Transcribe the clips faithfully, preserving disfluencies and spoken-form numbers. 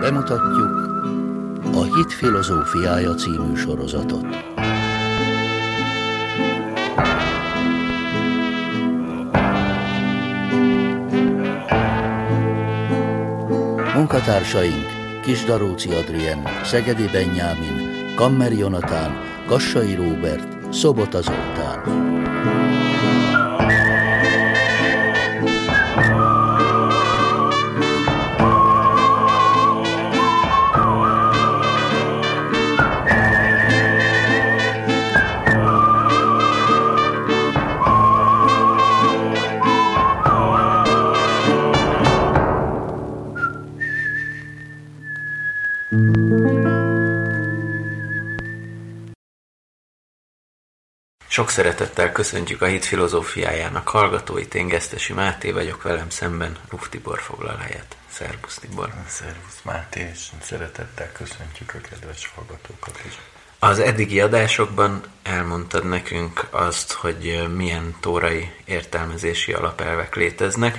Bemutatjuk a Hit filozófiája című sorozatot. Munkatársaink Kisdaróci Adrien, Szegedi Benyámin, Kammer Jonatán, Kassai Róbert, Szobota Zoltán. Sok szeretettel köszöntjük a Hit filozófiájának hallgatóit, én Gesztesi Máté vagyok, velem szemben Ruf Tibor foglal helyet. Szervusz Tibor! Szervusz Máté, és szeretettel köszöntjük a kedves hallgatókat is. Az eddigi adásokban elmondtad nekünk azt, hogy milyen tórai értelmezési alapelvek léteznek,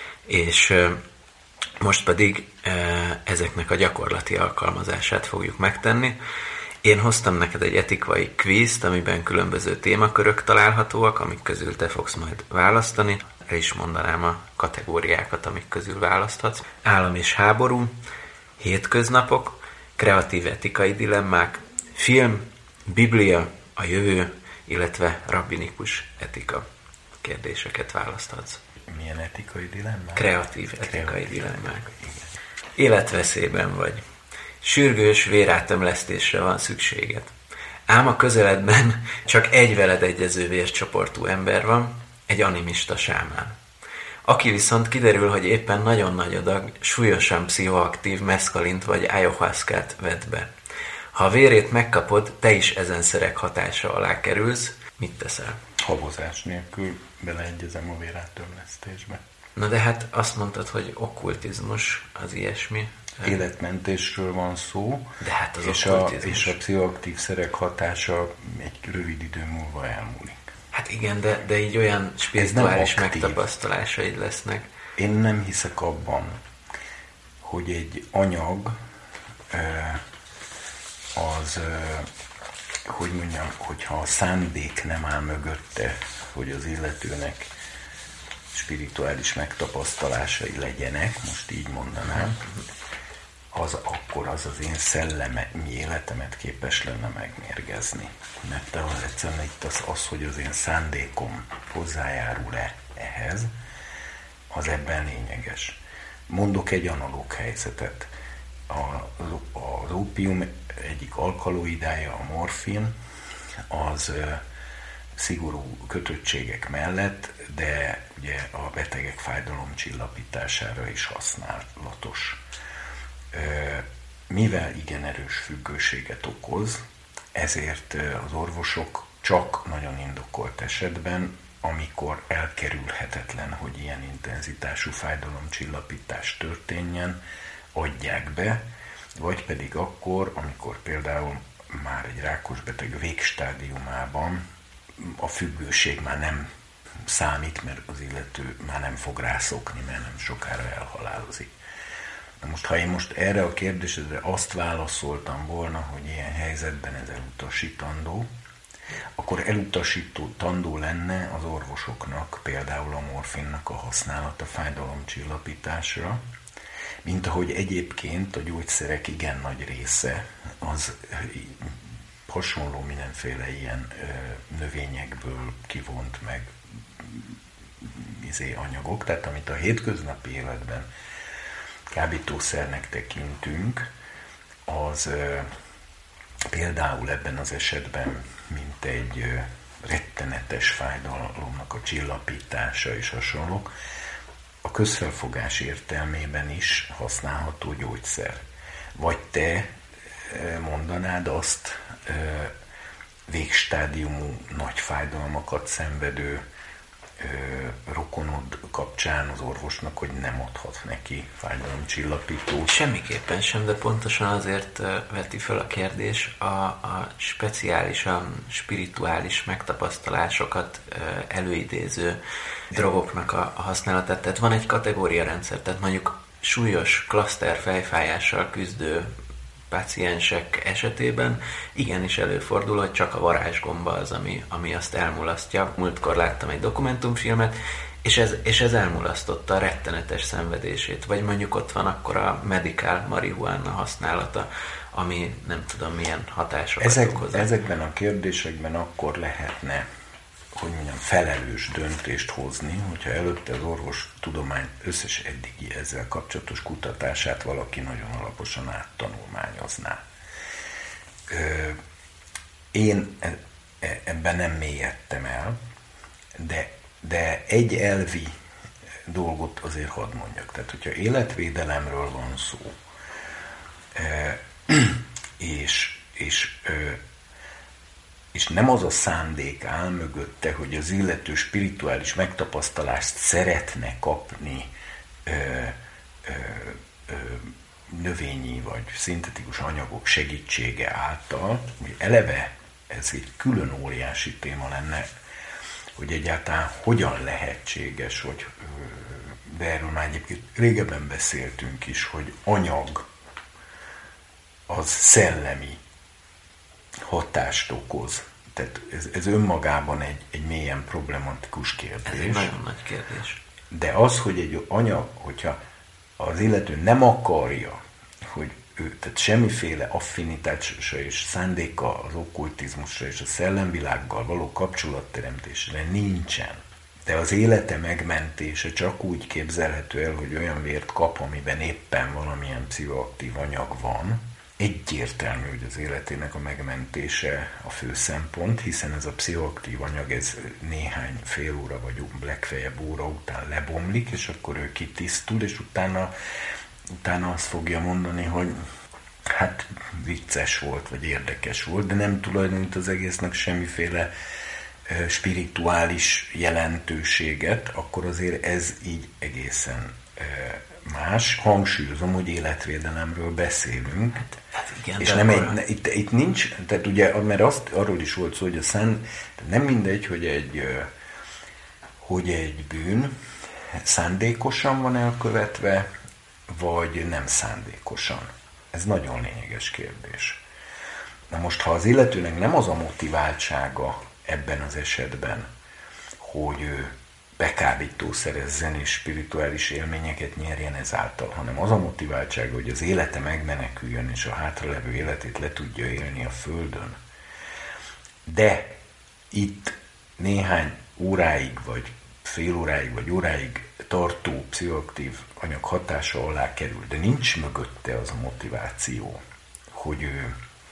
és most pedig ezeknek a gyakorlati alkalmazását fogjuk megtenni. Én hoztam neked egy etikai kvízt, amiben különböző témakörök találhatóak, amik közül te fogsz majd választani. El is mondanám a kategóriákat, amik közül választhatsz. Állam és háború, hétköznapok, kreatív etikai dilemmák, film, Biblia, a jövő, illetve rabbinikus etika kérdéseket választhatsz. Milyen etikai dilemmák? Kreatív etikai Kreatív dilemmák. Igen. Életveszélyben vagy. Sürgős vérátömlesztésre van szükséged. Ám a közeledben csak egy veled egyező vércsoportú ember van, egy animista sámán. Aki viszont kiderül, hogy éppen nagyon nagy adag, súlyosan pszichoaktív meszkalint vagy ayahuaszkát vett be. Ha a vérét megkapod, te is ezen szerek hatása alá kerülsz, mit teszel? Habozás nélkül beleegyezem a vérátömlesztésbe. Na de hát azt mondtad, hogy okkultizmus az ilyesmi. Életmentésről van szó, de hát az és, a, és a pszichoaktív szerek hatása egy rövid idő múlva elmúlik. Hát igen, de, de így olyan spirituális megtapasztalásaid lesznek. Én nem hiszek abban, hogy egy anyag az, hogy mondjam, hogyha a szándék nem áll mögötte, hogy az illetőnek spirituális megtapasztalásai legyenek, most így mondanám, az akkor az az én szellemi életemet képes lenne megmérgezni. Mert te az egyszerűen itt az, az, hogy az én szándékom hozzájárul-e ehhez, az ebben lényeges. Mondok egy analóg helyzetet. A, az ópium egyik alkaloidája, a morfin, az szigorú kötöttségek mellett, de ugye a betegek fájdalomcsillapítására is használatos. Mivel igen erős függőséget okoz, ezért az orvosok csak nagyon indokolt esetben, amikor elkerülhetetlen, hogy ilyen intenzitású fájdalomcsillapítás történjen, adják be, vagy pedig akkor, amikor például már egy rákos beteg végstádiumában a függőség már nem számít, mert az illető már nem fog rászokni, mert nem sokára elhalálozik. Na most, ha én most erre a kérdésedre azt válaszoltam volna, hogy ilyen helyzetben ez elutasítandó, akkor elutasítandó lenne az orvosoknak például a morfinnak a használata fájdalomcsillapításra, mint ahogy egyébként a gyógyszerek igen nagy része az hasonló mindenféle ilyen növényekből kivont meg izé anyagok, tehát amit a hétköznapi életben kábítószernek tekintünk, az ö, például ebben az esetben, mint egy ö, rettenetes fájdalomnak a csillapítása és hasonlók, a közfelfogás értelmében is használható gyógyszer. Vagy te ö, mondanád azt ö, végstádiumú nagy fájdalmakat szenvedő rokonod kapcsán az orvosnak, hogy nem adhat neki fájdalomcsillapítót. Semmiképpen sem, de pontosan azért veti fel a kérdés a, a speciálisan spirituális megtapasztalásokat előidéző drogoknak a használatát. Tehát van egy kategóriarendszer, tehát mondjuk súlyos klaszter fejfájással küzdő páciensek esetében igenis előfordul, hogy csak a varázsgomba az, ami, ami azt elmulasztja. Múltkor láttam egy dokumentumfilmet, és ez, és ez elmulasztotta a rettenetes szenvedését. Vagy mondjuk ott van akkor a medical marihuana használata, ami nem tudom milyen hatásokat Ezek, okoz. Ezekben a kérdésekben akkor lehetne, hogy mondjam, felelős döntést hozni, hogyha előtte az orvostudomány összes eddigi ezzel kapcsolatos kutatását valaki nagyon alaposan áttanulmányozná. Én ebben nem mélyedtem el, de, de egy elvi dolgot azért hadd mondjak. Tehát, hogyha életvédelemről van szó, és, és és nem az a szándék áll mögötte, hogy az illető spirituális megtapasztalást szeretne kapni ö, ö, ö, növényi vagy szintetikus anyagok segítsége által, hogy eleve ez egy külön óriási téma lenne, hogy egyáltalán hogyan lehetséges, hogy de erről már egyébként régebben beszéltünk is, hogy anyag az szellemi hatást okoz. Tehát ez, ez önmagában egy, egy mélyen problematikus kérdés. Ez egy nagyon nagy kérdés. De az, hogy egy anyag, hogyha az illető nem akarja, hogy ő, tehát semmiféle affinitása és szándéka az okkultizmusra és a szellemvilággal való kapcsolatteremtésre nincsen, de az élete megmentése csak úgy képzelhető el, hogy olyan vért kap, amiben éppen valamilyen pszichoaktív anyag van, egyértelmű, hogy az életének a megmentése a fő szempont, hiszen ez a pszichoaktív anyag ez néhány fél óra vagy legfeljebb óra után lebomlik, és akkor ő kitisztul, és utána, utána azt fogja mondani, hogy hát vicces volt, vagy érdekes volt, de nem tulajdonít az egésznek semmiféle uh, spirituális jelentőséget, akkor azért ez így egészen uh, más. Hangsúlyozom, hogy életvédelemről beszélünk. Hát, hát igen, és nem egy, ne, itt, itt nincs, tehát ugye, mert azt, arról is volt szó, hogy a szán, nem mindegy, hogy egy, hogy egy bűn szándékosan van elkövetve, vagy nem szándékosan. Ez nagyon lényeges kérdés. Na most, ha az illetőnek nem az a motiváltsága ebben az esetben, hogy ő bekábítószerezzen és spirituális élményeket nyerjen ezáltal, hanem az a motiváltsága, hogy az élete megmeneküljön és a hátralevő életét le tudja élni a Földön. De itt néhány óráig, vagy fél óráig, vagy óráig tartó pszichoaktív anyag hatása alá kerül, de nincs mögötte az a motiváció, hogy ő,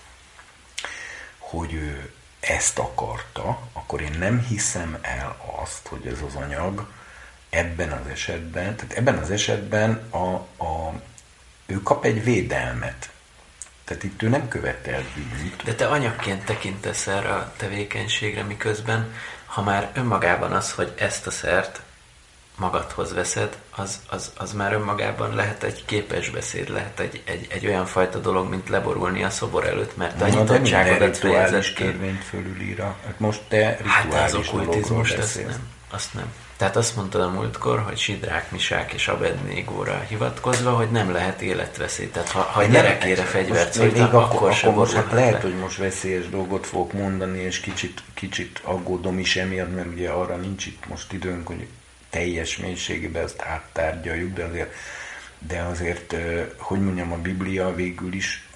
hogy ő ezt akarta, akkor én nem hiszem el azt, hogy ez az anyag ebben az esetben, tehát ebben az esetben a, a, ő kap egy védelmet. Tehát itt ő nem követel bűnt. De te anyagként tekintesz erre a tevékenységre, miközben, ha már önmagában az, hogy ezt a szert magadhoz veszed, az, az, az már önmagában lehet egy képes beszéd, lehet egy, egy, egy olyan fajta dolog, mint leborulni a szobor előtt, mert a nyitottságodat fejezed ki. Kérvényt fölülírja. Hát most te rituális hát az okkultizmust, azt beszélsz. nem, azt nem. Tehát azt mondtad a múltkor, hogy Sidrák, Misák és Abednégóra hivatkozva, hogy nem lehet életveszély. Tehát ha, ha a gyerekére fegyvert szóltak, akkor, akkor sem most hát lehet, le. hogy most veszélyes dolgot fogok mondani, és kicsit, kicsit aggódom is emiatt, mert ugye arra nincs itt most időnk, hogy teljes mélységében ezt áttárgyaljuk, de azért, de azért, hogy mondjam, a Biblia végül is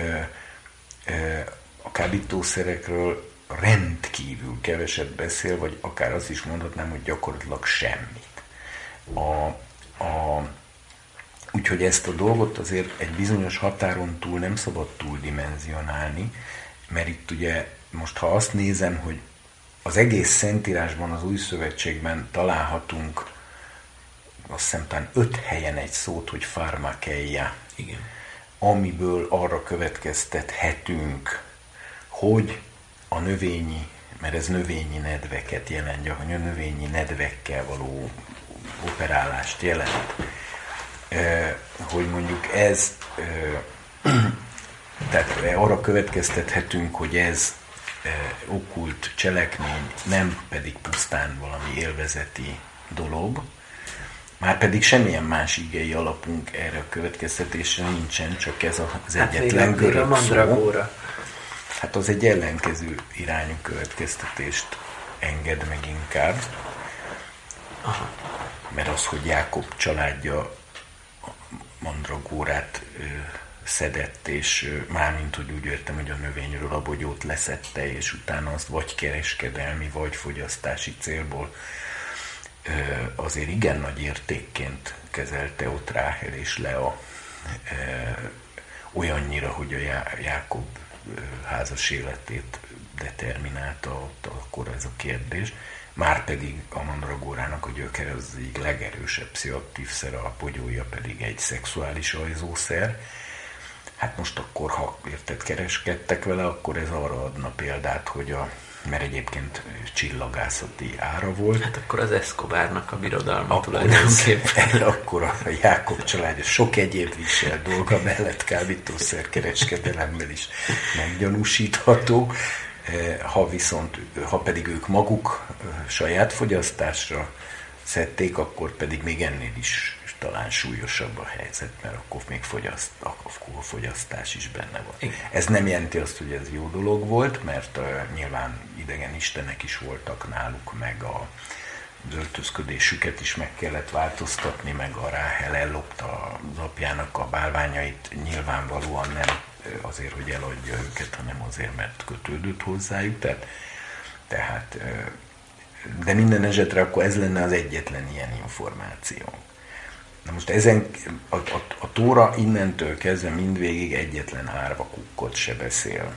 a kábítószerekről rendkívül keveset beszél, vagy akár azt is mondhatnám, hogy gyakorlatilag semmit. A, a, úgyhogy ezt a dolgot azért egy bizonyos határon túl nem szabad túldimenzionálni, mert itt ugye most, ha azt nézem, hogy az egész Szentírásban, az Új Szövetségben találhatunk azt hiszem talán öt helyen egy szót, hogy pharmakeia, igen, amiből arra következtethetünk, hogy a növényi, mert ez növényi nedveket jelent, hogy a növényi nedvekkel való operálást jelent, hogy mondjuk ez, tehát arra következtethetünk, hogy ez okkult cselekmény, nem pedig pusztán valami élvezeti dolog, Márpedig semmilyen más igei alapunk erre a következtetésre nincsen, csak ez az hát egyetlen még görög a mandragóra. Szó. Hát az egy ellenkező irányú következtetést enged meg inkább. Aha. Mert az, hogy Jákob családja mandragórát ö, szedett, és ö, mármint, hogy úgy értem, hogy a növényről a bogyót leszedte, és utána azt vagy kereskedelmi, vagy fogyasztási célból ö, azért igen nagy értékként kezelte ott Ráhel és Lea ö, olyannyira, hogy a Já- Jákob ö, házas életét determinálta ott akkor ez a kérdés. Márpedig a mandragórának a gyökere az egyik legerősebb pszichoaktív szer, a bogyója pedig egy szexuális ajzószer. Hát most akkor, ha érted, kereskedtek vele, akkor ez arra adna példát, hogy a, mert egyébként csillagászati ára volt. Hát akkor az Escobarnak a birodalma tulajdonképpen. Akkor a Jákob családja sok egyéb visel dolga mellett kábítószer kereskedelemmel is meggyanúsítható. Ha viszont, ha pedig ők maguk saját fogyasztásra szedték, akkor pedig még ennél is talán súlyosabb a helyzet, mert akkor még fogyaszt, akkor a fogyasztás is benne van. Igen. Ez nem jelenti azt, hogy ez jó dolog volt, mert uh, nyilván idegen istenek is voltak náluk, meg a öltözködésüket is meg kellett változtatni, meg a Ráhel ellopta az apjának a bálványait, nyilvánvalóan nem azért, hogy eladja őket, hanem azért, mert kötődött hozzájuk. Tehát, tehát, de minden esetre akkor ez lenne az egyetlen ilyen információ. Na most ezen a, a, a Tóra innentől kezdve mindvégig egyetlen árva kukkot se beszél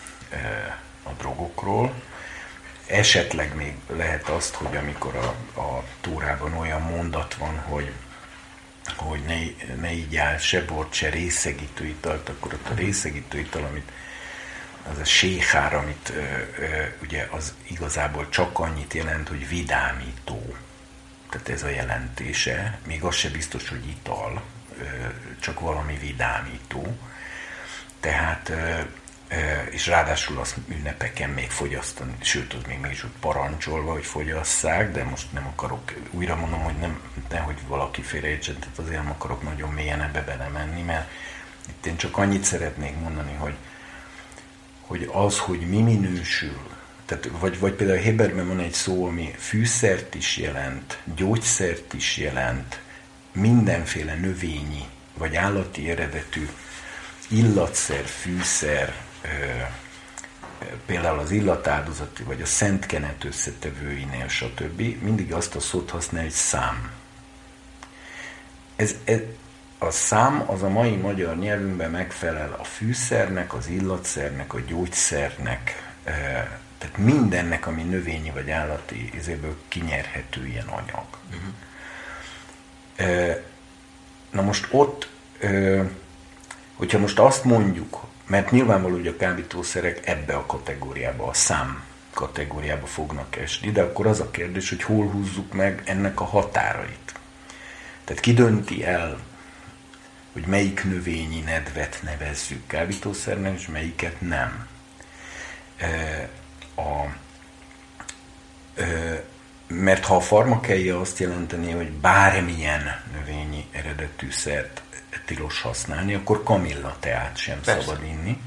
a drogokról. Esetleg még lehet azt, hogy amikor a, a Tórában olyan mondat van, hogy hogy ne, ne igyál se bort, se részegítő italt, akkor ott a részegítő ital, amit az a séhár, amit ö, ö, ugye az igazából csak annyit jelent, hogy vidámító. Tehát ez a jelentése, még az se biztos, hogy ital, ö, csak valami vidámító. Tehát, ö, ö, és ráadásul azt ünnepeken még fogyasztani, sőt, az még mégis ott parancsolva, hogy fogyasszák, de most nem akarok, újra mondom, hogy nem, nehogy valaki félreértsen, tehát azért nem akarok nagyon mélyen ebbe belemenni, mert itt én csak annyit szeretnék mondani, hogy, hogy az, hogy mi minősül, tehát, vagy, vagy például a Héberben van egy szó, ami fűszert is jelent, gyógyszert is jelent, mindenféle növényi, vagy állati eredetű illatszer, fűszer, például az illatáldozati, vagy a szentkenet összetevőinél, stb. Mindig azt a szót használja, hogy szám. Ez, ez, a szám az a mai magyar nyelvünkben megfelel a fűszernek, az illatszernek, a gyógyszernek, tehát mindennek, ami növényi vagy állati izéből kinyerhető ilyen anyag. Uh-huh. Na most ott, hogyha most azt mondjuk, mert nyilvánvaló, hogy a kábítószerek ebbe a kategóriába, a szám kategóriába fognak esni, de akkor az a kérdés, hogy hol húzzuk meg ennek a határait. Tehát ki dönti el, hogy melyik növényi nedvet nevezzük kábítószernek, és melyiket nem. A, mert ha a farmakeia azt jelenteni, hogy bármilyen növényi eredetű szert tilos használni, akkor kamilla teát sem Persze. szabad inni.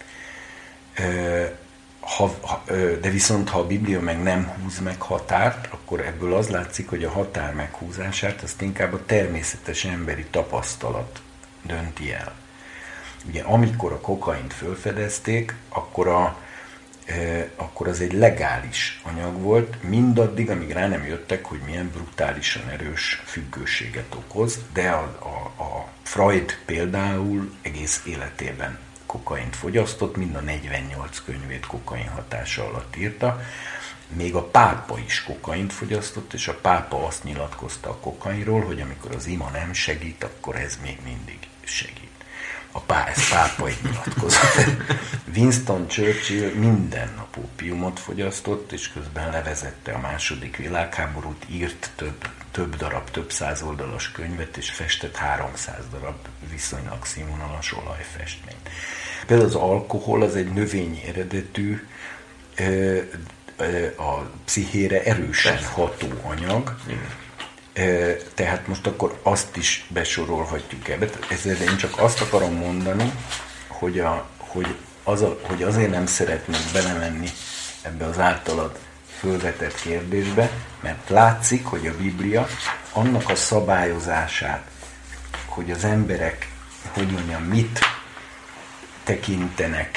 Ha, ha, de viszont, ha a Biblia meg nem húz meg határt, akkor ebből az látszik, hogy a határ meghúzását azt inkább a természetes emberi tapasztalat dönti el. Ugye amikor a kokaint felfedezték, akkor, a, e, akkor az egy legális anyag volt, mindaddig, amíg rá nem jöttek, hogy milyen brutálisan erős függőséget okoz, de a, a, a Freud például egész életében kokaint fogyasztott, mind a negyvennyolc könyvét kokain hatása alatt írta, még a pápa is kokaint fogyasztott, és a pápa azt nyilatkozta a kokainról, hogy amikor az ima nem segít, akkor ez még mindig segít. A pá, ez pápa egy nyilatkozat. Winston Churchill minden nap ópiumot fogyasztott, és közben levezette a második világháborút, írt több, több darab, több száz oldalas könyvet, és festett háromszáz darab viszonylag színvonalas olajfestményt. Például az alkohol az egy növényi eredetű, a pszichére erősen ható anyag, Tehát most akkor azt is besorolhatjuk ebbe. Ezzel én csak azt akarom mondani, hogy, a, hogy, az a, hogy azért nem szeretnék belemenni ebbe az általad fölvetett kérdésbe, mert látszik, hogy a Biblia annak a szabályozását, hogy az emberek, hogy mondjam, mit tekintenek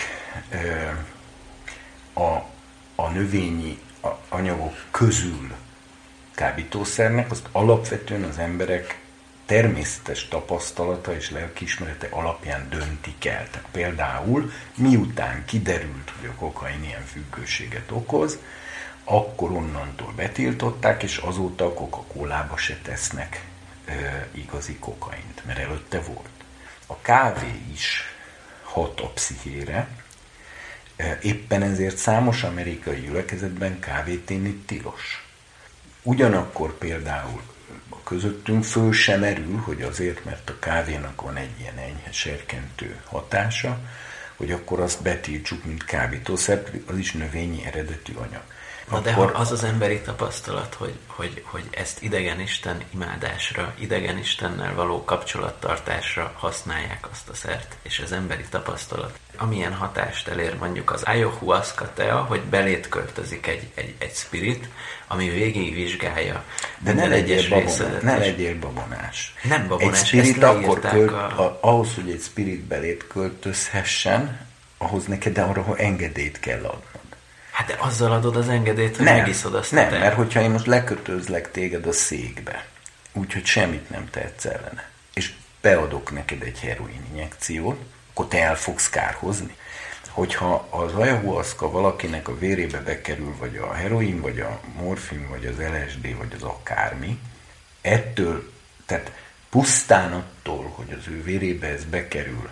a, a növényi anyagok közül kábítószernek, azt alapvetően az emberek természetes tapasztalata és lelkiismerete alapján döntik el. Tehát például miután kiderült, hogy a kokain ilyen függőséget okoz, akkor onnantól betiltották, és azóta a Coca-Colába se tesznek e, igazi kokaint, mert előtte volt. A kávé is hat a pszichére, e, éppen ezért számos amerikai gyülekezetben kávét inni tilos. Ugyanakkor például közöttünk föl sem merül, hogy azért, mert a kávénak van egy ilyen enyhe serkentő hatása, hogy akkor azt betiltsuk, mint kábítószer, az is növényi eredetű anyag. Na de ha az az emberi tapasztalat, hogy, hogy, hogy ezt idegenisten imádásra, idegenistennel való kapcsolattartásra használják azt a szert, és az emberi tapasztalat, amilyen hatást elér mondjuk az ayahuasca tea, hogy belét költözik egy, egy, egy spirit, ami végigvizsgálja de ne legyél, babonás, ne legyél babonás. Nem babonás, egy spirit akkor költ, a... ahhoz, hogy egy spirit belét költözhessen, ahhoz neked de arra engedélyt kell adnod. Hát de azzal adod az engedélyt, hogy nem, megiszod azt nem, a te. Mert hogyha én most lekötözlek téged a székbe, úgyhogy semmit nem tehetsz ellene, és beadok neked egy heroin injekciót, akkor te el fogsz kárhozni. Hogyha az ayahuasca valakinek a vérébe bekerül, vagy a heroin, vagy a morfin, vagy az el es dé, vagy az akármi, ettől, tehát pusztán attól, hogy az ő vérébe ez bekerül,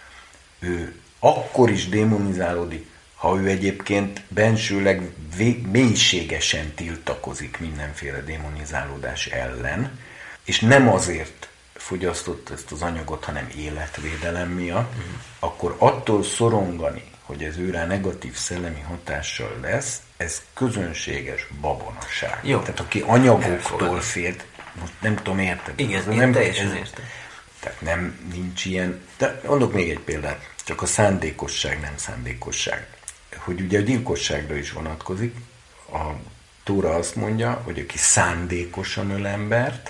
ő akkor is démonizálódik, ha ő egyébként bensőleg vég, mélységesen tiltakozik mindenféle démonizálódás ellen, és nem azért fogyasztott ezt az anyagot, hanem életvédelem miatt, mm. akkor attól szorongani, hogy ez őrá negatív szellemi hatással lesz, ez közönséges babonaság. Jó. Tehát aki anyagoktól fél, most nem tudom érteni. Igen, én nem, teljesen ez, értem. Tehát nem, nincs ilyen, de mondok még egy példát, csak a szándékosság, nem szándékosság. Hogy ugye a gyilkosságra is vonatkozik, a Tóra azt mondja, hogy aki szándékosan öl embert,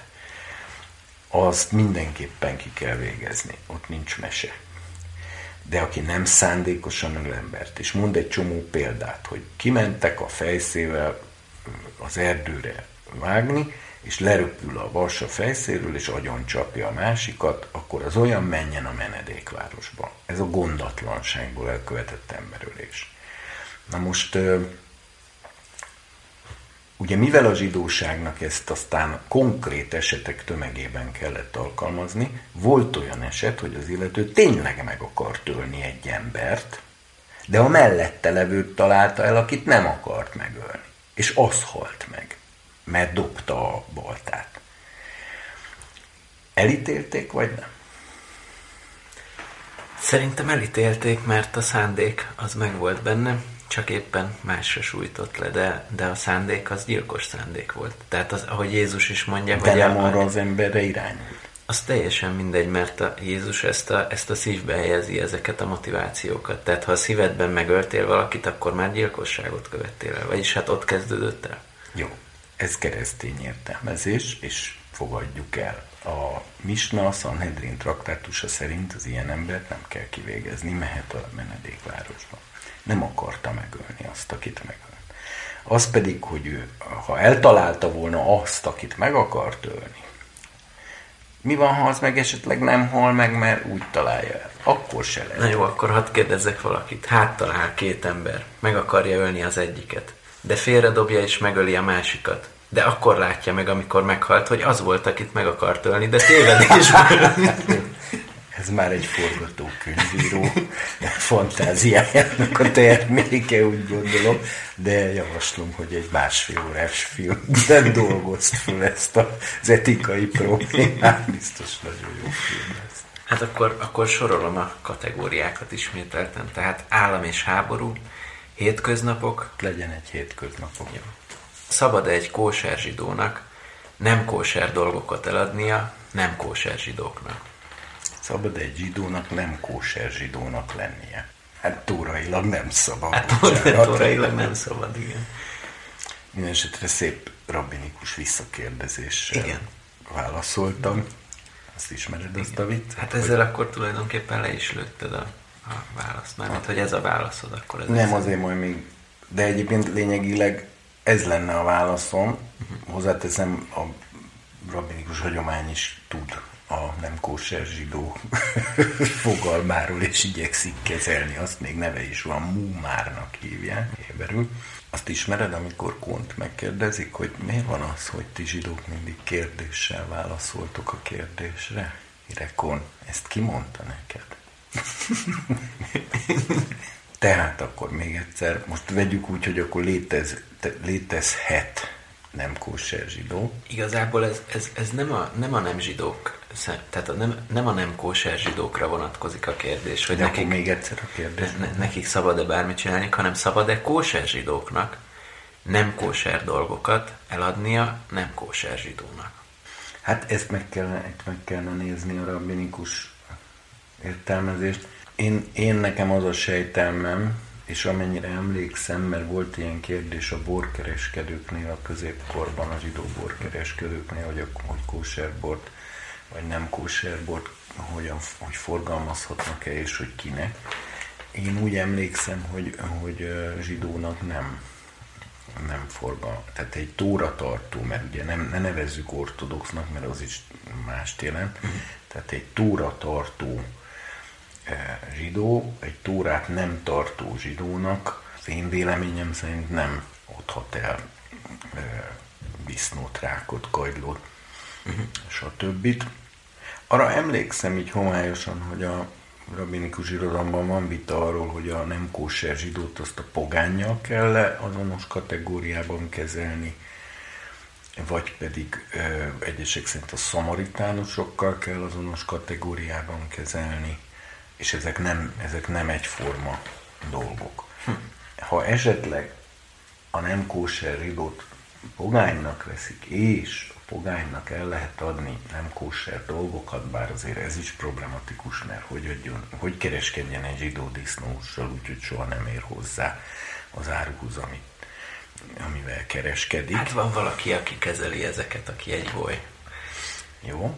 azt mindenképpen ki kell végezni, ott nincs mese. De aki nem szándékosan öl embert, és mond egy csomó példát, hogy kimentek a fejszével az erdőre vágni, és leröpül a vas a fejszéről, és agyoncsapja a másikat, akkor az olyan menjen a menedékvárosba. Ez a gondatlanságból elkövetett emberölés. Na most, ugye mivel a zsidóságnak ezt aztán konkrét esetek tömegében kellett alkalmazni, volt olyan eset, hogy az illető tényleg meg akart ölni egy embert, de a mellette levőt találta el, akit nem akart megölni. És az halt meg, mert dobta a baltát. Elítélték, vagy nem? Szerintem elítélték, mert a szándék az megvolt benne, csak éppen másra sújtott le, de, de a szándék az gyilkos szándék volt. Tehát az, ahogy Jézus is mondja, de hogy nem a, arra az emberre irányult. Az teljesen mindegy, mert a Jézus ezt a, ezt a szívbe helyezi ezeket a motivációkat. Tehát ha a szívedben megöltél valakit, akkor már gyilkosságot követtél el. Vagyis hát ott kezdődött el. Jó, ez keresztény értelmezés, és fogadjuk el. A Misna, a Sanhedrin traktátusa szerint az ilyen embert nem kell kivégezni, mehet a menedékvárosba. Nem akarta megölni azt, akit megölt. Az pedig, hogy ő, ha eltalálta volna azt, akit meg akart ölni, mi van, ha az meg esetleg nem hal meg, mert úgy találja el? Akkor se lehet. Na jó, akkor hadd kérdezzek valakit. Hát talál két ember, meg akarja ölni az egyiket, de félredobja és megöli a másikat. De akkor látja meg, amikor meghalt, hogy az volt, akit meg akart ölni, de tévedésből. Ez már egy forgatókönyvíró fantáziájának a terméke, úgy gondolom, de javaslom, hogy egy másfél órás filmben dolgozt fel ezt az etikai problémát. Biztos nagyon jó film lesz. Hát akkor, akkor sorolom a kategóriákat ismételten. Tehát állam és háború, hétköznapok. Legyen egy hétköznapok. Jó. Szabad egy kóser zsidónak nem kóser dolgokat eladnia nem kóser zsidóknak. Szabad egy zsidónak nem kóser zsidónak lennie. Hát tórailag nem szabad. Hát tórailag nem szabad, igen. Mindenesetre szép rabbinikus visszakérdezéssel igen. válaszoltam. Azt ismered, azt a vicc? Hát ezzel hogy... akkor tulajdonképpen le is lőtted a, a választ. Mármint, hogy ez a válaszod, akkor ez nem, azért majd még... De egyébként lényegileg ez lenne a válaszom. Uh-huh. Hozzáteszem, a rabbinikus hagyomány is tud a nem kóser zsidó fogalmáról, és igyekszik kezelni. Azt még neve is van, múmárnak hívják héberül. Azt ismered, amikor Kont megkérdezik, hogy miért van az, hogy ti zsidók mindig kérdéssel válaszoltok a kérdésre? Mire Kon, ezt ki mondta neked? Tehát akkor még egyszer, most vegyük úgy, hogy akkor létez, létezhet nem kóser zsidó. Igazából ez, ez, ez nem, a, nem a nem zsidók, tehát a nem, nem a nem kóser zsidókra vonatkozik a kérdés, hogy de nekik, még egyszer a kérdés. Ne, nekik szabad-e bármit csinálni, hanem szabad-e kóser zsidóknak nem kóser dolgokat eladnia nem kóser zsidónak. Hát ezt meg kellene, meg kellene nézni a rabbinikus értelmezést. Én, én nekem az a sejtelmem, és amennyire emlékszem, mert volt ilyen kérdés a borkereskedőknél a középkorban, a zsidó borkereskedőknél, hogy, a, hogy kóserbort vagy nem kóserbort hogyan, hogy forgalmazhatnak-e és hogy kinek. Én úgy emlékszem, hogy, hogy zsidónak nem, nem forgal. Tehát egy tóratartó, mert ugye nem, ne nevezzük ortodoxnak, mert az is mást jelent. Tehát egy tóratartó zsidó, egy tórát nem tartó zsidónak, az én véleményem szerint nem adhat el disznót, rákot, kagylót, uh-huh. stb. Arra emlékszem így homályosan, hogy a rabbinikus irodalomban van vita arról, hogy a nem kóser zsidót azt a pogánnyal kell azonos kategóriában kezelni, vagy pedig ö, egyesek szerint a szamaritánusokkal kell azonos kategóriában kezelni, és ezek nem, ezek nem egyforma dolgok. Hm. Ha esetleg a nem kóser zsidót pogánynak veszik, és a pogánynak el lehet adni nem kóser dolgokat, bár azért ez is problematikus, mert hogy, adjon, hogy kereskedjen egy zsidó disznóssal, úgyhogy soha nem ér hozzá az áruhoz, amit, amivel kereskedik. Hát van valaki, aki kezeli ezeket, aki egy boly. Jó.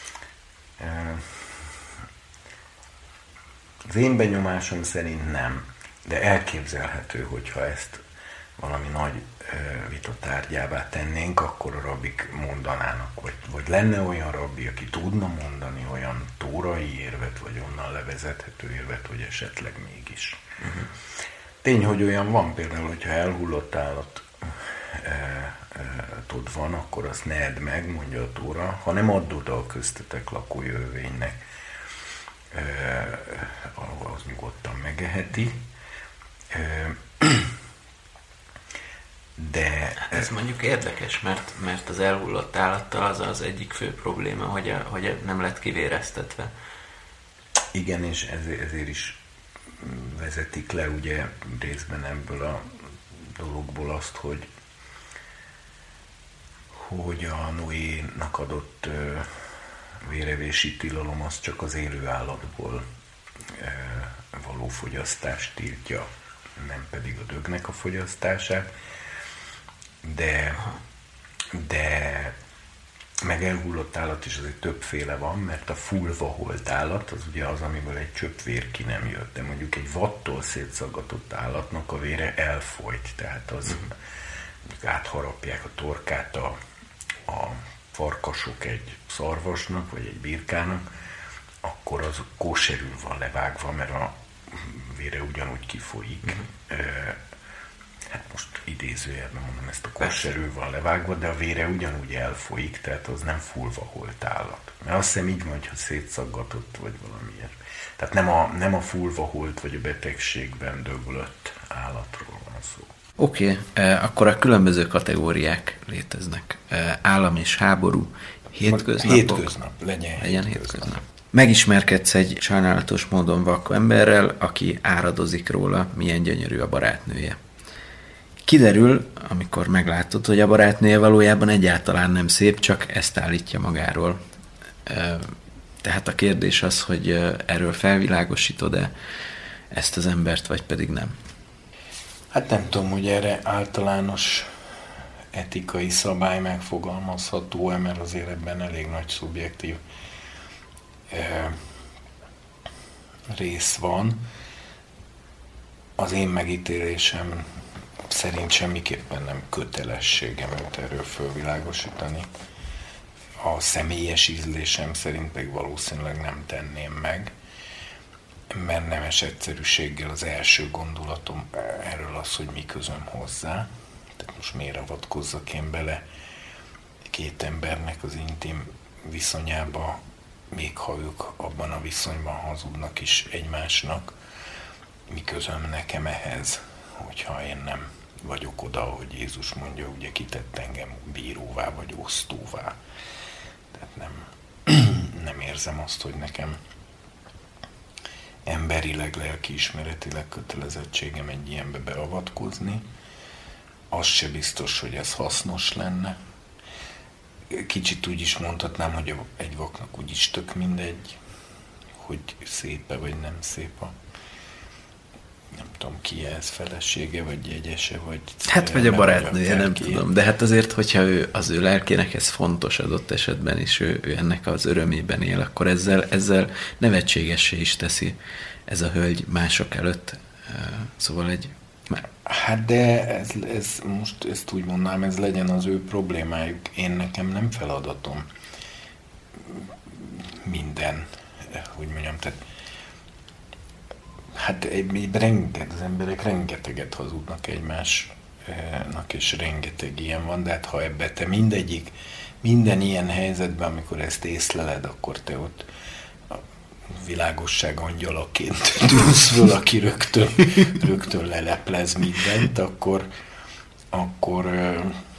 Az én benyomásom szerint nem, de elképzelhető, hogyha ezt valami nagy vita tárgyává tennénk, akkor a rabbik mondanának, vagy, vagy lenne olyan rabbi, aki tudna mondani olyan tórai érvet, vagy onnan levezethető érvet, hogy esetleg mégis. Uh-huh. Tény, hogy olyan van, például, hogyha elhullott állat e, e, tud van, akkor azt ne edd meg, mondja a Tóra, hanem add oda a köztetek lakójövővénynek. E, az nyugodtan megeheti. E, De... Hát ez mondjuk érdekes, mert, mert az elhullott állattal az az egyik fő probléma, hogy, a, hogy nem lett kivéreztetve. Igen, és ezért, ezért is vezetik le ugye részben ebből a dologból azt, hogy, hogy a Noénak adott ö, vérevési tilalom az csak az élő állatból ö, való fogyasztást tiltja, nem pedig a dögnek a fogyasztását. De, de meg elhullott állat is azért többféle van, mert a fulva holt állat, az ugye az, amiből egy csöpp vér ki nem jött, de mondjuk egy vattól szétszaggatott állatnak a vére elfolyt, tehát az mondjuk átharapják a torkát a, a farkasok egy szarvasnak, vagy egy birkának, akkor az kóserül van levágva, mert a vére ugyanúgy kifolyik. Mm-hmm. Hát most idézőjelben mondom, ezt a kóserül van levágva, de a vére ugyanúgy elfolyik, tehát az nem fulva holt állat. Mert azt hiszem így van, hogyha szétszaggatott, vagy valamiért. Tehát nem a, nem a fulva holt, vagy a betegségben döglött állatról van szó. Oké, okay, akkor a különböző kategóriák léteznek. Állam és háború, hétköznapok. Hétköznap, legyen, legyen hétköznap. hétköznap. Megismerkedsz egy sajnálatos módon vak emberrel, aki áradozik róla, milyen gyönyörű a barátnője. kiderül, amikor meglátod, hogy a barátnője valójában egyáltalán nem szép, csak ezt állítja magáról. Tehát a kérdés az, hogy erről felvilágosítod-e ezt az embert, vagy pedig nem. Hát nem tudom, hogy erre általános etikai szabály megfogalmazható-e, mert azért ebben elég nagy szubjektív e, rész van. Az én megítélésem szerint semmiképpen nem kötelességem őt erről fölvilágosítani. A személyes ízlésem szerint pedig valószínűleg nem tenném meg, mert nemes egyszerűséggel az első gondolatom erről az, hogy mi közöm hozzá. Tehát most miért avatkozzak én bele két embernek az intim viszonyába, még ha ők abban a viszonyban hazudnak is egymásnak, mi közöm nekem ehhez, hogyha én nem vagyok oda, hogy Jézus mondja, ugye kitett engem bíróvá vagy osztóvá. Tehát nem, nem érzem azt, hogy nekem emberileg, lelkiismeretileg kötelezettségem egy ilyenbe beavatkozni. Az se biztos, hogy ez hasznos lenne. Kicsit úgy is mondhatnám, hogy egy vaknak úgyis tök mindegy, hogy szép-e vagy nem szép a, nem tudom ki ez, felesége, vagy jegyese, vagy... Hát vagy a barátnője, nem tudom. De hát azért, hogyha ő, az ő lelkének ez fontos adott esetben, és ő, ő ennek az örömében él, akkor ezzel, ezzel nevetségessé is teszi ez a hölgy mások előtt. Szóval egy... Hát de ez, ez most ezt úgy mondanám, ez legyen az ő problémájuk. Én nekem nem feladatom minden, hogy mondjam, tehát hát rengeteg, az emberek rengeteget hazudnak egymásnak, és rengeteg ilyen van, de hát ha ebbe te mindegyik, minden ilyen helyzetben, amikor ezt észleled, akkor te ott a világosság angyalaként dúlsz föl, aki rögtön, rögtön leleplez mindent, akkor, akkor ö,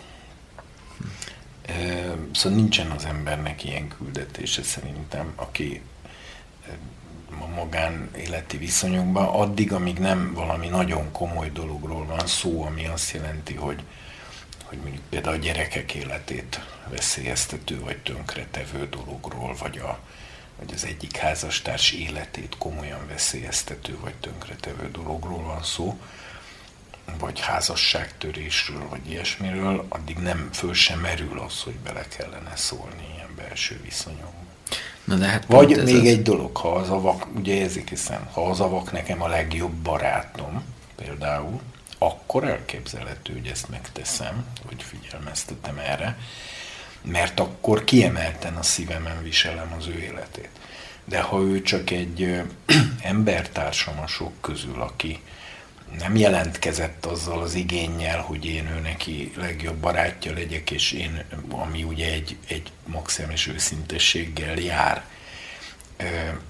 ö, szóval nincsen az embernek ilyen küldetése szerintem, aki a magánéleti viszonyokban, addig, amíg nem valami nagyon komoly dologról van szó, ami azt jelenti, hogy, hogy mondjuk például a gyerekek életét veszélyeztető vagy tönkretevő dologról, vagy, a, vagy az egyik házastárs életét komolyan veszélyeztető vagy tönkretevő dologról van szó, vagy házasságtörésről, vagy ilyesmiről, addig nem föl sem merül az, hogy bele kellene szólni ilyen belső viszonyokba. Na de hát vagy még az... egy dolog, ha az a vak, ugye érzik hiszen, ha az a vak nekem a legjobb barátom, például, akkor elképzelhető, hogy ezt megteszem, hogy figyelmeztetem erre, mert akkor kiemelten a szívemen viselem az ő életét. De ha ő csak egy ö, embertársam a sok közül, aki nem jelentkezett azzal az igénnyel, hogy én ő neki legjobb barátja legyek, és én, ami ugye egy, egy maximális őszintességgel jár, ö,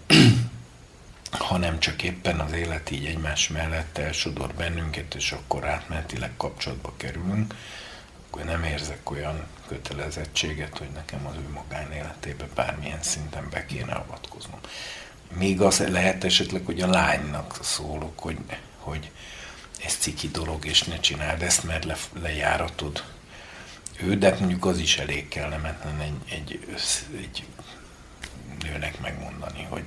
hanem csak éppen az élet így egymás mellett elsodor bennünket, és akkor átmenetileg kapcsolatba kerülünk, akkor nem érzek olyan kötelezettséget, hogy nekem az ő magánéletébe bármilyen szinten be kéne avatkoznom. Még az lehet esetleg, hogy a lánynak szólok, hogy, hogy ez ciki dolog, és ne csináld ezt, mert le, lejáratod ő, de mondjuk az is elég kellemetlen egy, egy, egy nőnek megmondani, hogy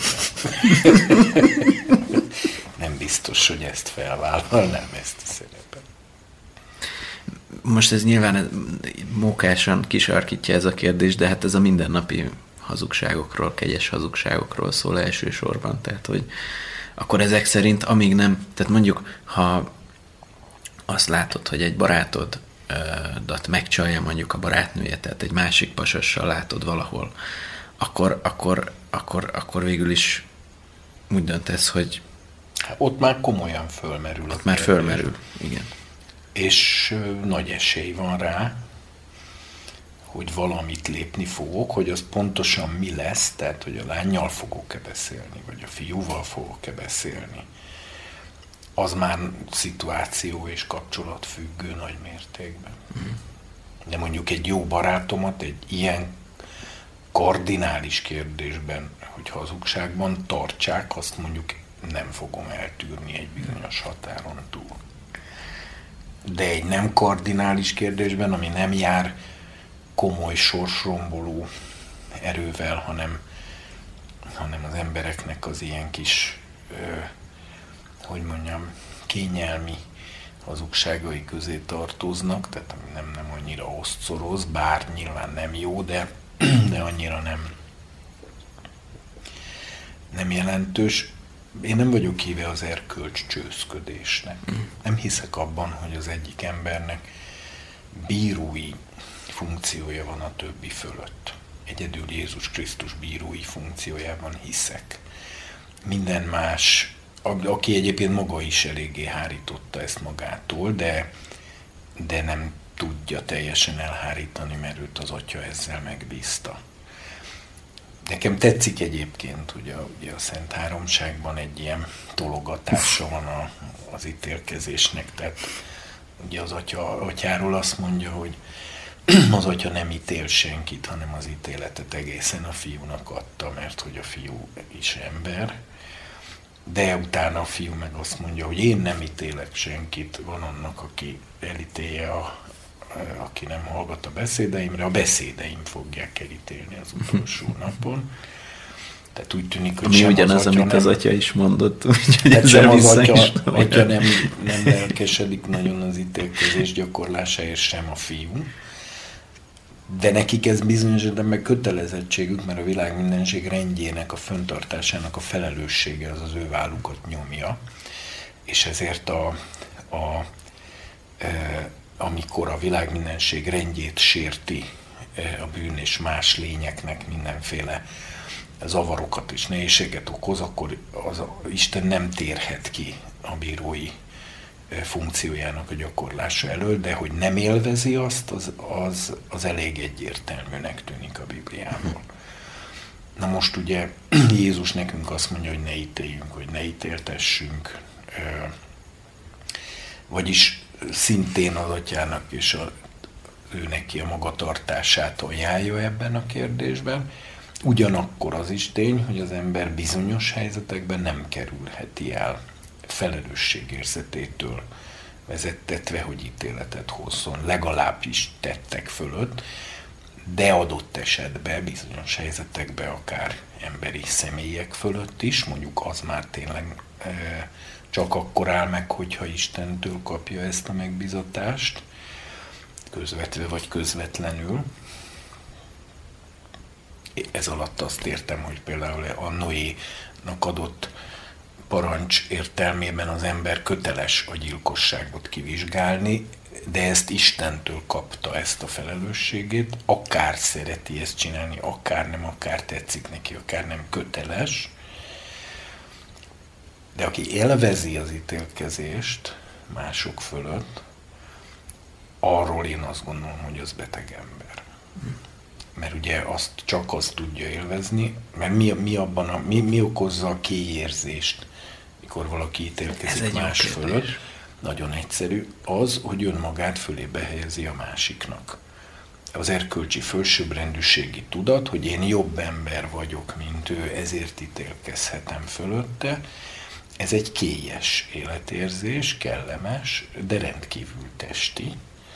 nem biztos, hogy ezt felvállalnám, ezt a szerepet. Most ez nyilván mókásan kisarkítja ez a kérdés, de hát ez a mindennapi hazugságokról, kegyes hazugságokról szól elsősorban, tehát hogy akkor ezek szerint, amíg nem, tehát mondjuk, ha azt látod, hogy egy barátodat megcsalja mondjuk a barátnője, tehát egy másik pasassal látod valahol, akkor, akkor, akkor, akkor végül is úgy döntesz, hogy... Ott már komolyan fölmerül. Ott már fölmerül, igen. És ö, nagy esély van rá, hogy valamit lépni fogok, hogy az pontosan mi lesz, tehát hogy a lánnyal fogok-e beszélni, vagy a fiúval fogok-e beszélni. Az már szituáció és kapcsolat függő nagy mértékben. Mm. De mondjuk egy jó barátomat egy ilyen kardinális kérdésben, hogy hazugságban tartsák, azt mondjuk nem fogom eltűrni egy bizonyos határon túl. de egy nem kardinális kérdésben, ami nem jár komoly sorsromboló erővel, hanem, hanem az embereknek az ilyen kis, ö, hogy mondjam, kényelmi hazugságai közé tartoznak, tehát nem, nem annyira osztszoroz, bár nyilván nem jó, de, de annyira nem, nem jelentős. Én nem vagyok híve az erkölcs csőszködésnek. Nem hiszek abban, hogy az egyik embernek bírói funkciója van a többi fölött. Egyedül Jézus Krisztus bírói funkciójában hiszek. Minden más, aki egyébként maga is eléggé hárította ezt magától, de, de nem tudja teljesen elhárítani, mert őt az Atya ezzel megbízta. Nekem tetszik egyébként, hogy a, ugye a Szent Háromságban egy ilyen tologatása van a, az ítélkezésnek, tehát ugye az atya, atyáról azt mondja, hogy az Atya nem ítél senkit, hanem az ítéletet egészen a fiúnak adta, mert hogy a fiú is ember. De utána a fiú meg azt mondja, hogy én nem ítélek senkit, van annak, aki elítélje, a, aki nem hallgat a beszédeimre, a beszédeim fogják elítélni az utolsó napon. Tehát úgy tűnik, hogy ami sem ugyanaz, az atya amit nem, az atya is mondott. Úgyhogy sem az atya, is atya nem, nem lelkesedik nagyon az ítélkezés gyakorlásáért, sem a fiú. De nekik ez bizonyos esetben kötelezettségük, mert a világ mindenség rendjének, a fenntartásának a felelőssége az az ő vállukat nyomja. És ezért a, a, e, amikor a világ mindenség rendjét sérti e, a bűn és más lényeknek mindenféle zavarokat és nehézséget okoz, akkor az a, Isten nem térhet ki a bírói funkciójának a gyakorlása elől, de hogy nem élvezi azt, az, az, az elég egyértelműnek tűnik a Bibliában. Na most ugye Jézus nekünk azt mondja, hogy ne ítéljünk, hogy ne ítéltessünk, vagyis szintén az atyának és a, ő neki a magatartását ajánlja ebben a kérdésben. Ugyanakkor az is tény, hogy az ember bizonyos helyzetekben nem kerülheti el felelősségérzetétől vezettetve, hogy ítéletet hozzon, legalábbis tettek fölött, de adott esetben, bizonyos helyzetekben akár emberi személyek fölött is, mondjuk az már tényleg e, csak akkor áll meg, hogyha Istentől kapja ezt a megbizatást, közvetve vagy közvetlenül. Ez alatt azt értem, hogy például a Noénak adott parancs értelmében az ember köteles a gyilkosságot kivizsgálni, de ezt Istentől kapta, ezt a felelősségét, akár szereti ezt csinálni, akár nem, akár tetszik neki, akár nem, köteles. De aki élvezi az ítélkezést mások fölött, arról én azt gondolom, hogy az beteg ember. Mert ugye azt csak azt tudja élvezni, mert mi, mi, abban a, mi, mi okozza a kéérzést, mikor valaki ítélkezik más fölött, nagyon egyszerű, az, hogy önmagát fölébe helyezi a másiknak. Az erkölcsi fölsőbbrendűségi tudat, hogy én jobb ember vagyok, mint ő, ezért ítélkezhetem fölötte, ez egy kélyes életérzés, kellemes, de rendkívül testi.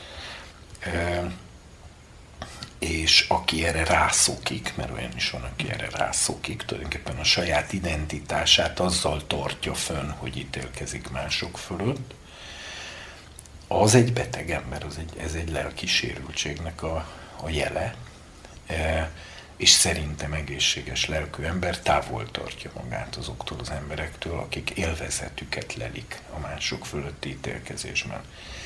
És aki erre rászokik, mert olyan is van, aki erre rászokik, tulajdonképpen a saját identitását azzal tartja fönn, hogy ítélkezik mások fölött, az egy beteg ember, az egy, ez egy lelki sérültségnek a, a jele, e, és szerintem egészséges lelkű ember távol tartja magát azoktól az emberektől, akik élvezetüket lelik a mások fölötti ítélkezésben.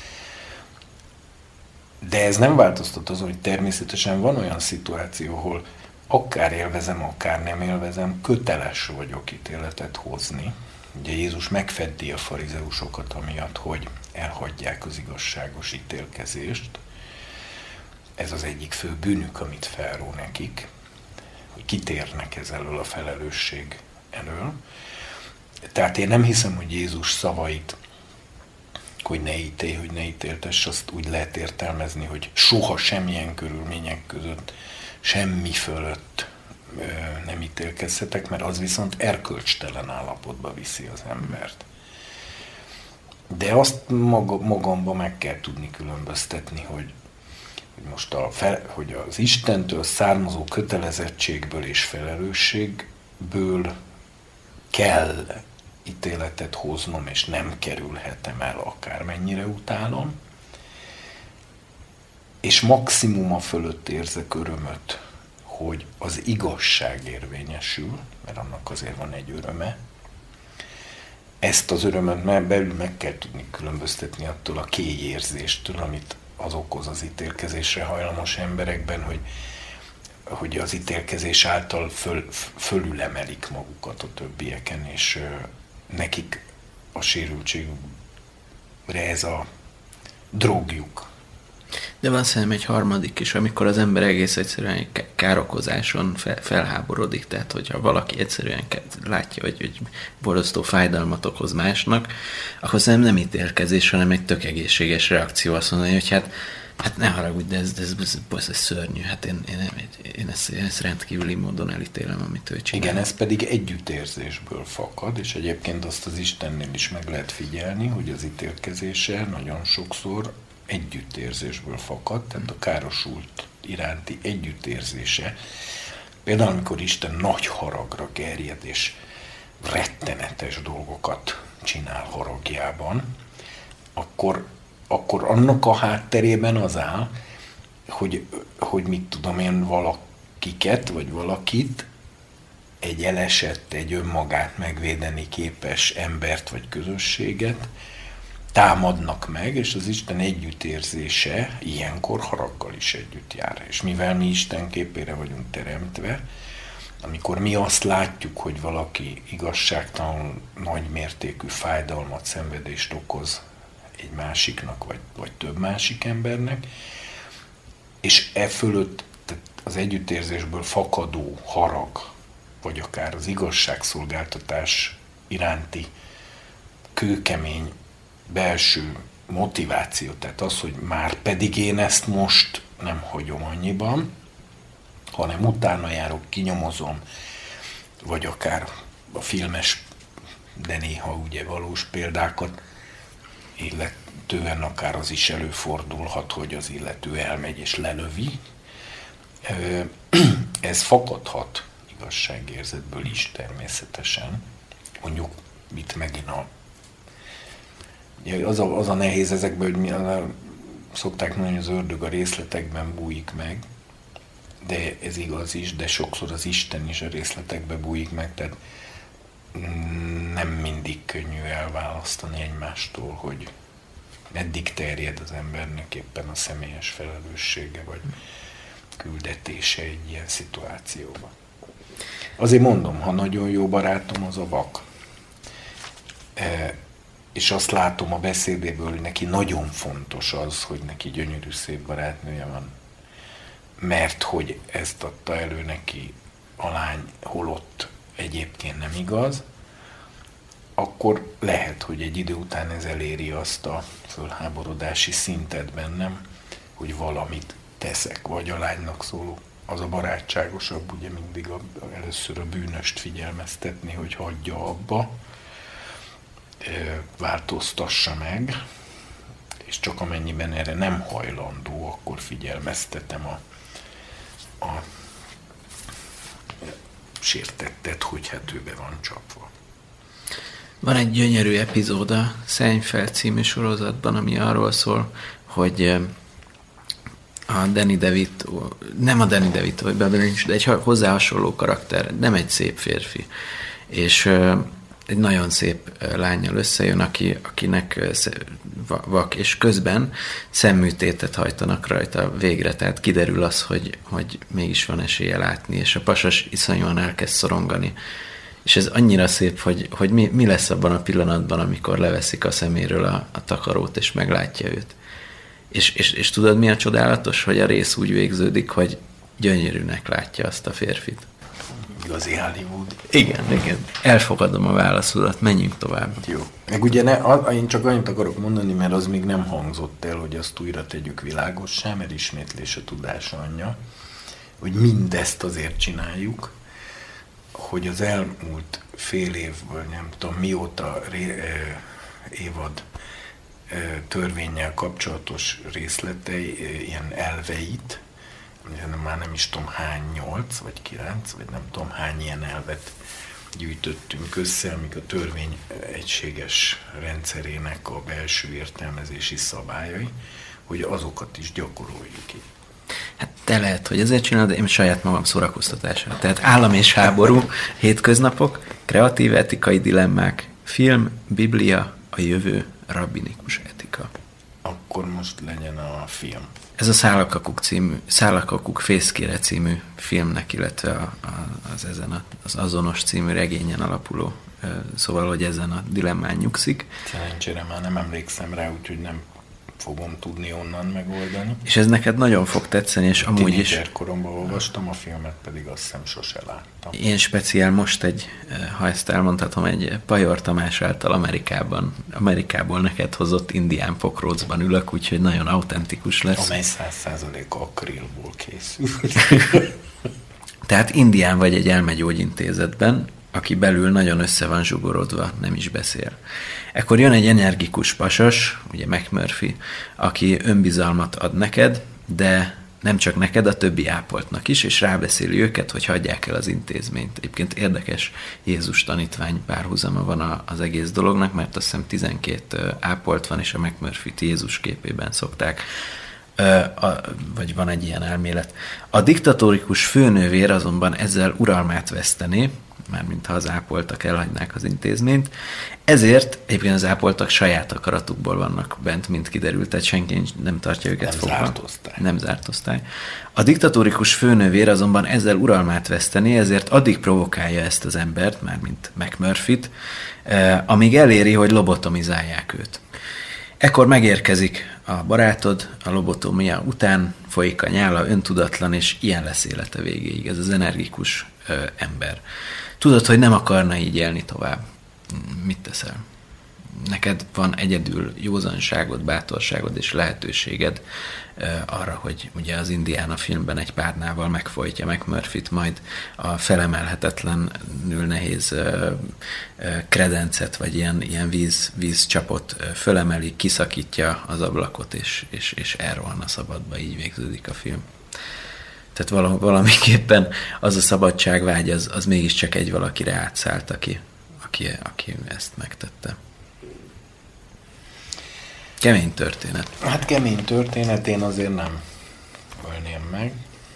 De ez nem változtat azon, hogy természetesen van olyan szituáció, ahol akár élvezem, akár nem élvezem, köteles vagyok ítéletet hozni. Ugye Jézus megfeddi a farizeusokat amiatt, hogy elhagyják az igazságos ítélkezést. Ez az egyik fő bűnük, amit felró nekik, hogy kitérnek ez elől a felelősség elől. Tehát én nem hiszem, hogy Jézus szavait, hogy ne ítélj, hogy ne ítéltess, azt úgy lehet értelmezni, hogy soha semmilyen körülmények között semmi fölött ö, nem ítélkezhetek, mert az viszont erkölcstelen állapotba viszi az embert. De azt maga, magamban meg kell tudni különböztetni, hogy, hogy most a fel, hogy az Istentől származó kötelezettségből és felelősségből kell ítéletet hoznom, és nem kerülhetem el, akármennyire utálom, és maximuma fölött érzek örömöt, hogy az igazság érvényesül, mert annak azért van egy öröme. Ezt az örömöt már belül meg kell tudni különböztetni attól a kéjérzéstől, amit az okoz az ítélkezésre hajlamos emberekben, hogy, hogy az ítélkezés által föl, fölülemelik magukat a többieken, és ö, nekik a sérültségre ez a drogjuk. De van szerintem egy harmadik is, amikor az ember egész egyszerűen károkozáson fel, felháborodik, tehát hogyha valaki egyszerűen látja, hogy, hogy borzasztó fájdalmat okoz másnak, akkor szerintem nem ítélkezés, hanem egy tök egészséges reakció azt mondani, hogy hát, hát ne haragudj, de ez, ez, ez, ez, ez szörnyű, hát én, én, én, ezt, én ezt rendkívüli módon elítélem, amit ő csinál. Igen, ez pedig együttérzésből fakad, és egyébként azt az Istennél is meg lehet figyelni, hogy az ítélkezése nagyon sokszor együttérzésből fakad, tehát a károsult iránti együttérzése. Például, amikor Isten nagy haragra gerjed, és rettenetes dolgokat csinál haragjában, akkor, akkor annak a hátterében az áll, hogy, hogy mit tudom én, valakiket, vagy valakit, egy elesett, egy önmagát megvédeni képes embert, vagy közösséget támadnak meg, és az Isten együttérzése ilyenkor haraggal is együtt jár. És mivel mi Isten képére vagyunk teremtve, amikor mi azt látjuk, hogy valaki igazságtalan, nagy mértékű fájdalmat, szenvedést okoz egy másiknak, vagy, vagy több másik embernek, és e fölött az együttérzésből fakadó harag, vagy akár az igazságszolgáltatás iránti kőkemény belső motiváció, tehát az, hogy már pedig én ezt most nem hagyom annyiban, hanem utána járok, kinyomozom, vagy akár a filmes, de néha ugye valós példákat, illetően akár az is előfordulhat, hogy az illető elmegy és lelövi. Ez fakadhat igazságérzetből is természetesen. Mondjuk itt megint a Az a, az a nehéz ezekben, hogy mi, szokták mondani, hogy az ördög a részletekben bújik meg, de ez igaz is, de sokszor az Isten is a részletekben bújik meg, tehát nem mindig könnyű elválasztani egymástól, hogy meddig terjed az embernek éppen a személyes felelőssége, vagy küldetése egy ilyen szituációban. Azért mondom, ha nagyon jó barátom, az a vak. E, és azt látom a beszédéből, hogy neki nagyon fontos az, hogy neki gyönyörű szép barátnője van, mert hogy ezt adta elő neki a lány, holott egyébként nem igaz, akkor lehet, hogy egy idő után ez eléri azt a fölháborodási szintet bennem, hogy valamit teszek, vagy a lánynak szóló. Az a barátságosabb, ugye mindig a, először a bűnöst figyelmeztetni, hogy hagyja abba, változtassa meg, és csak amennyiben erre nem hajlandó, akkor figyelmeztetem a, a sértettet, hogy hát ő be van csapva. Van egy gyönyörű epizód a Seinfeld című sorozatban, ami arról szól, hogy a Danny DeVito, nem a Danny DeVito, de egy hozzá hasonló karakter, nem egy szép férfi, és egy nagyon szép lánnyal összejön, aki, akinek vak, és közben szemműtétet hajtanak rajta végre, tehát kiderül az, hogy, hogy mégis van esélye látni, és a pasas iszonyúan elkezd szorongani. És ez annyira szép, hogy, hogy mi, mi lesz abban a pillanatban, amikor leveszik a szeméről a, a takarót, és meglátja őt. És, és, és tudod, mi a csodálatos? Hogy a rész úgy végződik, hogy gyönyörűnek látja azt a férfit. Igazi Hollywood. Igen, igen. Elfogadom a válaszodat, menjünk tovább. Jó. Meg ugye ne, a, én csak annyit akarok mondani, mert az még nem hangzott el, hogy azt újra tegyük világossá, mert ismétlés a tudás anyja, hogy mindezt azért csináljuk, hogy az elmúlt fél évből, nem tudom mióta ré, évad törvénnyel kapcsolatos részletei, ilyen elveit, már nem is tudom hány, nyolc vagy kilenc, vagy nem tudom hány ilyen elvet gyűjtöttünk össze, amik a törvény egységes rendszerének a belső értelmezési szabályai, hogy azokat is gyakoroljuk itt. Hát te lehet, hogy ezért csinálod, de én saját magam szórakoztatására. Tehát állam és háború, hétköznapok, kreatív etikai dilemmák, film, biblia, a jövő, rabbinikus etika. Akkor most legyen a film. Ez a Szálakakuk című, Szálakakuk fészkére című filmnek, illetve a, a, az ezen a, az azonos című regényen alapuló, szóval, hogy ezen a dilemmán nyugszik. Szerencsére már nem emlékszem rá, úgyhogy nem fogom tudni onnan megoldani. És ez neked nagyon fog tetszeni, és amúgy is... Tínédzserkoromban olvastam, a filmet pedig azt hiszem sose láttam. Én speciál most egy, ha ezt elmondhatom, egy Pajor Tamás által Amerikában, Amerikából neked hozott indián pokrócban ülök, úgyhogy nagyon autentikus lesz. Amely száz százalék akrilból készül. Tehát indián vagy egy elmegyógyintézetben, aki belül nagyon össze van zsugorodva, nem is beszél. Ekkor jön egy energikus pasas, ugye McMurphy, aki önbizalmat ad neked, de nem csak neked, a többi ápoltnak is, és rábeszéli őket, hogy hagyják el az intézményt. Egyébként érdekes Jézus tanítvány párhuzama van az egész dolognak, mert azt hiszem tizenkét ápolt van, és a McMurphy-t Jézus képében szokták, vagy van egy ilyen elmélet. A diktatórikus főnővér azonban ezzel uralmát vesztené, mármint ha az ápoltak elhagynák az intézményt. Ezért egyébként az ápoltak saját akaratukból vannak bent, mint kiderült, tehát senki nem tartja őket nem fogva. Zárt osztály. Nem zárt osztály. A diktatórikus főnővér azonban ezzel uralmát veszteni, ezért addig provokálja ezt az embert, mármint McMurphy-t, amíg eléri, hogy lobotomizálják őt. Ekkor megérkezik a barátod, a lobotomia után folyik a nyála, öntudatlan, és ilyen lesz élete végéig, ez az energikus ö, ember. Tudod, hogy nem akarna így élni tovább. Mit teszel? Neked van egyedül józanságod, bátorságod és lehetőséged ö, arra, hogy ugye az Indiana filmben egy párnával megfojtja McMurphy-t, majd a felemelhetetlenül nehéz ö, ö, kredencet, vagy ilyen, ilyen víz, vízcsapot ö, fölemeli, kiszakítja az ablakot, és, és, és elrohan a szabadba, így végződik a film. Tehát valamiképpen az a szabadságvágy, az, az mégiscsak egy valakire átszállt, aki, aki, aki ezt megtette. Kemény történet. Hát kemény történet, én azért nem ölném meg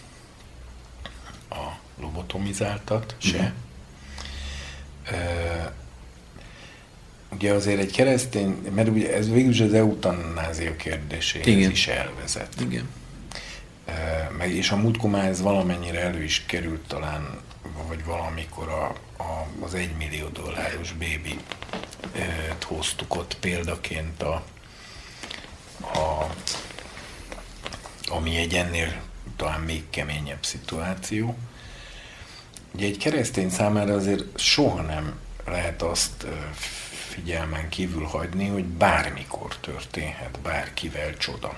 a lobotomizáltat se. Mm-hmm. Uh, ugye azért egy keresztény, mert ugye ez végülis az eutanázia kérdéséhez Igen. is elvezet. Igen. Meg, és a múltkor már ez valamennyire elő is került talán, vagy valamikor a, a, az egymillió dolláros bébi e, hoztuk ott példaként, a, a, ami egy ennél talán még keményebb szituáció. Ugye egy keresztény számára azért soha nem lehet azt figyelmen kívül hagyni, hogy bármikor történhet bárkivel csoda.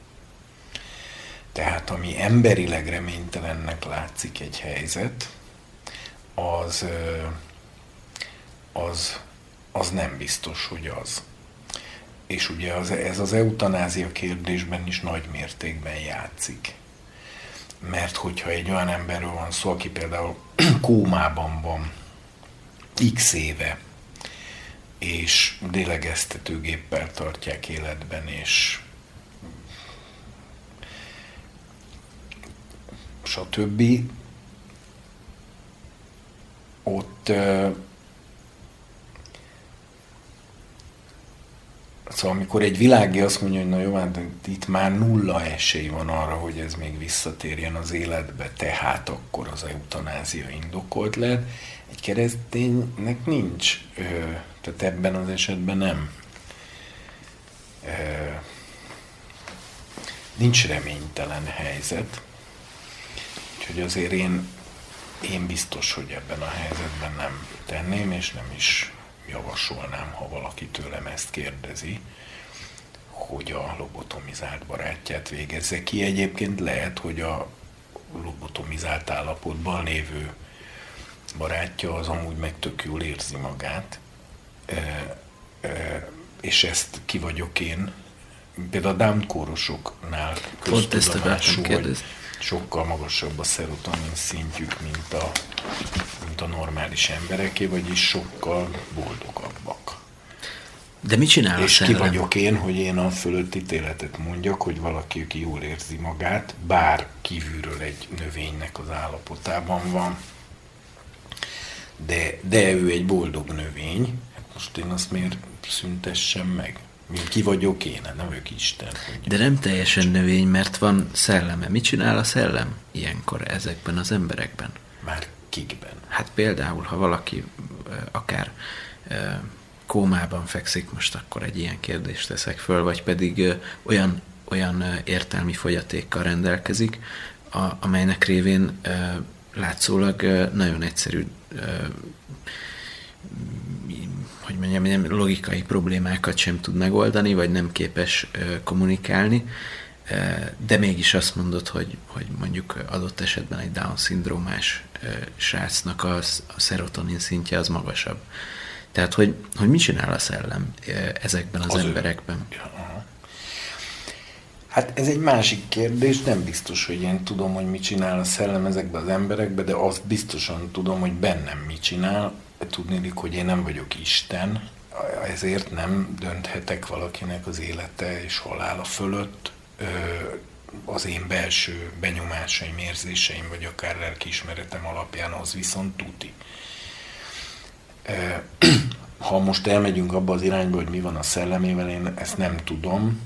Tehát ami emberileg reménytelennek látszik egy helyzet, az, az, az nem biztos, hogy az. És ugye az, ez az eutanázia kérdésben is nagy mértékben játszik. Mert hogyha egy olyan emberről van szó, aki például kómában van x éve, és lélegeztetőgéppel tartják életben, és stb. Ott uh, szóval amikor egy világi azt mondja, hogy na jó, hát itt már nulla esély van arra, hogy ez még visszatérjen az életbe, tehát akkor az eutanázia indokolt lehet. Egy kereszténynek nincs, uh, tehát ebben az esetben nem uh, nincs reménytelen helyzet. Úgyhogy azért én, én biztos, hogy ebben a helyzetben nem tenném, és nem is javasolnám, ha valaki tőlem ezt kérdezi, hogy a lobotomizált barátját végezze ki. Egyébként lehet, hogy a lobotomizált állapotban lévő barátja az amúgy meg tök jól érzi magát, és ezt ki vagyok én. Például a Down-kórosoknál köztudomású, hogy sokkal magasabb a szerotonin szintjük, mint a, mint a normális embereké, vagyis sokkal boldogabbak. De mit csinál és a ki szellem? vagyok én, hogy én a fölött ítéletet mondjak, hogy valaki, aki jól érzi magát, bár kívülről egy növénynek az állapotában van, de, de ő egy boldog növény. Most én azt miért szüntessem meg? Ki vagyok én, nem vagyok Isten. De nem teljesen növény, mert van szelleme. Mit csinál a szellem ilyenkor ezekben az emberekben? Már kikben? Hát például, ha valaki akár kómában fekszik, most akkor egy ilyen kérdést teszek föl, vagy pedig olyan, olyan értelmi fogyatékkal rendelkezik, a, amelynek révén látszólag nagyon egyszerű, hogy mondjam, logikai problémákat sem tud megoldani, vagy nem képes kommunikálni, de mégis azt mondod, hogy, hogy mondjuk adott esetben egy Down-szindrómás srácnak a, a szerotonin szintje az magasabb. Tehát, hogy, hogy mit csinál a szellem ezekben az, az emberekben? Ő. Ja. Hát ez egy másik kérdés, nem biztos, hogy én tudom, hogy mit csinál a szellem ezekben az emberekben, de azt biztosan tudom, hogy bennem mit csinál. Tudnélik, hogy én nem vagyok Isten, ezért nem dönthetek valakinek az élete és halála fölött. Az én belső benyomásaim, érzéseim, vagy akár lelkiismeretem alapján az viszont tuti. Ha most elmegyünk abba az irányba, hogy mi van a szellemével, én ezt nem tudom.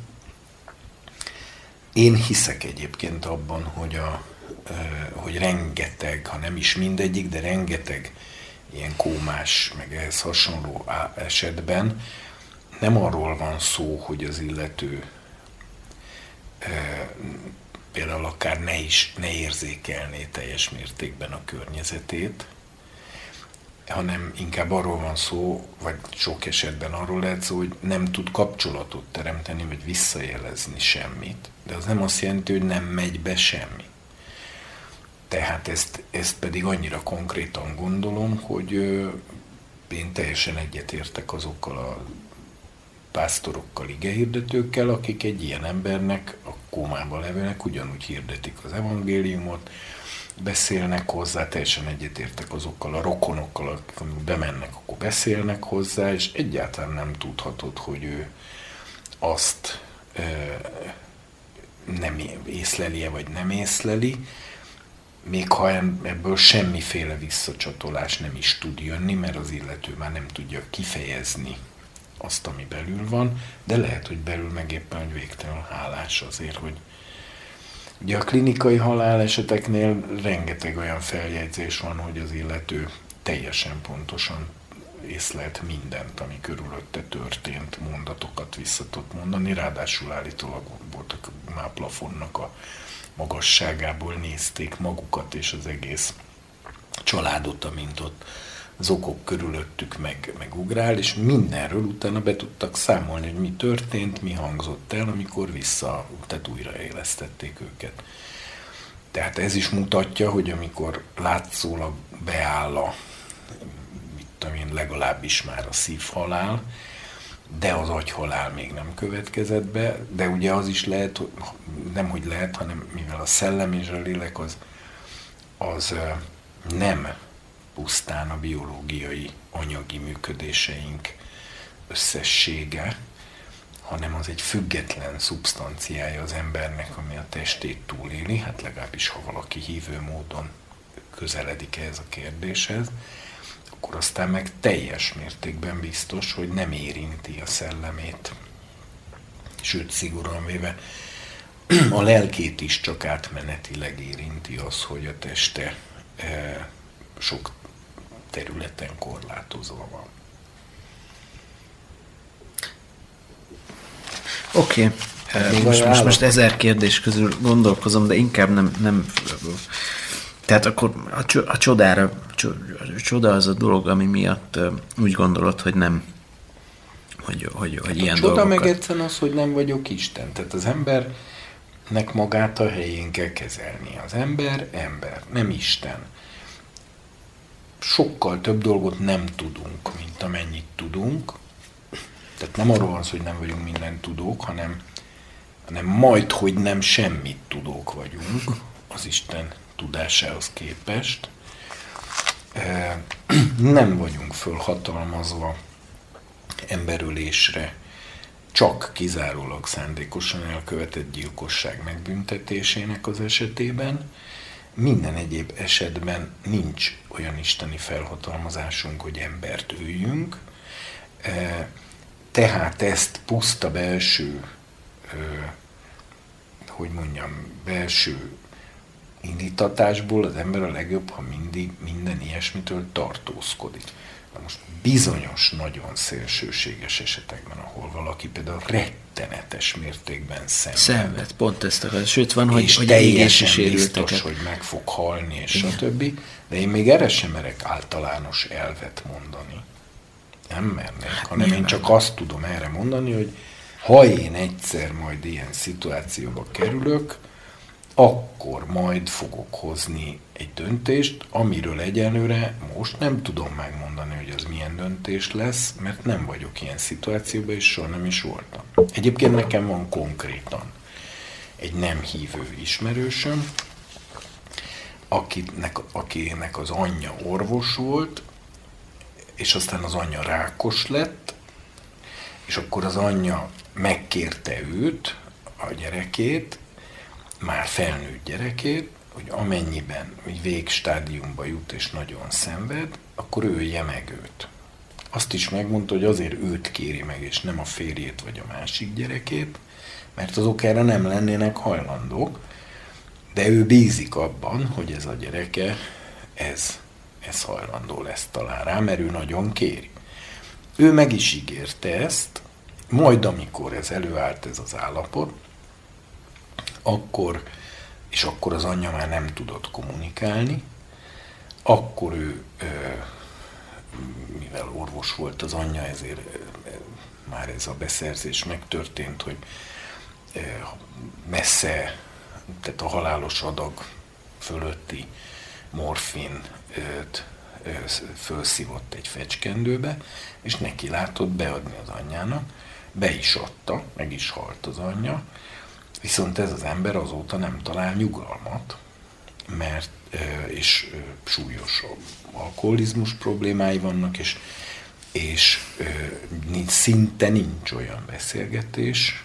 Én hiszek egyébként abban, hogy, a, hogy rengeteg, ha nem is mindegyik, de rengeteg ilyen kómás, meg ehhez hasonló esetben nem arról van szó, hogy az illető például akár ne is, ne érzékelné teljes mértékben a környezetét, hanem inkább arról van szó, vagy sok esetben arról lehet szó, hogy nem tud kapcsolatot teremteni, vagy visszajelezni semmit. De az nem azt jelenti, hogy nem megy be semmi. Tehát ezt, ezt pedig annyira konkrétan gondolom, hogy ö, én teljesen egyetértek azokkal a pásztorokkal, igehirdetőkkel, akik egy ilyen embernek, a kómában levőnek ugyanúgy hirdetik az evangéliumot, beszélnek hozzá, teljesen egyetértek azokkal a rokonokkal, akik amikor bemennek, akkor beszélnek hozzá, és egyáltalán nem tudhatod, hogy ő azt ö, nem észleli-e, vagy nem észleli, még ha ebből semmiféle visszacsatolás nem is tud jönni, mert az illető már nem tudja kifejezni azt, ami belül van, de lehet, hogy belül meg éppen, hogy végtelenül hálás azért, hogy ugye a klinikai haláleseteknél rengeteg olyan feljegyzés van, hogy az illető teljesen pontosan észlelt mindent, ami körülötte történt, mondatokat vissza tudott mondani, ráadásul állítólag voltak már plafonnak a magasságából nézték magukat és az egész családot, amint ott az okok körülöttük meg, meg ugrál, és mindenről utána be tudtak számolni, hogy mi történt, mi hangzott el, amikor vissza, tehát újraélesztették őket. Tehát ez is mutatja, hogy amikor látszólag beáll a, mit tudom én, legalábbis már a szívhalál, de az agyhalál még nem következett be, de ugye az is lehet, nem hogy lehet, hanem mivel a szellem és a lélek az, az nem pusztán a biológiai, anyagi működéseink összessége, hanem az egy független szubstanciája az embernek, ami a testét túléli, hát legalábbis ha valaki hívő módon közeledik ehhez a kérdéshez, akkor aztán meg teljes mértékben biztos, hogy nem érinti a szellemét. Sőt, szigorúan véve a lelkét is csak átmenetileg érinti az, hogy a teste e, sok területen korlátozva van. Oké. Okay. Most, most, most ezer kérdés közül gondolkozom, de inkább nem... nem tehát akkor a, a csodára, a csoda az a dolog, ami miatt úgy gondolod, hogy nem, hogy, hogy, hogy hát ilyen dolgokat... A csoda dolgokat... meg egyszerűen az, hogy nem vagyok Isten. Tehát az embernek magát a helyén kell kezelni. Az ember ember, nem Isten. Sokkal több dolgot nem tudunk, mint amennyit tudunk. Tehát nem arról van szó, hogy nem vagyunk minden tudók, hanem, hanem majd, hogy nem semmit tudók vagyunk az Isten tudásához képest. Nem vagyunk fölhatalmazva emberölésre, csak kizárólag szándékosan elkövetett gyilkosság megbüntetésének az esetében. Minden egyéb esetben nincs olyan isteni felhatalmazásunk, hogy embert öljünk, tehát ezt puszta belső, hogy mondjam, belső indítatásból az ember a legjobb, ha mindig minden ilyesmitől tartózkodik. Na most bizonyos, nagyon szélsőséges esetekben, ahol valaki például rettenetes mértékben szenved. Szenved, pont ezt akar. Sőt, van, hogy, és hogy teljesen biztos, hogy meg fog halni, és igen. stb. De én még erre sem merek általános elvet mondani. Nem mernék, hát hanem nyilván. Én csak azt tudom erre mondani, hogy ha én egyszer majd ilyen szituációba kerülök, akkor majd fogok hozni egy döntést, amiről egyelőre most nem tudom megmondani, hogy az milyen döntés lesz, mert nem vagyok ilyen szituációban, és soha nem is voltam. Egyébként nekem van konkrétan egy nem hívő ismerősöm, akinek, akinek az anyja orvos volt, és aztán az anyja rákos lett, és akkor az anyja megkérte őt, a gyerekét, már felnőtt gyerekét, hogy amennyiben egy végstádiumba jut és nagyon szenved, akkor ölje meg őt. Azt is megmondta, hogy azért őt kéri meg, és nem a férjét vagy a másik gyerekét, mert azok erre nem lennének hajlandók, de ő bízik abban, hogy ez a gyereke, ez, ez hajlandó lesz talán rá, mert ő nagyon kéri. Ő meg is ígérte ezt, majd amikor ez előállt ez az állapot, akkor, és akkor az anyja már nem tudott kommunikálni, akkor ő, mivel orvos volt az anyja, ezért már ez a beszerzés megtörtént, hogy messze, tehát a halálos adag fölötti morfint fölszívott egy fecskendőbe, és neki látott beadni az anyjának, be is adta, meg is halt az anyja, viszont ez az ember azóta nem talál nyugalmat, mert és súlyos alkoholizmus problémái vannak, és, és szinte nincs olyan beszélgetés,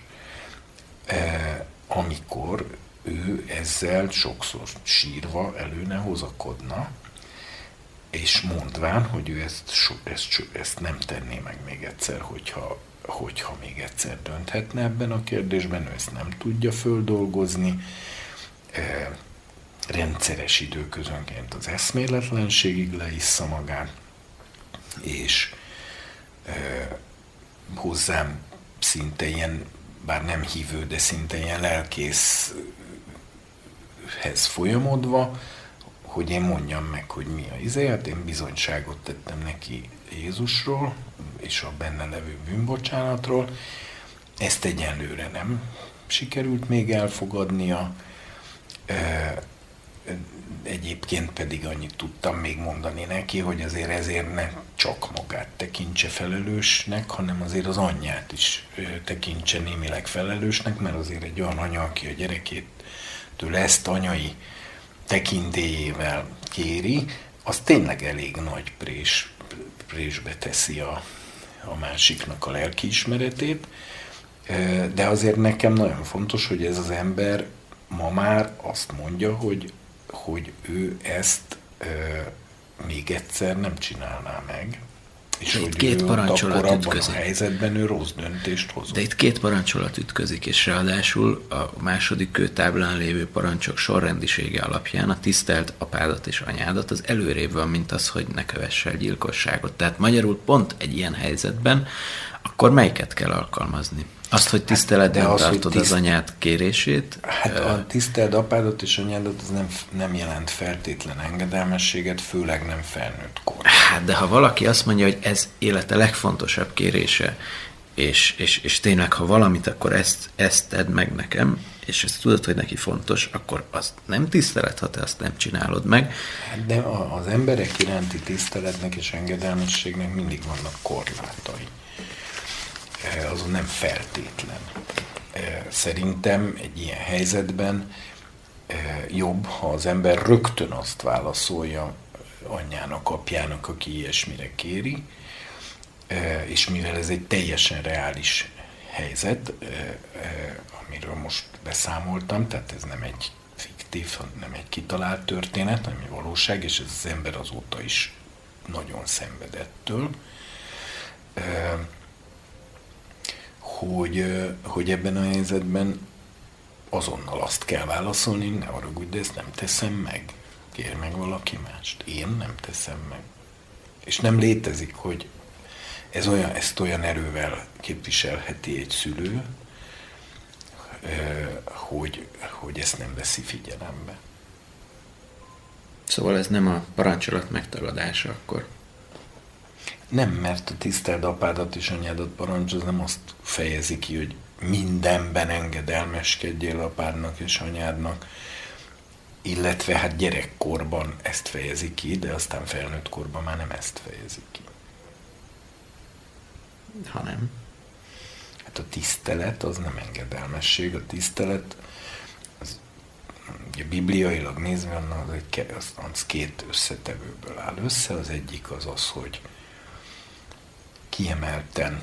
amikor ő ezzel sokszor sírva elő ne hozakodna, és mondván, hogy ő ezt, ezt, ezt nem tenné meg még egyszer, hogyha, hogyha még egyszer dönthetne ebben a kérdésben, ő ezt nem tudja földolgozni, e, rendszeres időközönként az eszméletlenségig leissza magát, és e, hozzám szinte ilyen, bár nem hívő, de szinte ilyen lelkészhez folyamodva, hogy én mondjam meg, hogy mi a izé, hát én bizonyságot tettem neki Jézusról, és a benne levő bűnbocsánatról. Ezt egyenlőre nem sikerült még elfogadnia. Egyébként pedig annyit tudtam még mondani neki, hogy azért ezért ne csak magát tekintse felelősnek, hanem azért az anyját is tekintse némileg felelősnek, mert azért egy olyan anya, aki a gyerekétől ezt anyai tekintélyével kéri, az tényleg elég nagy prés, présbe teszi a, a másiknak a lelkiismeretét, de azért nekem nagyon fontos, hogy ez az ember ma már azt mondja, hogy, hogy ő ezt e, még egyszer nem csinálná meg, és de hogy két ő parancsolat akkor ütközik. abban a helyzetben ő rossz döntést hozott. De itt két parancsolat ütközik, és ráadásul a második kőtáblán lévő parancsok sorrendisége alapján a tisztelt apádat és anyádat az előrébb van, mint az, hogy ne kövess el gyilkosságot. Tehát magyarul pont egy ilyen helyzetben akkor melyiket kell alkalmazni? Azt, hogy tiszteletben hát, tartod tiszt... az anyád kérését? Hát a tisztelt apádat és anyádat az nem, nem jelent feltétlen engedelmességet, főleg nem felnőtt kor. Hát, de ha valaki azt mondja, hogy ez élete legfontosabb kérése, és, és, és tényleg, ha valamit, akkor ezt, ezt tedd meg nekem, és ezt tudod, hogy neki fontos, akkor azt nem tisztelet, ha te azt nem csinálod meg. De az emberek iránti tiszteletnek és engedelmességnek mindig vannak korlátai. azon nem feltétlen. Szerintem egy ilyen helyzetben jobb, ha az ember rögtön azt válaszolja anyjának, apjának, aki ilyesmire kéri, és mivel ez egy teljesen reális helyzet, amiről most beszámoltam, tehát ez nem egy fiktív, nem egy kitalált történet, hanem egy valóság, és ez az ember azóta is nagyon szenvedettől, hogy, hogy ebben a helyzetben azonnal azt kell válaszolni, ne haragudj, de ezt nem teszem meg. Kér meg valaki mást. Én nem teszem meg. És nem létezik, hogy ez olyan, ezt olyan erővel képviselheti egy szülő, hogy, hogy ezt nem veszi figyelembe. Szóval ez nem a parancsolat megtagadása akkor? Nem, mert a tiszteld apádat és anyádat parancs, az nem azt fejezi ki, hogy mindenben engedelmeskedjél apádnak és anyádnak, illetve hát gyerekkorban ezt fejezi ki, de aztán felnőtt korban már nem ezt fejezi ki. Ha nem? Hát a tisztelet az nem engedelmesség, a tisztelet az, ugye bibliailag nézve az, egy, az, az két összetevőből áll össze, az egyik az az, hogy kiemelten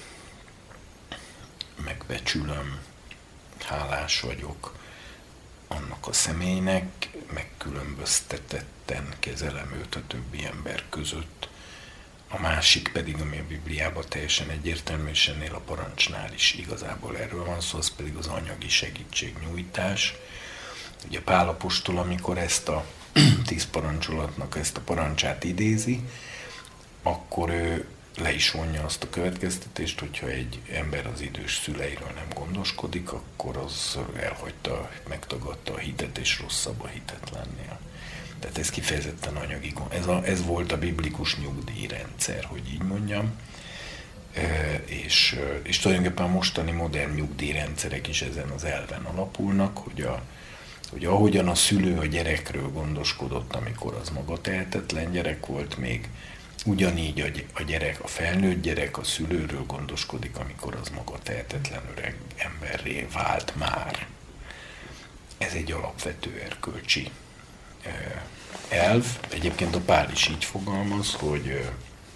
megbecsülöm, hálás vagyok annak a személynek, megkülönböztetetten kezelem őt a többi ember között. A másik pedig, ami a Bibliában teljesen egyértelmű, és ennél a parancsnál is igazából erről van szó, az pedig az anyagi segítségnyújtás. Ugye Pál apostol, amikor ezt a tíz parancsolatnak ezt a parancsát idézi, akkor ő le is vonja azt a következtetést, hogyha egy ember az idős szüleiről nem gondoskodik, akkor az elhagyta, megtagadta a hitet, és rosszabb a hitetlennél. Tehát ez kifejezetten anyagi gond. Ez, a, ez volt a biblikus nyugdíjrendszer, hogy így mondjam. E, és, és tulajdonképpen a mostani modern nyugdíjrendszerek is ezen az elven alapulnak, hogy, a, hogy ahogyan a szülő a gyerekről gondoskodott, amikor az maga tehetetlen gyerek volt még, ugyanígy a gyerek, a felnőtt gyerek a szülőről gondoskodik, amikor az maga tehetetlen öreg emberré vált már. Ez egy alapvető erkölcsi elv. Egyébként a Pál is így fogalmaz, hogy,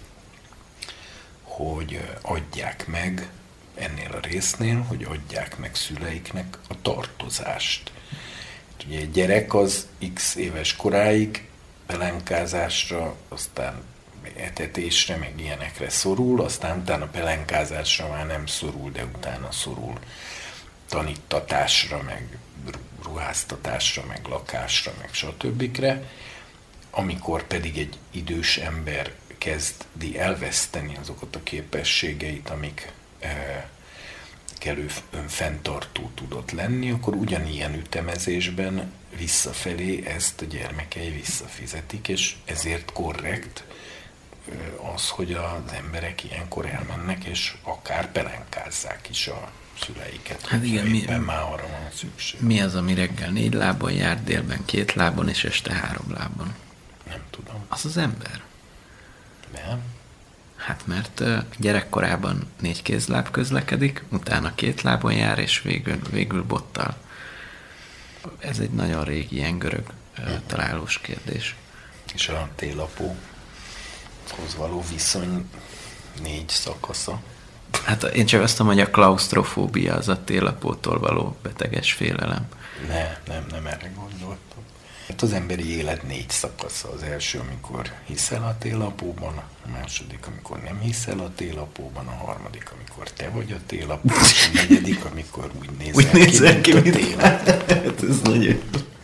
hogy adják meg ennél a résznél, hogy adják meg szüleiknek a tartozást. Ugye egy gyerek az x éves koráig pelenkázásra, aztán etetésre, meg ilyenekre szorul, aztán utána pelenkázásra már nem szorul, de utána szorul taníttatásra, meg ruháztatásra, meg lakásra, meg stb. Amikor pedig egy idős ember kezdi elveszteni azokat a képességeit, amik e, kellő önfenntartó tudott lenni, akkor ugyanilyen ütemezésben visszafelé ezt a gyermekei visszafizetik, és ezért korrekt az, hogy az emberek ilyenkor elmennek, és akár pelenkázzák is a szüleiket. Hát igen, mi, már arra van szükség. Mi az, ami reggel négy lábon jár, délben két lábon, és este három lábon? Nem tudom. Az az ember. Nem? Hát mert gyerekkorában négy kézláb közlekedik, utána két lábon jár, és végül, végül bottal. Ez egy nagyon régi ilyen görög hmm. találós kérdés. És a télapóhoz való viszony négy szakasza. Hát én csak azt mondom, hogy a klausztrofóbia az a télapótól való beteges félelem. Ne, nem, nem erre gondoltam. Hát az emberi élet négy szakasza. Az első, amikor hiszel a télapóban, a második, amikor nem hiszel a télapóban, a harmadik, amikor te vagy a télapó, és a negyedik, amikor úgy nézel úgy ki, nézel ki, mint a télapó. Hát ez nagyon...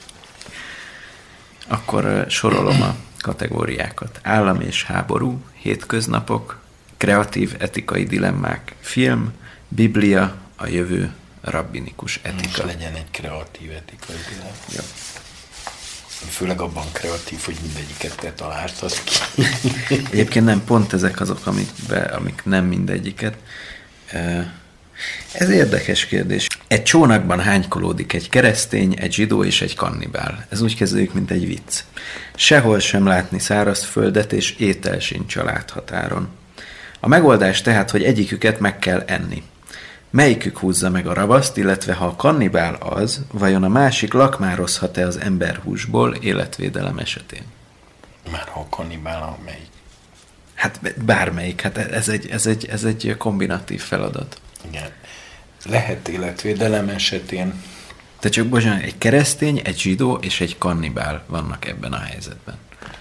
Akkor sorolom a kategóriákat. Állam és háború, hétköznapok, kreatív etikai dilemmák, film, Biblia, a jövő, rabbinikus etika. Most legyen egy kreatív etikai dilemma. Ja. Főleg abban kreatív, hogy mindegyiket te találtad ki. Egyébként nem, pont ezek azok, amik, be, amik nem mindegyiket. Ez érdekes kérdés. Egy csónakban hánykolódik egy keresztény, egy zsidó és egy kannibál. Ez úgy kezdődik, mint egy vicc. Sehol sem látni szárazföldet, és étel sincs a láthatáron. A megoldás tehát, hogy egyiküket meg kell enni. Melyikük húzza meg a ravaszt, illetve ha a kannibál az, vajon a másik lakmározhat-e az emberhúsból életvédelem esetén? Már ha a kannibál a melyik? Hát bármelyik, hát ez egy, ez egy, ez egy kombinatív feladat. Igen. Lehet életvédelem esetén. De csak bocsánat, egy keresztény, egy zsidó és egy kannibál vannak ebben a helyzetben.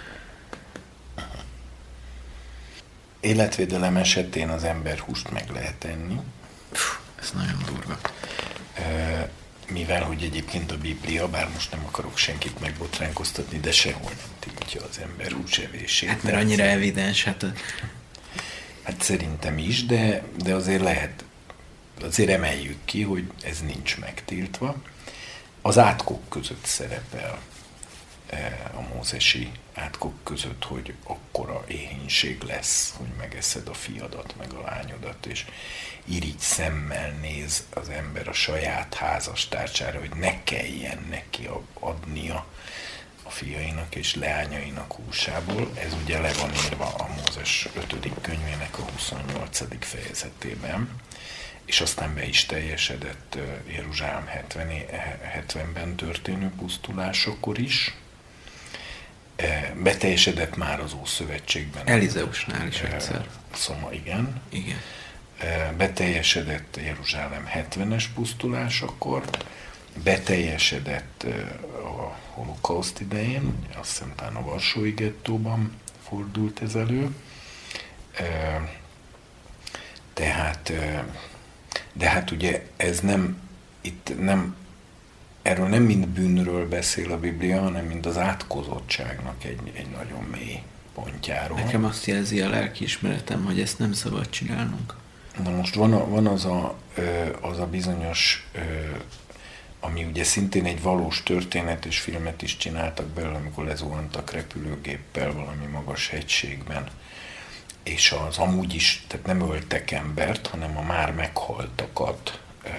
Életvédelem esetén az emberhúst meg lehet enni. Puh, ez nagyon durva. Mivel, hogy egyébként a Biblia, bár most nem akarok senkit megbotránkoztatni, de sehol nem tiltja az emberhús evését. Hát mert annyira evidens, hát... A... Hát szerintem is, de, de azért lehet, azért emeljük ki, hogy ez nincs megtiltva. Az átkok között szerepel, a mózesi átkok között, hogy akkora éhínség lesz, hogy megeszed a fiadat, meg a lányodat, és irigy szemmel néz az ember a saját házastársára, hogy ne kelljen neki adnia a fiainak és leányainak húsából. Ez ugye le van írva a Mózes ötödik könyvének a huszonnyolcadik fejezetében, és aztán be is teljesedett Jeruzsálem hetvenben történő pusztulásakor is. Beteljesedett már az Ószövetségben. Elizeusnál is egyszer. Szóval igen. Igen. Beteljesedett Jeruzsálem hetvenes pusztulásakor, beteljesedett a holokauszt idején, azt hiszem talán a Varsói gettóban fordult ez elő. Tehát, de hát ugye ez nem, itt nem, erről nem mind bűnről beszél a Biblia, hanem mind az átkozottságnak egy, egy nagyon mély pontjáról. Nekem azt jelzi a lelkiismeretem, hogy ezt nem szabad csinálnunk. Na most van, a, van az, a, az a bizonyos, ami ugye szintén egy valós történet, és filmet is csináltak belőle, amikor lezuhantak repülőgéppel valami magas hegységben, és az amúgy is, tehát nem öltek embert, hanem a már meghaltakat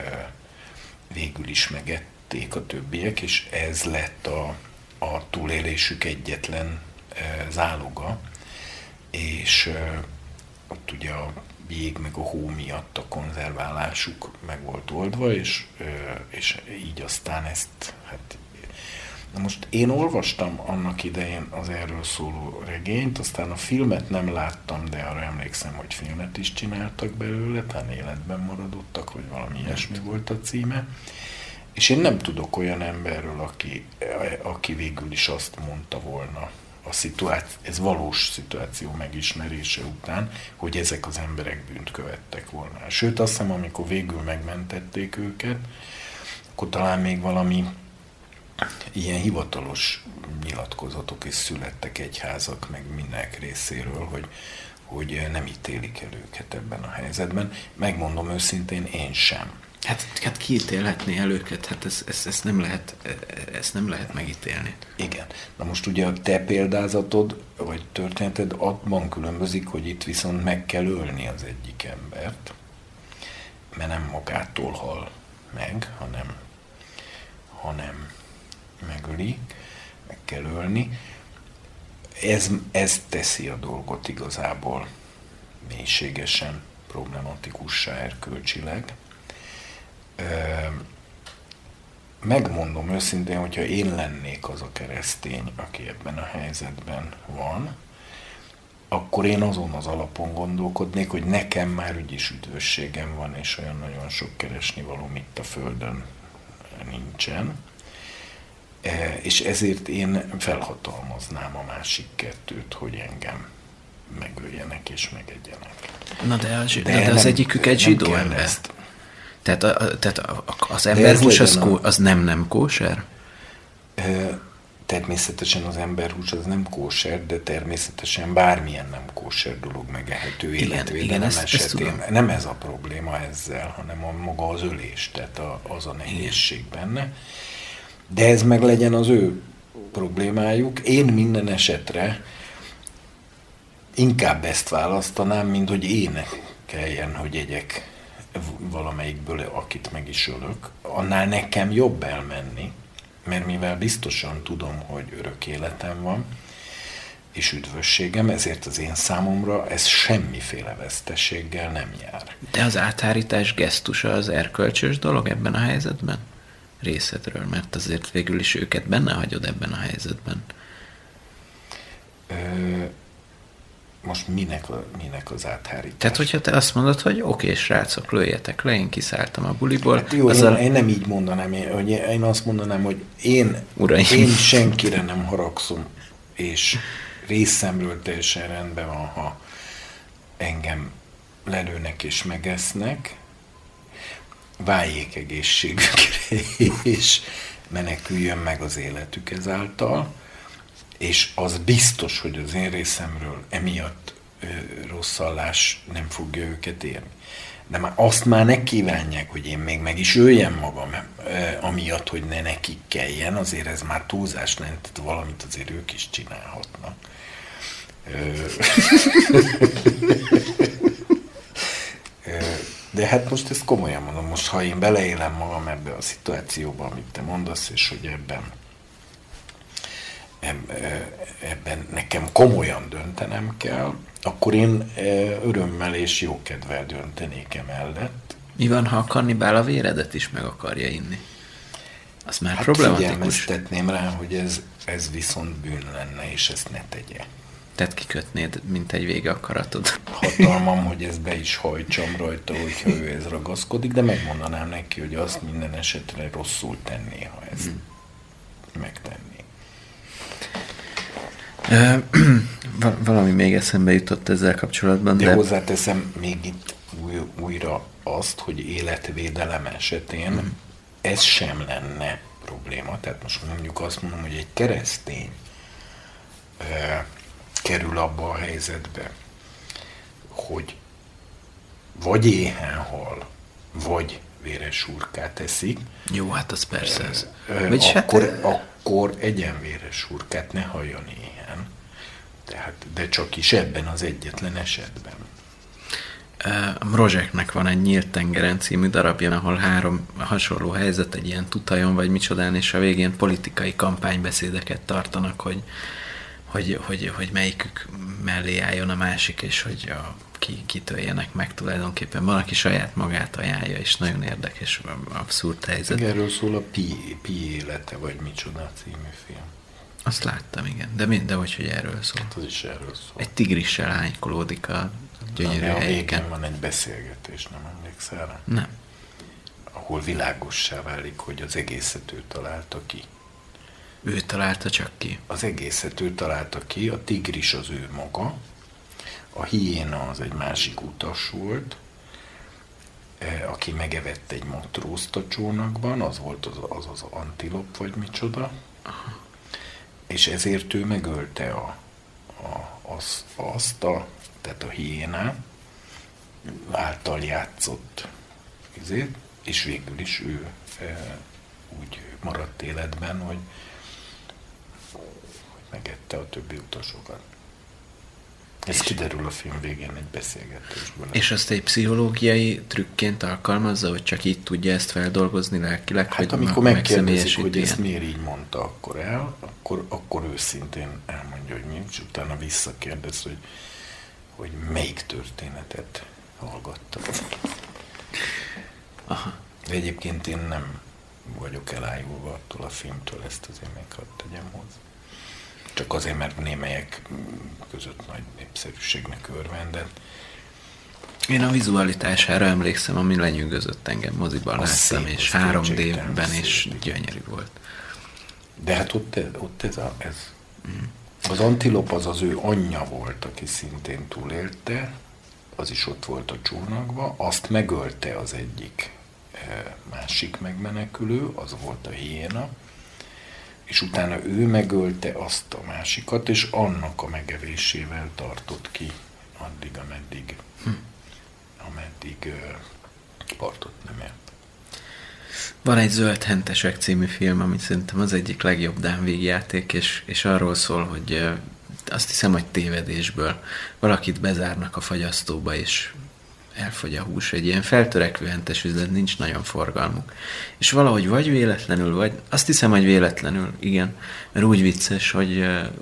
végül is megették a többiek, és ez lett a, a túlélésük egyetlen záloga, és ott ugye a jég meg a hó miatt a konzerválásuk meg volt oldva, és, és így aztán ezt, hát na most én olvastam annak idején az erről szóló regényt, aztán a filmet nem láttam, de arra emlékszem, hogy filmet is csináltak belőle, talán életben maradottak, vagy valami ilyesmi volt a címe, és én nem tudok olyan emberről, aki, aki végül is azt mondta volna, a szituáció, ez valós szituáció megismerése után, hogy ezek az emberek bűnt követtek volna. Sőt, azt hiszem, amikor végül megmentették őket, akkor talán még valami ilyen hivatalos nyilatkozatok is születtek, egyházak, meg mindenek részéről, hogy, hogy nem ítélik el őket ebben a helyzetben. Megmondom őszintén, én sem. Hát, hát kiítélhetné el őket, hát ezt ez, ez nem lehet, ezt nem lehet megítélni. Igen. Na most ugye a te példázatod, vagy történeted abban különbözik, hogy itt viszont meg kell ölni az egyik embert, mert nem magától hal meg, hanem, hanem megöli, meg kell ölni. Ez, ez teszi a dolgot igazából mélységesen problematikussá erkölcsileg. Megmondom őszintén, hogyha én lennék az a keresztény, aki ebben a helyzetben van, akkor én azon az alapon gondolkodnék, hogy nekem már úgyis üdvösségem van, és olyan nagyon sok keresnivalóm itt a Földön nincsen. És ezért én felhatalmaznám a másik kettőt, hogy engem megöljenek és megegyenek. Na de, a, de, de, de az nem, egyikük egy zsidó ember. Ezt. Tehát, a, tehát az emberhús az, kó, az nem nem kóser? Természetesen az emberhús az nem kóser, de természetesen bármilyen nem kóser dolog megehető életvédelem esetén. Ezt nem ez a probléma ezzel, hanem a maga az ölés, tehát a, az a nehézség benne. De ez meg legyen az ő problémájuk. Én minden esetre inkább ezt választanám, mint hogy én kelljen, hogy egyek valamelyikből, akit meg is ölök. Annál nekem jobb elmenni, mert mivel biztosan tudom, hogy örök életem van, és üdvösségem, ezért az én számomra ez semmiféle veszteséggel nem jár. De az áthárítás gesztusa az erkölcsös dolog ebben a helyzetben? Részedről, mert azért végül is őket benne hagyod ebben a helyzetben. Ö, most minek, a, minek az áthárítás? Tehát, hogyha te azt mondod, hogy oké, srácok, lőjetek le, én kiszálltam a buliból. Hát jó, azzal... én, én nem így mondanám, én, hogy én azt mondanám, hogy én, Uraim. én senkire nem haragszom, és részemről teljesen rendben van, ha engem lelőnek és megesznek, váljék egészségükre, és meneküljön meg az életük ezáltal, és az biztos, hogy az én részemről emiatt ö, rosszallás nem fogja őket érni. De már azt már ne kívánják, hogy én még meg is öljem magam, ö, amiatt, hogy ne nekik kelljen, azért ez már túlzás lenne, tehát valamit azért ők is csinálhatnak. Ö, De hát most ezt komolyan mondom, most ha én beleélem magam ebbe a szituációba, amit te mondasz, és hogy ebben, ebben nekem komolyan döntenem kell, akkor én örömmel és jókedvel döntenék emellett. Mi van, ha a kannibál a véredet is meg akarja inni? Az már hát problematikus. figyelmeztetném rá, hogy ez, ez viszont bűn lenne, és ezt ne tegye. Tehát kikötnéd, mint egy vége akaratod. Hatalmam, hogy ezt be is hajtsam rajta, hogyha ő ez ragaszkodik, de megmondanám neki, hogy azt minden esetre rosszul tenné, ha ezt hmm. megtenné. Valami még eszembe jutott ezzel kapcsolatban. De, de... hozzáteszem még itt új, újra azt, hogy életvédelem esetén hmm. ez sem lenne probléma. Tehát most mondjuk azt mondom, hogy egy keresztény kerül abba a helyzetbe, hogy vagy éhen hal, vagy véres hurkát eszik. Jó, hát az persze ez. Vagy akkor, hát... akkor egyen véres hurkát, ne halljon éhen. Tehát, de csak is ebben az egyetlen esetben. Mrozseknek van egy Nyílt tengeren című darabja, ahol három hasonló helyzet, egy ilyen tutajon vagy micsodán, és a végén politikai kampánybeszédeket tartanak, hogy Hogy, hogy, hogy melyikük mellé álljon a másik, és hogy a, ki, kitöljenek meg tulajdonképpen. Van, aki saját magát ajánlja, és nagyon érdekes, abszurd helyzet. Erről szól a Pi, Pi élete, vagy micsoda című film. Azt láttam, igen. De mindegy, hogy erről szól. Hát az is erről szól. Egy tigrissel hánykolódik a gyönyörű helyeken. A helyeken. van egy beszélgetés, nem emlékszel rá? Nem. Ahol világossá válik, hogy az egészet ő találta ki. Ő találta csak ki. Az egészet ő találta ki, a tigris az ő maga, a hiéna az egy másik utas volt, aki megevett egy matrózt a csónakban, az volt az az, az antilop, vagy micsoda, aha. És ezért ő megölte a, a, az, azt a, tehát a hiénát, által játszott ezért, és végül is ő e, úgy maradt életben, hogy megette a többi utasokat. Ez kiderül a film végén egy beszélgetésből. És azt egy pszichológiai trükként alkalmazza, hogy csak így tudja ezt feldolgozni lelkileg? Hát amikor megkérdezik, hogy ezt miért így mondta akkor el, akkor, akkor őszintén elmondja, hogy mi, és utána visszakérdez, hogy, hogy melyik történetet hallgattam. Aha. De egyébként én nem vagyok elájulva attól a filmtől, ezt azért még hadd tegyem hozzá. Csak azért, mert némelyek között nagy népszerűségnek örvendett. Én a vizualitására emlékszem, ami lenyűgözött engem, moziban az láttam, szép, és három dé-ben is szép. Gyönyörű volt. De hát ott, ott ez, a, ez. Mm. Az antilop az az ő anyja volt, aki szintén túlélte, az is ott volt a csónakban, azt megölte az egyik másik megmenekülő, az volt a hiéna, és utána ő megölte azt a másikat, és annak a megevésével tartott ki addig, ameddig, hm. ameddig uh, partot nem ért. Van egy Zöld Hentesek című film, ami szerintem az egyik legjobb dán vígjáték, és, és arról szól, hogy uh, azt hiszem, hogy tévedésből valakit bezárnak a fagyasztóba, és elfogy a hús, egy ilyen feltörekvő hentes üzlet, nincs nagyon forgalmuk. És valahogy vagy véletlenül, vagy azt hiszem, hogy véletlenül, igen, mert úgy vicces, hogy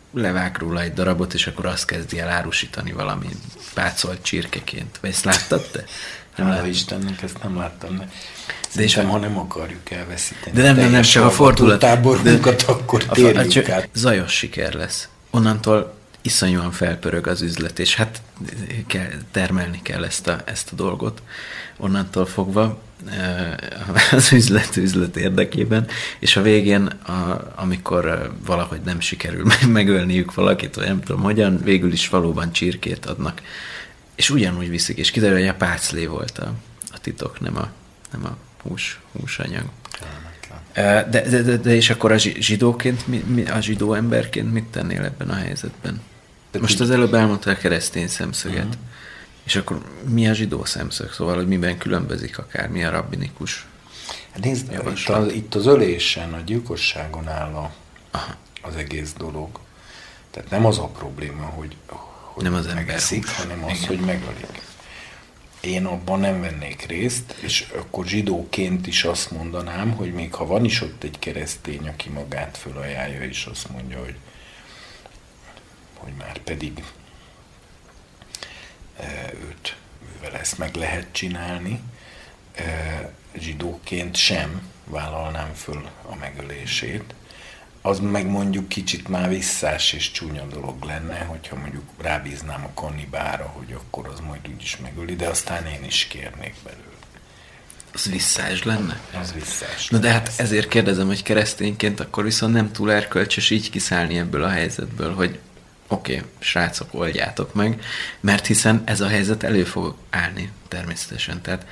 levág róla egy darabot, és akkor azt kezdi el árusítani valami pácolt csirkeként. Vagy ezt láttad te? Nem Hála Istennek, ezt nem láttam. De szerintem, ha nem akarjuk elveszíteni. De nem, nem, nem, csak a fordulat. Táborunkat, akkor térjünk át. Zajos siker lesz. Onnantól iszonyúan felpörög az üzlet, és hát kell, termelni kell ezt a, ezt a dolgot. Onnantól fogva az üzlet üzlet érdekében, és a végén, a, amikor valahogy nem sikerül megölniük valakit, vagy nem tudom hogyan, végül is valóban csirkét adnak. És ugyanúgy viszik, és kiderül, hogy a páclé volt a, a titok, nem a, nem a hús, húsanyag. De, de, de, de és akkor a zsidóként, mi, mi, a zsidó emberként mit tennél ebben a helyzetben? De most az előbb elmondtál a keresztény szemszöget. Uh-huh. És akkor mi a zsidó szemszög? Szóval, hogy miben különbözik akár, mi a rabbinikus? Nézd, itt, az, itt az ölésen, a gyilkosságon áll a, az egész dolog. Tehát nem az a probléma, hogy, hogy nem az megeszik, hanem az, igen, hogy megölik. Én abban nem vennék részt, és akkor zsidóként is azt mondanám, hogy még ha van is ott egy keresztény, aki magát fölajánlja, és azt mondja, hogy, hogy már pedig őt, ővel ezt meg lehet csinálni, zsidóként sem vállalnám föl a megölését. Az meg mondjuk kicsit már visszás és csúnya dolog lenne, hogyha mondjuk rábíznám a kannibára, hogy akkor az majd úgyis megöli, de aztán én is kérnék belőle. Az visszás lenne? Az visszás. Na de hát ezért kérdezem, hogy keresztényként akkor viszont nem túl erkölcsös így kiszállni ebből a helyzetből, hogy oké, okay, srácok, oldjátok meg, mert hiszen ez a helyzet elő fog állni természetesen. Tehát...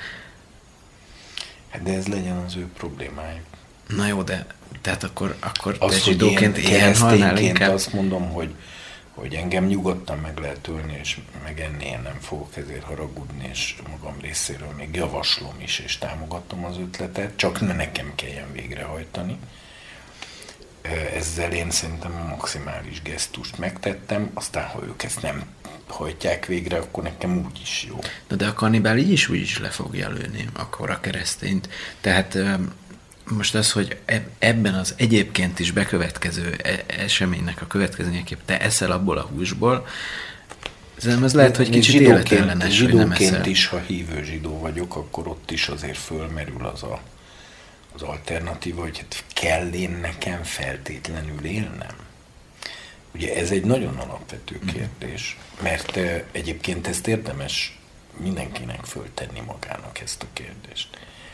Hát de ez legyen az ő problémájuk. Na jó, de tehát akkor, akkor az, te zsidóként ilyen halnál inkább? Azt mondom, hogy, hogy engem nyugodtan meg lehet ölni, és megenni, én nem fogok ezért haragudni, és magam részéről még javaslom is, és támogatom az ötletet, csak ne nekem kelljen végrehajtani. Ezzel én szerintem a maximális gesztust megtettem, aztán ha ők ezt nem hajtják végre, akkor nekem úgy is jó. Na de a kannibál így is úgy is le fogja lőni akkor a keresztényt. Tehát most az, hogy ebben az egyébként is bekövetkező eseménynek a következményeképp te eszel abból a húsból, ez lehet, hogy kicsit életellenes, hogy nem eszel. Zsidóként is, ha hívő zsidó vagyok, akkor ott is azért fölmerül az a az alternatíva, hogy hát kell én nekem feltétlenül élnem? Ugye ez egy nagyon alapvető kérdés, mert egyébként ezt érdemes mindenkinek föltenni magának ezt a kérdést.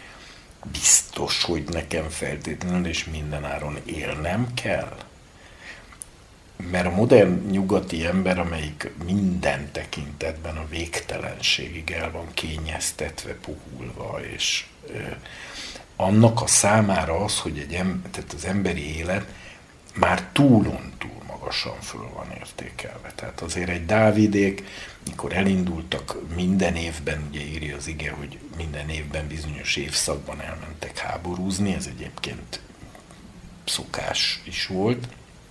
Biztos, hogy nekem feltétlenül és mindenáron élnem kell? Mert a modern nyugati ember, amelyik minden tekintetben a végtelenségig el van kényeztetve, puhulva, és annak a számára az, hogy egy em, tehát az emberi élet már túlon túl magasan föl van értékelve. Tehát azért egy Dávidék, mikor elindultak minden évben, ugye írja az ige, hogy minden évben bizonyos évszakban elmentek háborúzni, ez egyébként szokás is volt.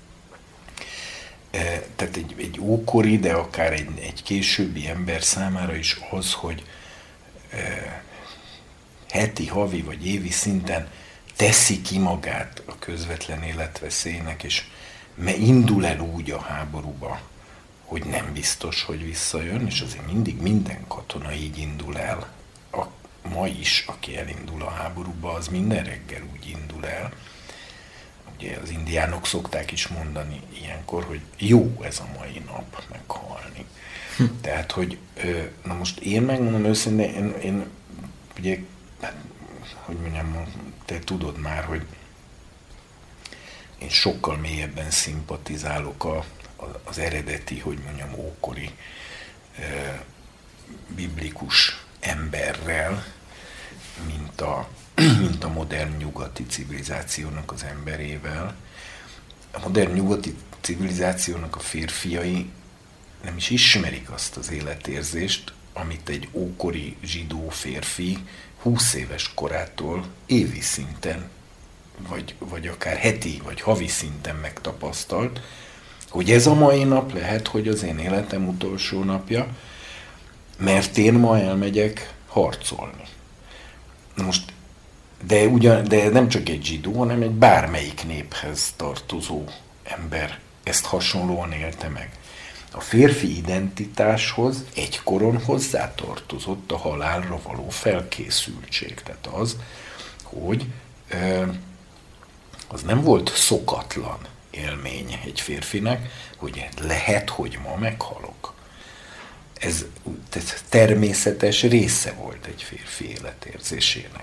Tehát egy, egy ókori, de akár egy, egy későbbi ember számára is az, hogy heti, havi vagy évi szinten teszi ki magát a közvetlen életveszélynek, és indul el úgy a háborúba, hogy nem biztos, hogy visszajön, és azért mindig minden katona így indul el. A, ma is, aki elindul a háborúba, az minden reggel úgy indul el. Ugye az indiánok szokták is mondani ilyenkor, hogy jó ez a mai nap meghalni. Hm. Tehát, hogy na most én megmondom őszintén, én, én ugye hogy mondjam, te tudod már, hogy én sokkal mélyebben szimpatizálok a, a, az eredeti, hogy mondjam, ókori e, biblikus emberrel, mint a, mint a modern nyugati civilizációnak az emberével. A modern nyugati civilizációnak a férfiai nem is ismerik azt az életérzést, amit egy ókori zsidó férfi húsz éves korától évi szinten, vagy, vagy akár heti, vagy havi szinten megtapasztalt, hogy ez a mai nap lehet, hogy az én életem utolsó napja, mert én ma elmegyek harcolni. Na most, de, ugyan, de nem csak egy zsidó, hanem egy bármelyik néphez tartozó ember ezt hasonlóan élte meg. A férfi identitáshoz egykoron hozzátartozott a halálra való felkészültség. Tehát az, hogy az nem volt szokatlan élmény egy férfinek, hogy lehet, hogy ma meghalok. Ez, ez természetes része volt egy férfi életérzésének.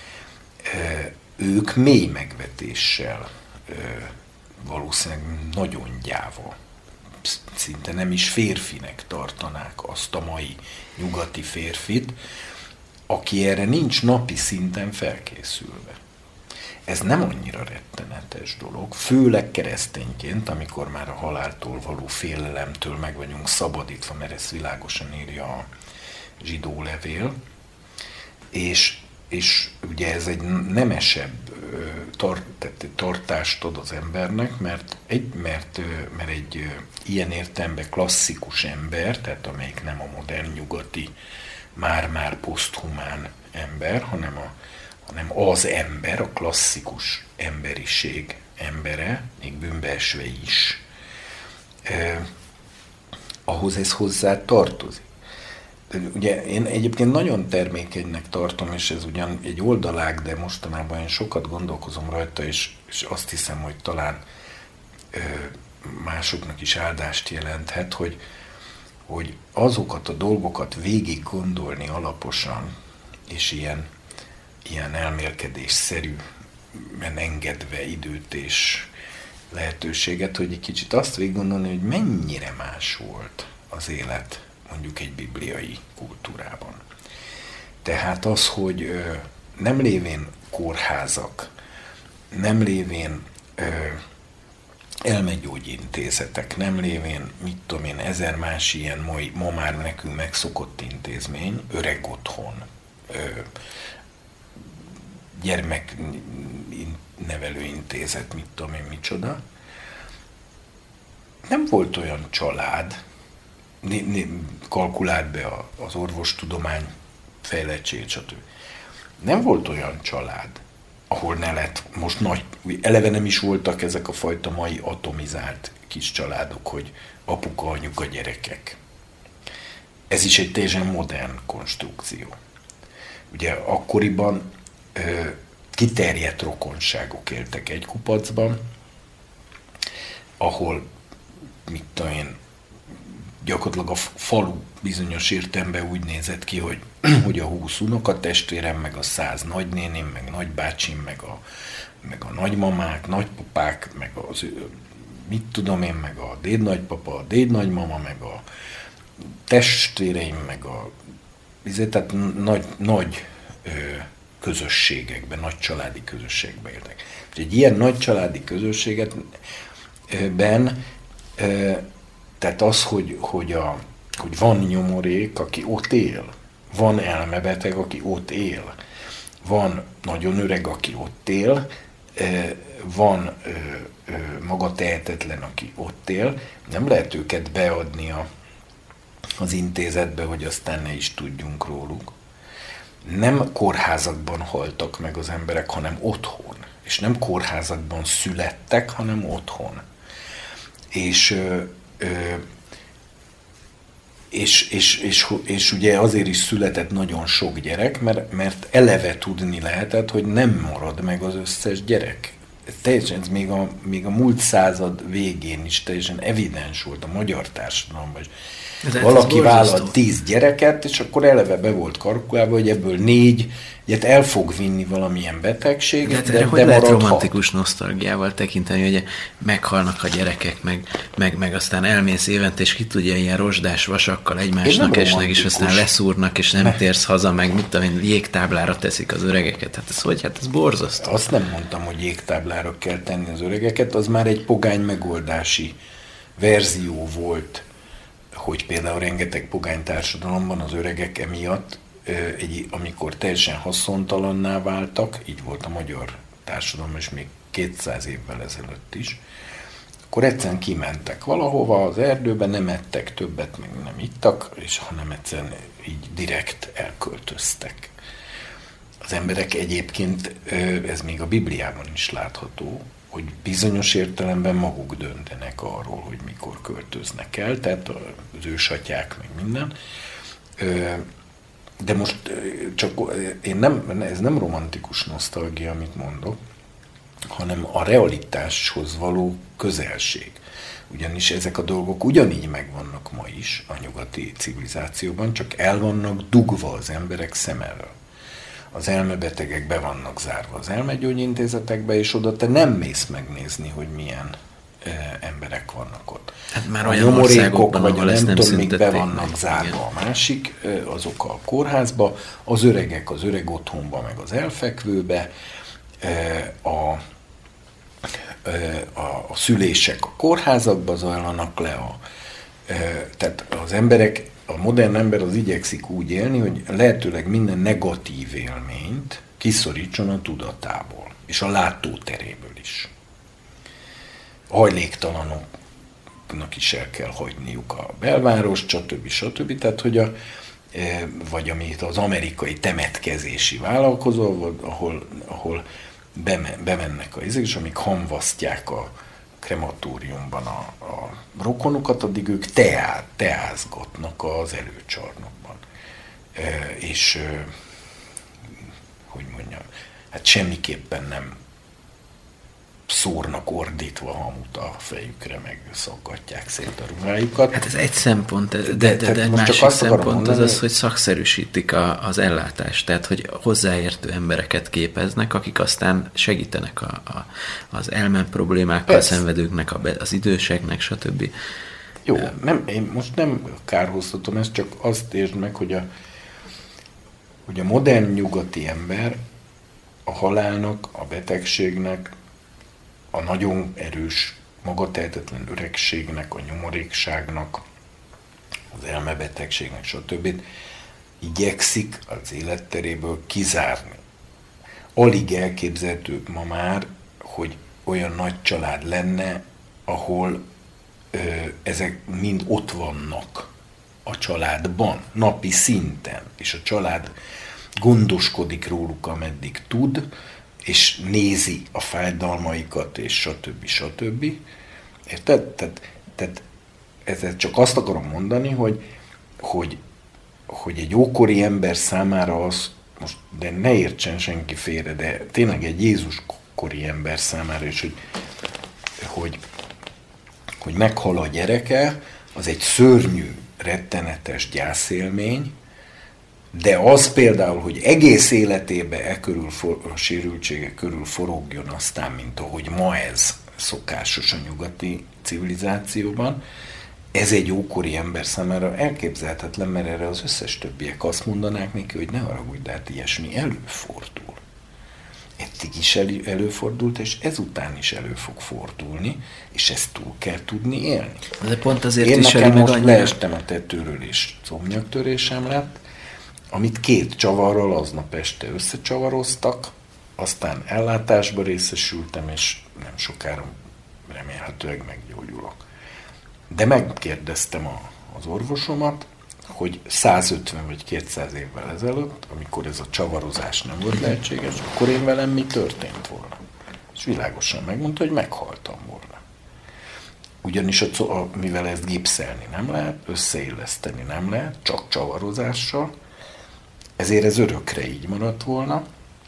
Ők mély megvetéssel, valószínűleg nagyon gyáva, szinte nem is férfinek tartanák azt a mai nyugati férfit, aki erre nincs napi szinten felkészülve. Ez nem annyira rettenetes dolog, főleg keresztényként, amikor már a haláltól való félelemtől meg vagyunk szabadítva, mert ezt világosan írja a zsidó levél, és, és ugye ez egy nemesebb tart, tartást ad az embernek, mert egy, mert, mert egy ilyen értelemben klasszikus ember, tehát amelyik nem a modern nyugati, már-már poszthumán ember, hanem, a, hanem az ember, a klasszikus emberiség embere, még bűnbeesve is, eh, ahhoz ez hozzá tartozik. Ugye én egyébként nagyon termékenynek tartom, és ez ugyan egy oldalág, de mostanában én sokat gondolkozom rajta, és, és azt hiszem, hogy talán ö, másoknak is áldást jelenthet, hogy, hogy azokat a dolgokat végig gondolni alaposan, és ilyen, ilyen elmélkedésszerűen engedve időt és lehetőséget, hogy egy kicsit azt végig gondolni, hogy mennyire más volt az élet mondjuk egy bibliai kultúrában. Tehát az, hogy ö, nem lévén kórházak, nem lévén ö, elmegyógyintézetek, nem lévén, mit tudom én, ezer más ilyen mai, ma már nekünk megszokott intézmény, öreg otthon, ö, gyermeknevelőintézet, mit tudom én, micsoda. Nem volt olyan család, kalkulált be az orvostudomány fejlettségét, stb. Nem volt olyan család, ahol ne lett, most nagy, eleve nem is voltak ezek a fajta mai atomizált kis családok, hogy apuka, anyuka, gyerekek. Ez is egy teljesen modern konstrukció. Ugye akkoriban ö, kiterjedt rokonságok éltek egy kupacban, ahol, mit tudom én, gyakorlatilag a falu bizonyos értelemben úgy nézett ki, hogy, hogy a húsz unokatestvérem, meg a száz nagynéném, meg nagybácsim, meg a, meg a nagymamák, nagypapák, meg az mit tudom én, meg a dédnagypapa, a dédnagymama, meg a testvéreim, meg a tehát nagy, nagy ö, közösségekben, nagy családi közösségben éltek. Egy ilyen nagy családi közösségben ö, tehát az, hogy, hogy, a, hogy van nyomorék, aki ott él, van elmebeteg, aki ott él, van nagyon öreg, aki ott él, van maga tehetetlen, aki ott él, nem lehet őket beadni a, az intézetbe, hogy aztán ne is tudjunk róluk. Nem kórházakban haltak meg az emberek, hanem otthon. És nem kórházakban születtek, hanem otthon. És És, és, és, és ugye azért is született nagyon sok gyerek, mert, mert eleve tudni lehetett, hogy nem marad meg az összes gyerek. Ez teljesen, ez még a, még a múlt század végén is teljesen evidens volt a magyar társadalomban. Valaki vállalt tíz gyereket, és akkor eleve be volt kalkulálva, hogy ebből négy ilyet el fog vinni valamilyen betegség, de, de, de hogy lehet romantikus hat. Nosztalgiával tekinteni, hogy meghalnak a gyerekek, meg, meg, meg aztán elmész évente, és ki tudja, ilyen rozsdás vasakkal egymásnak esnek, és aztán leszúrnak, és nem ne. térsz haza, meg mit tudom én, jégtáblára teszik az öregeket. Hát ez hogy? Hát ez borzasztó. Azt nem mondtam, hogy jégtáblára kell tenni az öregeket, az már egy pogány megoldási verzió volt, hogy például rengeteg pogány társadalomban az öregek emiatt, egy, amikor teljesen haszontalanná váltak, így volt a magyar társadalom, és még kétszáz évvel ezelőtt is, akkor egyszerűen kimentek valahova az erdőben, nem ettek többet, meg nem ittak, és hanem egyszerűen így direkt elköltöztek. Az emberek egyébként, ez még a Bibliában is látható, hogy bizonyos értelemben maguk döntenek arról, hogy mikor költöznek el, tehát az ősatyák, meg minden. De most csak én nem, ez nem romantikus nosztalgia, amit mondok, hanem a realitáshoz való közelség. Ugyanis ezek a dolgok ugyanígy megvannak ma is a nyugati civilizációban, csak el vannak dugva az emberek szem elől. Az elmebetegek be vannak zárva az elmegyógyintézetekbe, és oda te nem mész megnézni, hogy milyen e, emberek vannak ott. Hát már a nyomorékok, vagy a nem tudom, még be vannak meg, zárva igen. A másik, azok a kórházba, az öregek az öreg otthonba, meg az elfekvőbe, a A, a szülések a kórházakba zajlanak le, a, e, tehát az emberek, a modern ember az igyekszik úgy élni, hogy lehetőleg minden negatív élményt kiszorítson a tudatából, és a látóteréből is. A hajléktalanoknak is el kell hagyniuk a belvárost, stb. stb. Tehát, hogy a, e, vagy amit az amerikai temetkezési vállalkozó, ahol, ahol bemennek a izék, és amíg hamvasztják a krematóriumban a, a rokonukat, addig ők teá, teázgatnak az előcsarnokban. E, és, e, hogy mondjam, hát semmiképpen nem szórnak ordítva hamut a fejükre, meg szaggatják szét a ruhájukat. Hát ez egy szempont, de, de, de, de egy másik szempont mondani, az az, hogy szakszerűsítik a, az ellátást, tehát hogy hozzáértő embereket képeznek, akik aztán segítenek a, a, az elme problémákkal Persze. szenvedőknek, a, az időseknek, stb. Jó, nem, én most nem kárhoztatom ezt, csak azt értsd meg, hogy a, hogy a modern nyugati ember a halálnak, a betegségnek, a nagyon erős, magatehetetlen öregségnek, a nyomorékságnak, az elmebetegségnek, stb. Igyekszik az életteréből kizárni. Alig elképzelhető ma már, hogy olyan nagy család lenne, ahol ö, ezek mind ott vannak a családban, napi szinten, és a család gondoskodik róluk, ameddig tud, és nézi a fájdalmaikat, és stb. stb. Érted? Tehát, tehát ezzel csak azt akarom mondani, hogy, hogy, hogy egy ókori ember számára az, most, de ne értsen senki félre, de tényleg egy Jézus kori ember számára is, hogy, hogy, hogy meghal a gyereke, az egy szörnyű, rettenetes gyászélmény, de az például, hogy egész életébe e körül for, a sérültsége körül forogjon aztán, mint ahogy ma ez szokásos a nyugati civilizációban, ez egy ókori ember számára elképzelhetetlen, mert erre az összes többiek azt mondanák neki, hogy ne haragudj, de hát ilyesmi előfordul. Eddig is elő, előfordult, és ezután is elő fog fordulni, és ezt túl kell tudni élni. De pont azért Én is nekem most annyira... leestem a tetőről, és szomnyaktörésem lett, amit két csavarral aznap este összecsavaroztak, aztán ellátásba részesültem, és nem sokára remélhetőleg meggyógyulok. De megkérdeztem a, az orvosomat, hogy százötven vagy kétszáz évvel ezelőtt, amikor ez a csavarozás nem volt lehetséges, akkor én velem mi történt volna. És világosan megmondta, hogy meghaltam volna. Ugyanis, a, a, mivel ezt gipszelni nem lehet, összeilleszteni nem lehet, csak csavarozással, ezért ez örökre így maradt volna,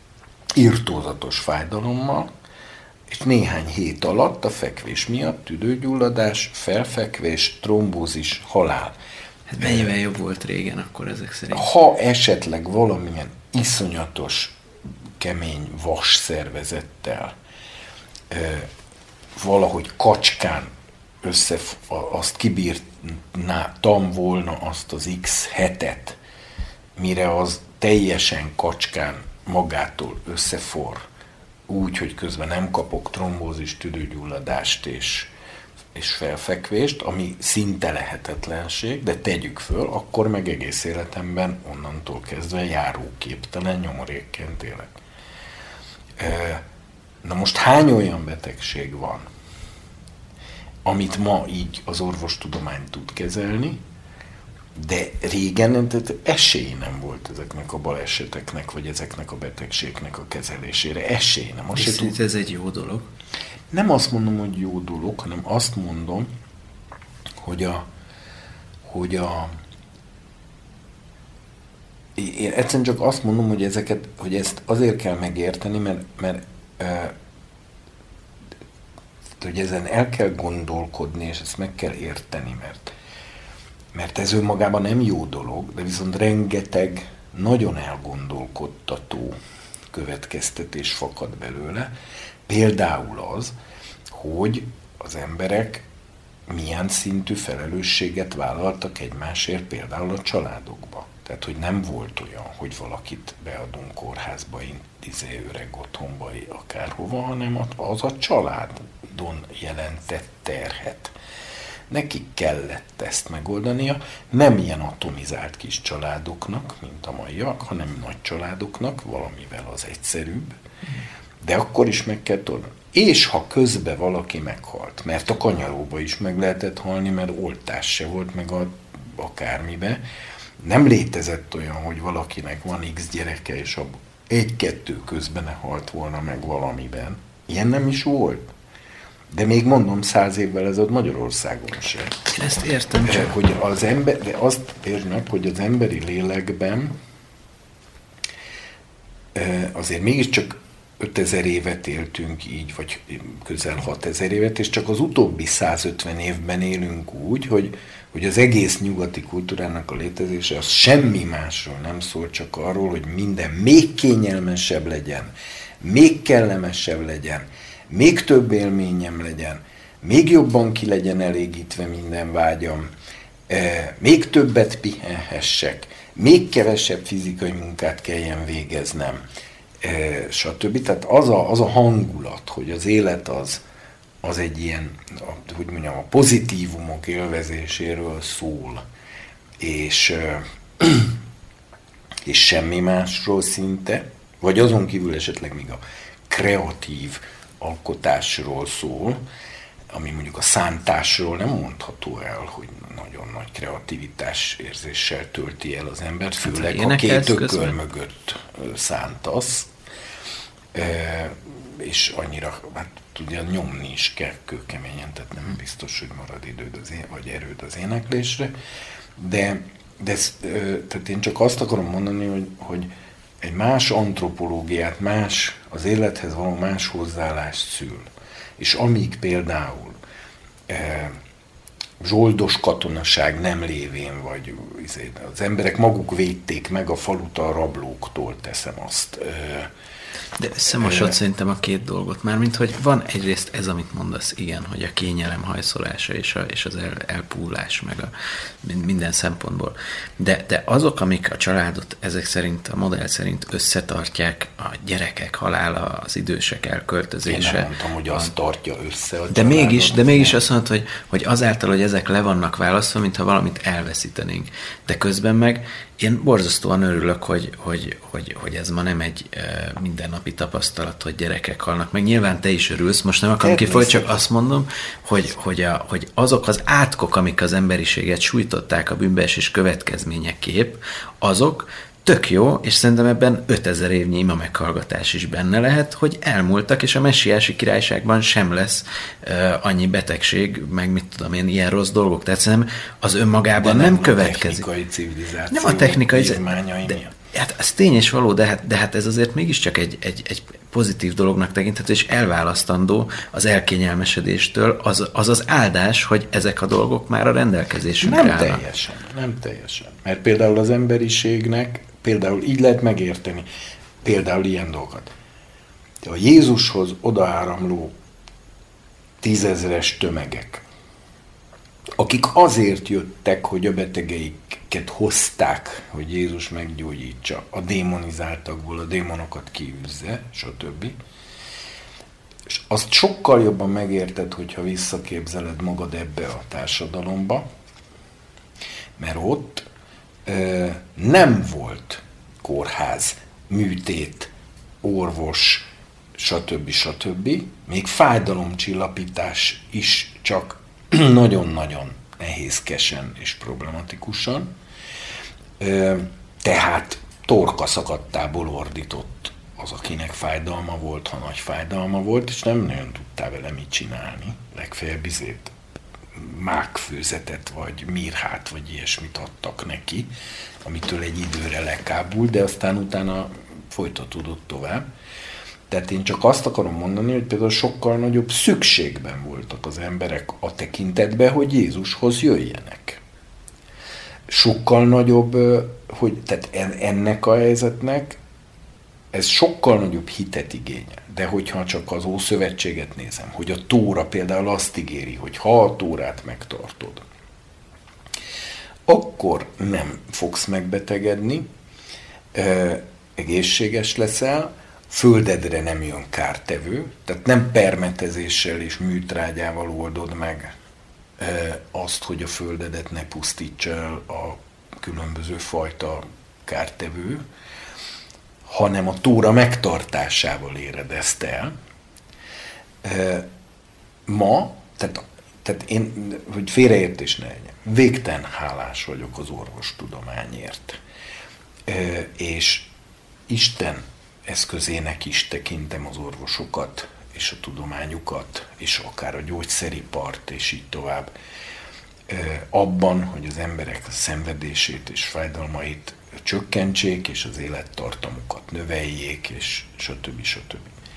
irtózatos fájdalommal, és néhány hét alatt a fekvés miatt tüdőgyulladás, felfekvés, trombózis, halál. Hát mennyivel jobb volt régen akkor ezek szerint? Ha esetleg valamilyen iszonyatos, kemény vas szervezettel e, valahogy kacskán össze, azt kibírtam volna azt az X hetet, mire az teljesen kacskán magától összefor, úgy, hogy közben nem kapok trombózis, tüdőgyulladást és, és felfekvést, ami szinte lehetetlenség, de tegyük föl, akkor meg egész életemben onnantól kezdve járóképtelen nyomorékként élek. Na most hány olyan betegség van, amit ma így az orvostudomány tud kezelni, de régen esély nem volt ezeknek a baleseteknek, vagy ezeknek a betegségnek a kezelésére. Esély nem. Most tud... ez egy jó dolog? nem azt mondom, hogy jó dolog, hanem azt mondom, hogy a, hogy a én egyszerűen csak azt mondom, hogy ezeket, hogy ezt azért kell megérteni, mert, mert e, hogy ezen el kell gondolkodni, és ezt meg kell érteni, mert, mert ez önmagában nem jó dolog, de viszont rengeteg nagyon elgondolkodtató következtetés fakad belőle. Például az, hogy az emberek milyen szintű felelősséget vállaltak egymásért például a családokba. Tehát, hogy nem volt olyan, hogy valakit beadunk kórházba, izé, öreg otthonba, akárhova, hanem az a családon jelentett terhet. Nekik kellett ezt megoldania, nem ilyen atomizált kis családoknak, mint a maiak, hanem nagy családoknak, valamivel az egyszerűbb, de akkor is meg kell tudni. És ha közben valaki meghalt, mert a kanyaróba is meg lehetett halni, mert oltás se volt, meg a, akármibe, nem létezett olyan, hogy valakinek van X gyereke, és abban egy-kettő közben ne halt volna meg valamiben. Ilyen nem is volt. De még mondom, száz évvel ezelőtt Magyarországon sem. Ezt értem csak. Hogy az ember, de azt értsd meg, hogy az emberi lélekben azért mégiscsak ötezer évet éltünk így, vagy közel hatezer évet, és csak az utóbbi százötven évben élünk úgy, hogy, hogy az egész nyugati kultúrának a létezése az semmi másról nem szól, csak arról, hogy minden még kényelmesebb legyen, még kellemesebb legyen, még több élményem legyen, még jobban ki legyen elégítve minden vágyam, még többet pihenhessek, még kevesebb fizikai munkát kelljen végeznem, stb. Tehát az a, az a hangulat, hogy az élet az, az egy ilyen, a, hogy mondjam, a pozitívumok élvezéséről szól, és, és semmi másról szinte, vagy azon kívül esetleg még a kreatív alkotásról szól, ami mondjuk a szántásról nem mondható el, hogy nagyon nagy kreativitás érzéssel tölti el az embert, főleg ha két ököl mögött szántasz, e, és annyira, hát ugye nyomni is kell kőkeményen, tehát nem biztos, hogy marad időd az én, vagy erőd az éneklésre, de, de ez, tehát én csak azt akarom mondani, hogy, hogy egy más antropológiát, más, az élethez való más hozzáállást szül. És amíg például e, zsoldos katonaság nem lévén, vagy az emberek maguk védték meg a falut a rablóktól, teszem azt. E, De összemosod e, szerintem a két dolgot. Mármint, hogy van egyrészt ez, amit mondasz, igen, hogy a kényelem hajszolása és, a, és az el, elpúlás, meg a minden szempontból. De, de azok, amik a családot ezek szerint, a modell szerint összetartják, a gyerekek halála, az idősek elköltözése. Én nem mondtam, hogy az tartja össze a de családot. Mégis, de mégis azt mondod, hogy, hogy azáltal, hogy ezek le vannak választva, mintha valamit elveszítenénk. De közben meg én borzasztóan örülök, hogy, hogy, hogy, hogy ez ma nem egy e, mindennapi tapasztalat, hogy gyerekek halnak meg. Nyilván te is örülsz, most nem akarom kifolyni, csak azt mondom, hogy, hogy, a, hogy azok az átkok, amik az emberiséget sújtották a bűnbeesés következményeképp, azok tök jó, és szerintem ebben ötezer évnyi ima meghallgatás is benne lehet, hogy elmúltak, és a messiási királyságban sem lesz uh, annyi betegség, meg mit tudom én, ilyen rossz dolgok. Tehát szerintem az önmagában nem, nem következik. Nem a technikai civilizáció. Nem a technikai civilizáció. Hát ez tény és való, de hát, de hát ez azért mégiscsak egy, egy, egy pozitív dolognak tekinthető, és elválasztandó az elkényelmesedéstől az, az az áldás, hogy ezek a dolgok már a rendelkezésünkre nem állnak. Teljesen, nem teljesen. Mert például az emberiségnek, például így lehet megérteni, például ilyen dolgokat. A Jézushoz odaáramló tízezeres tömegek, akik azért jöttek, hogy a betegeiket hozták, hogy Jézus meggyógyítsa, a démonizáltakból a démonokat kiűzze, stb. És azt sokkal jobban megérted, hogyha visszaképzeled magad ebbe a társadalomba, mert ott ö, nem volt kórház, műtét, orvos, stb. stb. Még fájdalomcsillapítás is csak nagyon-nagyon nehézkesen és problematikusan. Tehát torka szakadtából ordított az, akinek fájdalma volt, ha nagy fájdalma volt, és nem nagyon tudtál vele mit csinálni. Legfeljebb izét, mákfőzetet, vagy mirhát, vagy ilyesmit adtak neki, amitől egy időre lekábult, de aztán utána folytatódott tovább. Tehát én csak azt akarom mondani, hogy például sokkal nagyobb szükségben voltak az emberek a tekintetben, hogy Jézushoz jöjjenek. Sokkal nagyobb, hogy tehát ennek a helyzetnek ez sokkal nagyobb hitet igényel. De hogyha csak az Ószövetséget nézem, hogy a Tóra például azt ígéri, hogy ha a Tórát megtartod, akkor nem fogsz megbetegedni, egészséges leszel, földedre nem jön kártevő, tehát nem permetezéssel és műtrágyával oldod meg azt, hogy a földedet ne pusztítsa el a különböző fajta kártevő, hanem a Tóra megtartásával éred ezt el. Ma, tehát, tehát én, hogy félreértés ne legyen, végtelen hálás vagyok az orvostudományért. És Isten eszközének is tekintem az orvosokat, és a tudományukat, és akár a gyógyszeripart, és így tovább. Abban, hogy az emberek szenvedését és fájdalmait csökkentsék, és az élettartamukat növeljék, és stb. stb.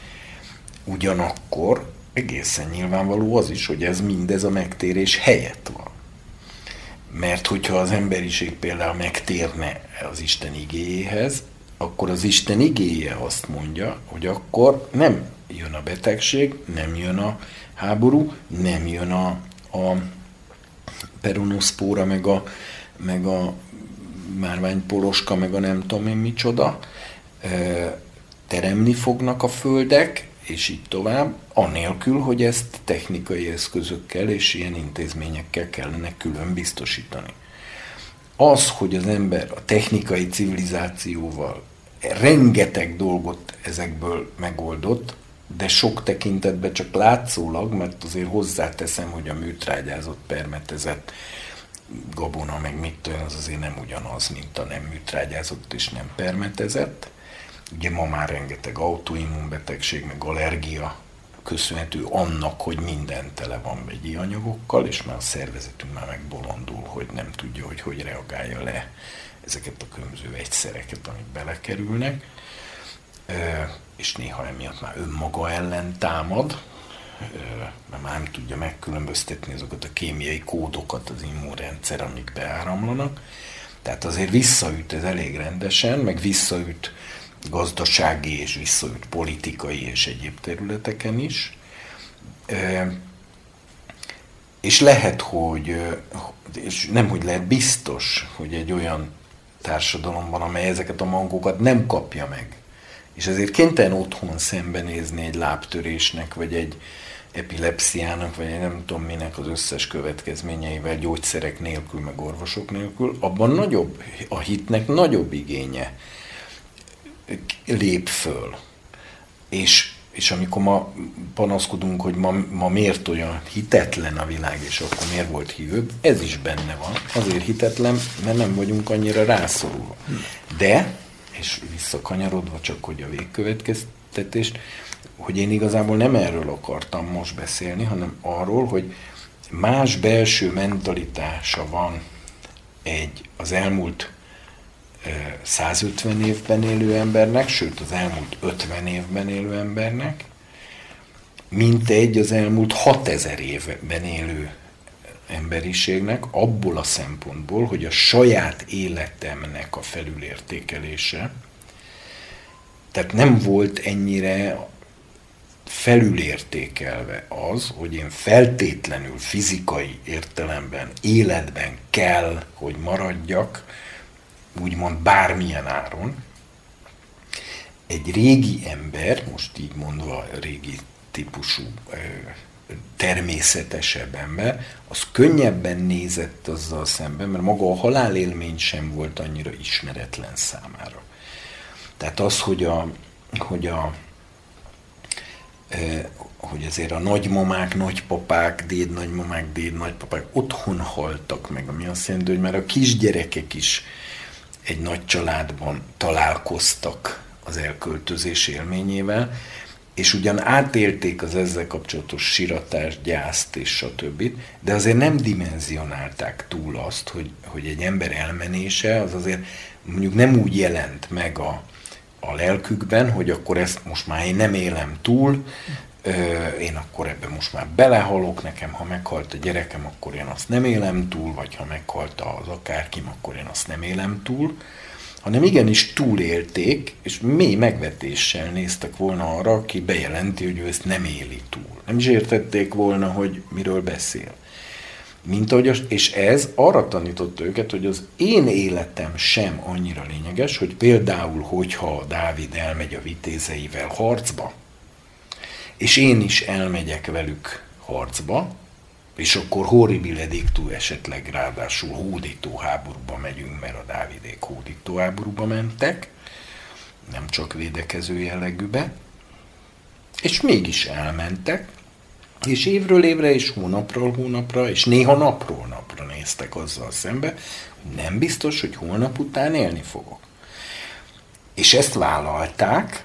Ugyanakkor egészen nyilvánvaló az is, hogy ez mindez a megtérés helyett van. Mert hogyha az emberiség például megtérne az Isten igéjéhez, akkor az Isten igéje azt mondja, hogy akkor nem jön a betegség, nem jön a háború, nem jön a, a peronoszpóra, meg a, meg a márványpoloska, meg a nem tudom én micsoda, teremni fognak a földek, és így tovább, anélkül, hogy ezt technikai eszközökkel és ilyen intézményekkel kellene külön biztosítani. Az, hogy az ember a technikai civilizációval rengeteg dolgot ezekből megoldott, de sok tekintetben csak látszólag, mert azért hozzáteszem, hogy a műtrágyázott, permetezett gabona, meg mit tudom, az azért nem ugyanaz, mint a nem műtrágyázott és nem permetezett. Ugye ma már rengeteg autoimmunbetegség, meg allergia köszönhető annak, hogy minden tele van vegyi anyagokkal, és már a szervezetünk már megbolondul, hogy nem tudja, hogy hogy reagálja le ezeket a különböző vegyszereket, amik belekerülnek, és néha emiatt már önmaga ellen támad, mert már nem tudja megkülönböztetni azokat a kémiai kódokat az immunrendszer, amik beáramlanak. Tehát azért visszaüt ez elég rendesen, meg visszaüt gazdasági és visszaüt politikai és egyéb területeken is. És lehet, hogy, és nem hogy lehet, biztos, hogy egy olyan társadalomban, amely ezeket a mankokat nem kapja meg, és ezért kénytelen otthon szembenézni egy lábtörésnek, vagy egy epilepsziának, vagy egy nem tudom minek az összes következményeivel, gyógyszerek nélkül, meg orvosok nélkül, abban nagyobb, a hitnek nagyobb igénye lép föl. És, és amikor ma panaszkodunk, hogy ma, ma miért olyan hitetlen a világ, és akkor miért volt hívőbb, ez is benne van. Azért hitetlen, mert nem vagyunk annyira rászorulva. De, és visszakanyarodva csak, hogy a végkövetkeztetést, hogy én igazából nem erről akartam most beszélni, hanem arról, hogy más belső mentalitása van egy az elmúlt százötven évben élő embernek, sőt az elmúlt ötven évben élő embernek, mint egy az elmúlt hatezer évben élő emberiségnek, abból a szempontból, hogy a saját életemnek a felülértékelése, tehát nem volt ennyire felülértékelve az, hogy én feltétlenül fizikai értelemben, életben kell, hogy maradjak, úgymond bármilyen áron. Egy régi ember, most így mondva régi típusú, természetesebb ember, az könnyebben nézett azzal szemben, mert maga a halálélmény sem volt annyira ismeretlen számára. Tehát az, hogy a, hogy a hogy azért a nagymamák, nagypapák, dédnagymamák, dédnagypapák otthon haltak meg, ami azt jelenti, hogy már a kisgyerekek is egy nagy családban találkoztak az elköltözés élményével, és ugyan átélték az ezzel kapcsolatos siratást, gyászt és stb., de azért nem dimenzionálták túl azt, hogy, hogy egy ember elmenése az azért mondjuk nem úgy jelent meg a, a lelkükben, hogy akkor ezt most már én nem élem túl, én akkor ebben most már belehalok, nekem ha meghalt a gyerekem, akkor én azt nem élem túl, vagy ha meghalt az akárkim, akkor én azt nem élem túl, hanem igenis túlélték, és mély megvetéssel néztek volna arra, aki bejelenti, hogy ő ezt nem éli túl. Nem is értették volna, hogy miről beszél. Mint ahogy az, és ez arra tanította őket, hogy az én életem sem annyira lényeges, hogy például, hogyha Dávid elmegy a vitézeivel harcba, és én is elmegyek velük harcba, és akkor horribile dictu esetleg ráadásul hódító háborúba megyünk, mert a Dávidék hódító háborúba mentek, nem csak védekező jellegűbe, és mégis elmentek, és évről évre, és hónapról hónapra, és néha napról napra néztek azzal szembe, hogy nem biztos, hogy holnap után élni fogok. És ezt vállalták,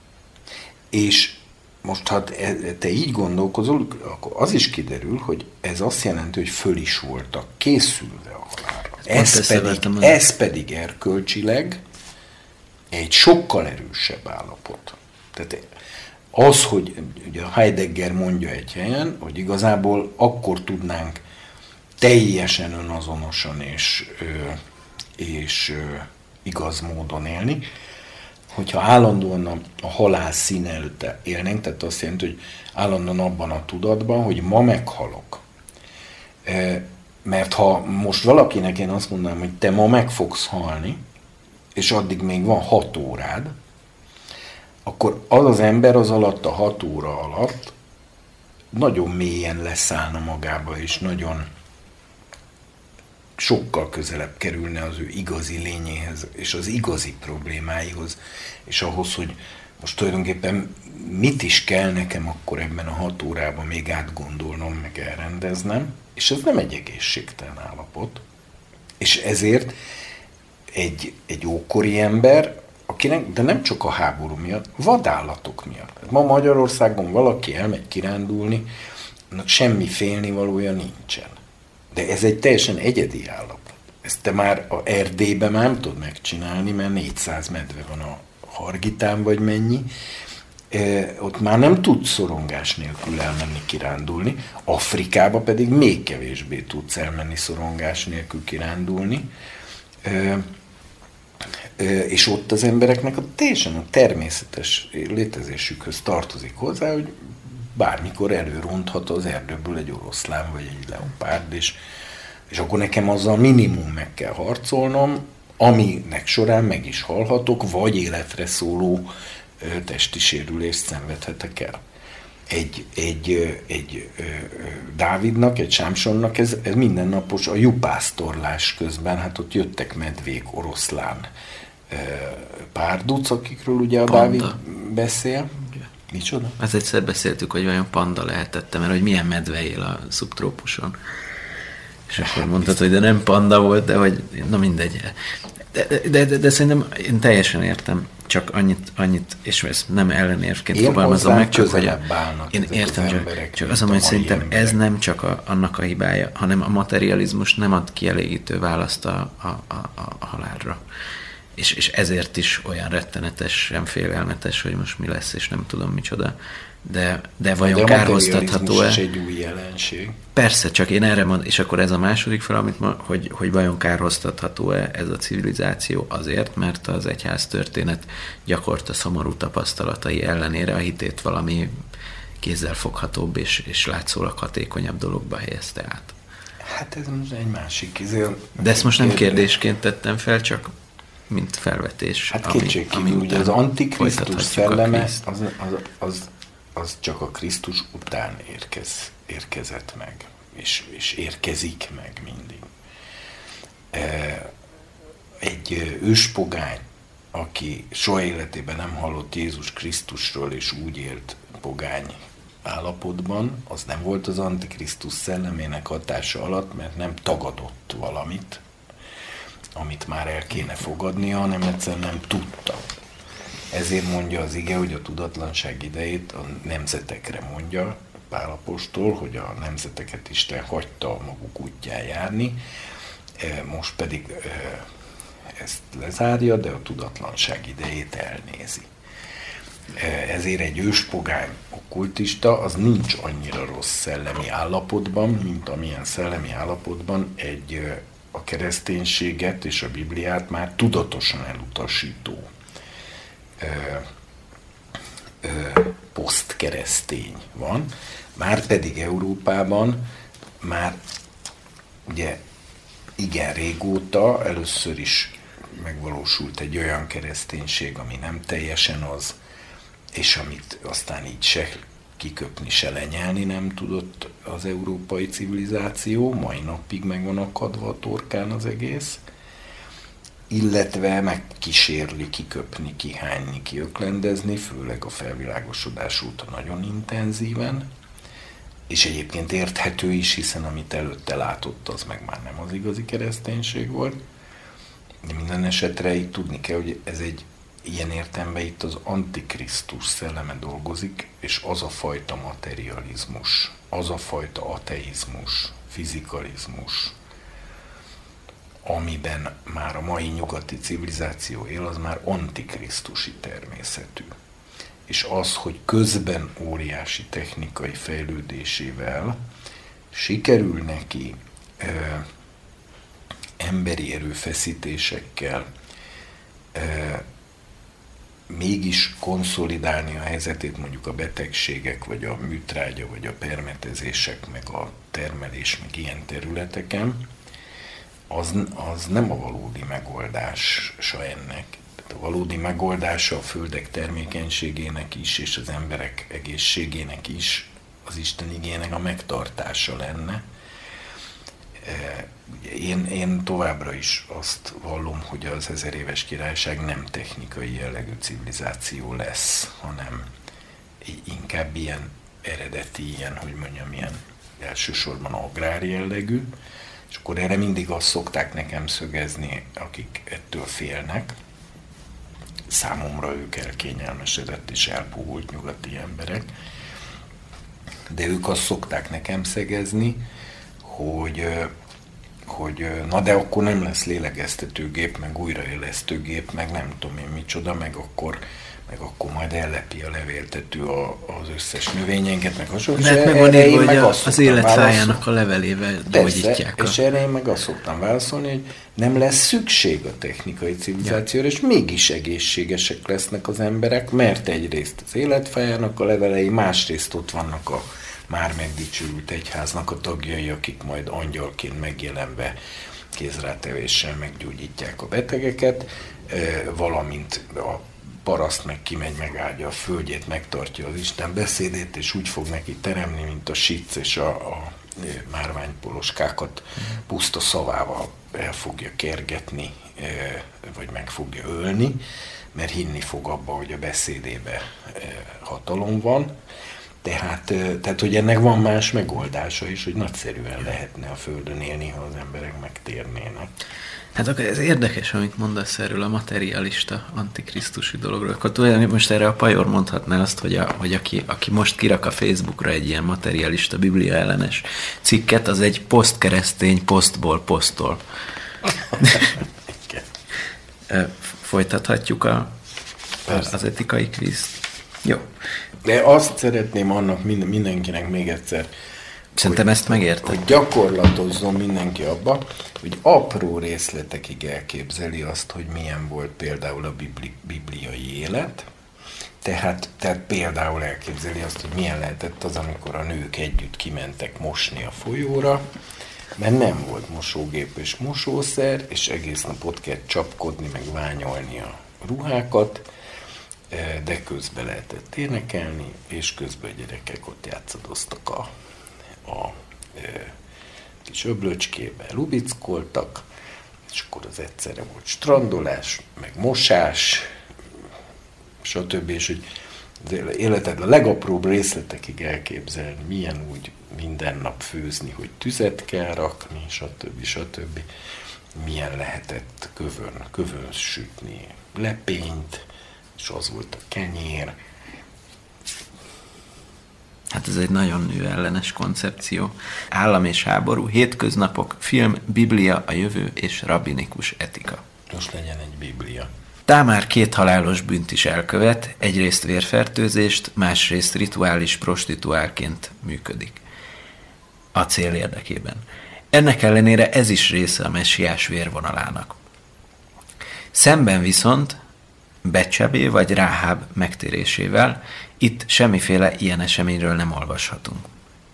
és most, ha te így gondolkozol, akkor az is kiderül, hogy ez azt jelenti, hogy föl is voltak készülve a halálra. Ez pedig, ez pedig erkölcsileg egy sokkal erősebb állapot. Tehát az, hogy ugye Heidegger mondja egy helyen, hogy igazából akkor tudnánk teljesen önazonosan és, és igaz módon élni, hogyha állandóan a, a halál színe előtte élnénk, tehát azt jelenti, hogy állandóan abban a tudatban, hogy ma meghalok. E, mert ha most valakinek én azt mondanám, hogy te ma meg fogsz halni, és addig még van hat órád, akkor az az ember az alatt, a hat óra alatt nagyon mélyen leszállna magába, és nagyon sokkal közelebb kerülne az ő igazi lényéhez, és az igazi problémáihoz, és ahhoz, hogy most tulajdonképpen mit is kell nekem akkor ebben a hat órában még átgondolnom, meg elrendeznem, és ez nem egy egészségtelen állapot. És ezért egy, egy ókori ember, akinek, de nem csak a háború miatt, vadállatok miatt. Ma Magyarországon valaki elmegy kirándulni, annak semmi félnivalója nincsen. De ez egy teljesen egyedi állapot. Ezt te már a Erdélyben már nem tudod megcsinálni, mert négyszáz medve van a Hargitán, vagy mennyi. E, ott már nem tudsz szorongás nélkül elmenni kirándulni. Afrikába pedig még kevésbé tudsz elmenni szorongás nélkül kirándulni. E, e, és ott az embereknek a teljesen a természetes létezésükhöz tartozik hozzá, hogy bármikor előronthat az erdőből egy oroszlán, vagy egy leopárd, és, és akkor nekem azzal minimum meg kell harcolnom, aminek során meg is halhatok, vagy életre szóló ö, testi sérülést szenvedhetek el. Egy, egy, ö, egy ö, Dávidnak, egy Sámsonnak ez, ez mindennapos a jupásztorlás közben, hát ott jöttek medvék, oroszlán, ö, párduc, akikről ugye a Panda. Dávid beszél. Micsoda? Ez egyszer beszéltük, hogy vajon panda lehetette, mert hogy milyen medve él a szubtrópuson. És hát akkor mondtad, hogy de nem panda volt, de hogy, na mindegy. De, de, de, de szerintem én teljesen értem, csak annyit, annyit és ezt nem ellenérvként fogalmazom meg, csak hogy a, én értem, csak, csak az, hogy szerintem emberek. Ez nem csak a, annak a hibája, hanem a materializmus nem ad kielégítő választ a, a, a, a halálra. És, és ezért is olyan rettenetesen félelmetes, hogy most mi lesz, és nem tudom micsoda. De, de vajon de kárhoztatható-e? Ez egy új jelenség. Persze, csak én erre mondom, és akkor ez a második fel, amit ma, hogy, hogy vajon kárhoztatható-e ez a civilizáció azért, mert az egyház történet gyakorta szomorú tapasztalatai ellenére a hitét valami kézzelfoghatóbb és, és látszólag hatékonyabb dologba helyezte át. Hát ez most egy másik izél. De ezt most nem kérdésként tettem fel, csak mint felvetés. Hát kétségkívül, ugye az Antikrisztus szelleme az, az, az, az csak a Krisztus után érkez, érkezett meg, és, és érkezik meg mindig. Egy őspogány, aki soha életében nem hallott Jézus Krisztusról, és úgy élt pogány állapotban, az nem volt az Antikrisztus szellemének hatása alatt, mert nem tagadott valamit, amit már el kéne fogadnia, hanem egyszerűen nem tudta. Ezért mondja az ige, hogy a tudatlanság idejét a nemzetekre mondja Pál apostol, hogy a nemzeteket Isten hagyta maguk útján járni, most pedig ezt lezárja, de a tudatlanság idejét elnézi. Ezért egy őspogány okkultista az nincs annyira rossz szellemi állapotban, mint amilyen szellemi állapotban egy a kereszténységet és a Bibliát már tudatosan elutasító ö, ö, posztkeresztény van. Márpedig Európában már ugye igen régóta először is megvalósult egy olyan kereszténység, ami nem teljesen az, és amit aztán így se kiköpni, se lenyelni nem tudott az európai civilizáció, mai napig meg van akadva a torkán az egész, illetve megkísérli kiköpni, kihányni, kiöklendezni, főleg a felvilágosodás óta nagyon intenzíven, és egyébként érthető is, hiszen amit előtte látott, az meg már nem az igazi kereszténység volt. De minden esetre itt tudni kell, hogy ez egy ilyen értelemben itt az antikrisztus szelleme dolgozik, és az a fajta materializmus, az a fajta ateizmus, fizikalizmus, amiben már a mai nyugati civilizáció él, az már antikrisztusi természetű. És az, hogy közben óriási technikai fejlődésével sikerül neki ö, emberi erőfeszítésekkel ö, mégis konszolidálni a helyzetét mondjuk a betegségek, vagy a műtrágya, vagy a permetezések, meg a termelés, meg ilyen területeken, az, az nem a valódi megoldása ennek. A valódi megoldása a földek termékenységének is, és az emberek egészségének is, az Isten igének a megtartása lenne. Én, én továbbra is azt vallom, hogy az ezer éves királyság nem technikai jellegű civilizáció lesz, hanem inkább ilyen eredeti, ilyen, hogy mondjam, ilyen elsősorban agrár jellegű, és akkor erre mindig azt szokták nekem szögezni, akik ettől félnek. Számomra ők elkényelmesedett és elpuhult nyugati emberek, de ők azt szokták nekem szegezni, hogy, hogy na de akkor nem lesz lélegeztetőgép, meg újraélesztőgép, meg nem tudom én micsoda, meg akkor, meg akkor majd ellepi a levéltető a, az összes növényenket, meg hasonló. De hát meg van írva, hogy a, az életfájának a levelével gyógyítják. A... És erre én meg azt szoktam válaszolni, hogy nem lesz szükség a technikai civilizációra, ja. És mégis egészségesek lesznek az emberek, mert egyrészt az életfájának a levelei, másrészt ott vannak a már megdicsőült egyháznak a tagjai, akik majd angyalként megjelenve kézrátevéssel meggyógyítják a betegeket, valamint a paraszt meg kimegy, megáldja a földjét, megtartja az Isten beszédét, és úgy fog neki teremni, mint a sic és a, a márványpoloskákat puszta szavával el fogja kergetni, vagy meg fogja ölni, mert hinni fog abba, hogy a beszédébe hatalom van. Tehát, tehát, hogy ennek van más megoldása is, hogy nagyszerűen lehetne a Földön élni, ha az emberek megtérnének. Hát akkor ez érdekes, amit mondasz erről a materialista, antikrisztusi dologról. Akkor tulajdonképpen most erre a Pajor mondhatná azt, hogy, a, hogy aki, aki most kirak a Facebookra egy ilyen materialista, biblia ellenes cikket, az egy posztkeresztény posztból posztol. Folytathatjuk a, az etikai kvízt. Jó. De azt szeretném annak mindenkinek még egyszer, Szerintem hogy, ezt megérte. Hogy gyakorlatozzon mindenki abba, hogy apró részletekig elképzeli azt, hogy milyen volt például a bibli, bibliai élet. Tehát, tehát például elképzeli azt, hogy milyen lehetett az, amikor a nők együtt kimentek mosni a folyóra, mert nem volt mosógép és mosószer, és egész nap ott kell csapkodni, meg ványolni a ruhákat, de közben lehetett énekelni, és közben a gyerekek ott játszadoztak a, a e, kis öblöcskébe, lubickoltak, és akkor az egyszerre volt strandolás, meg mosás, stb. És hogy az életed a legapróbb részletekig elképzelni, milyen úgy minden nap főzni, hogy tüzet kell rakni, stb. stb. Milyen lehetett kövön, kövön sütni lepényt, és az volt a kenyér. Hát ez egy nagyon nőellenes koncepció. Állam és háború, hétköznapok, film, biblia, a jövő és rabbinikus etika. Most legyen egy biblia. Támár két halálos bűnt is elkövet, egyrészt vérfertőzést, másrészt rituális prostituálként működik. A cél érdekében. Ennek ellenére ez is része a messiás vérvonalának. Szemben viszont Becsebé vagy Ráháb megtérésével itt semmiféle ilyen eseményről nem olvashatunk.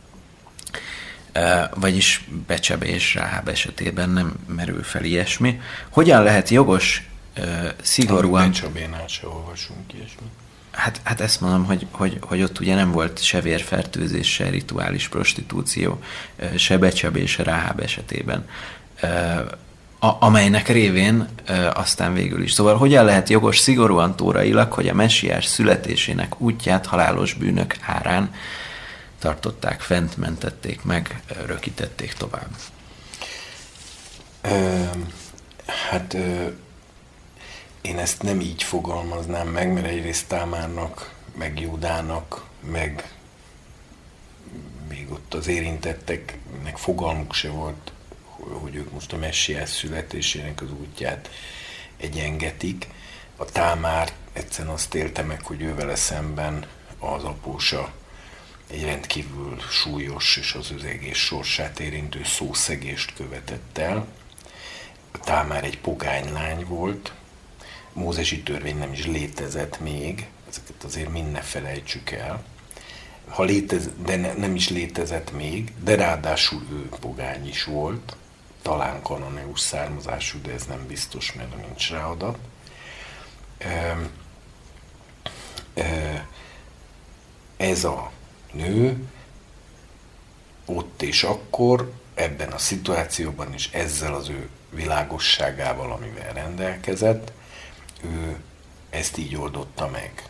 E, vagyis Becsebé és Ráháb esetében nem merül fel ilyesmi. Hogyan lehet jogos, e, szigorúan... Becsebénál se olvasunk ilyesmi. Hát, hát ezt mondom, hogy, hogy, hogy ott ugye nem volt se vérfertőzés, se rituális prostitúció, se Becsebé, se Ráháb esetében. E, A, amelynek révén e, aztán végül is. Szóval hogyan lehet jogos szigorúan tórailag, hogy a messiás születésének útját halálos bűnök árán tartották fent, mentették meg, rökítették tovább? Ö, hát ö, én ezt nem így fogalmaznám meg, mert egyrészt Támárnak, meg Júdának, meg még ott az érintetteknek fogalmuk se volt, hogy ők most a messiás születésének az útját egyengetik. A Támár egyszerűen azt élte meg, hogy ő vele szemben az apósa egy rendkívül súlyos és az ő egész sorsát érintő szószegést követett el. A Támár egy pogánylány volt, mózesi törvény nem is létezett még, ezeket azért mind ne felejtsük el. Ha létez, de ne, nem is létezett még, de ráadásul ő pogány is volt, talán kananeus származású, de ez nem biztos, mert nincs rá adat. Ez a nő ott és akkor, ebben a szituációban is ezzel az ő világosságával, amivel rendelkezett, ő ezt így oldotta meg.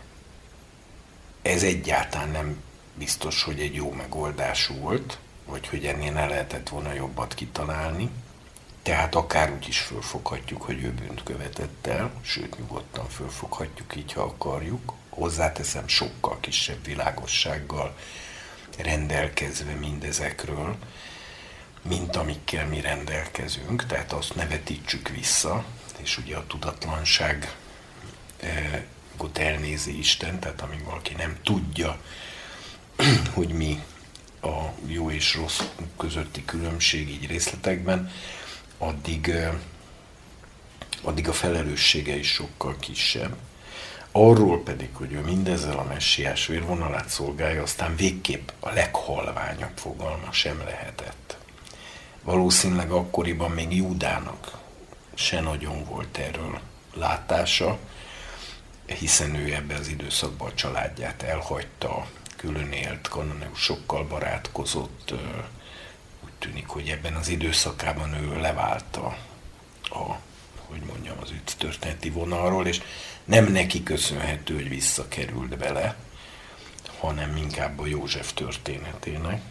Ez egyáltalán nem biztos, hogy egy jó megoldás volt, vagy hogy ennél ne lehetett volna jobbat kitalálni. Tehát akár úgy is fölfoghatjuk, hogy ő bűnt követett el, sőt nyugodtan fölfoghatjuk így, ha akarjuk. Hozzáteszem, sokkal kisebb világossággal rendelkezve mindezekről, mint amikkel mi rendelkezünk, tehát azt ne vetítsük vissza, és ugye a tudatlanság eh, ott elnézi Isten, tehát amíg valaki nem tudja, hogy mi a jó és rossz közötti különbség így részletekben, addig, addig a felelőssége is sokkal kisebb. Arról pedig, hogy ő mindezzel a messiás vérvonalát szolgálja, aztán végképp a leghalványabb fogalma sem lehetett. Valószínűleg akkoriban még Júdának se nagyon volt erről látása, hiszen ő ebben az időszakban a családját elhagyta, külön élt, kananeusokkal barátkozott, úgy tűnik, hogy ebben az időszakában ő leválta a, hogy mondjam, az üt történeti vonalról, és nem neki köszönhető, hogy visszakerült bele, hanem inkább a József történetének.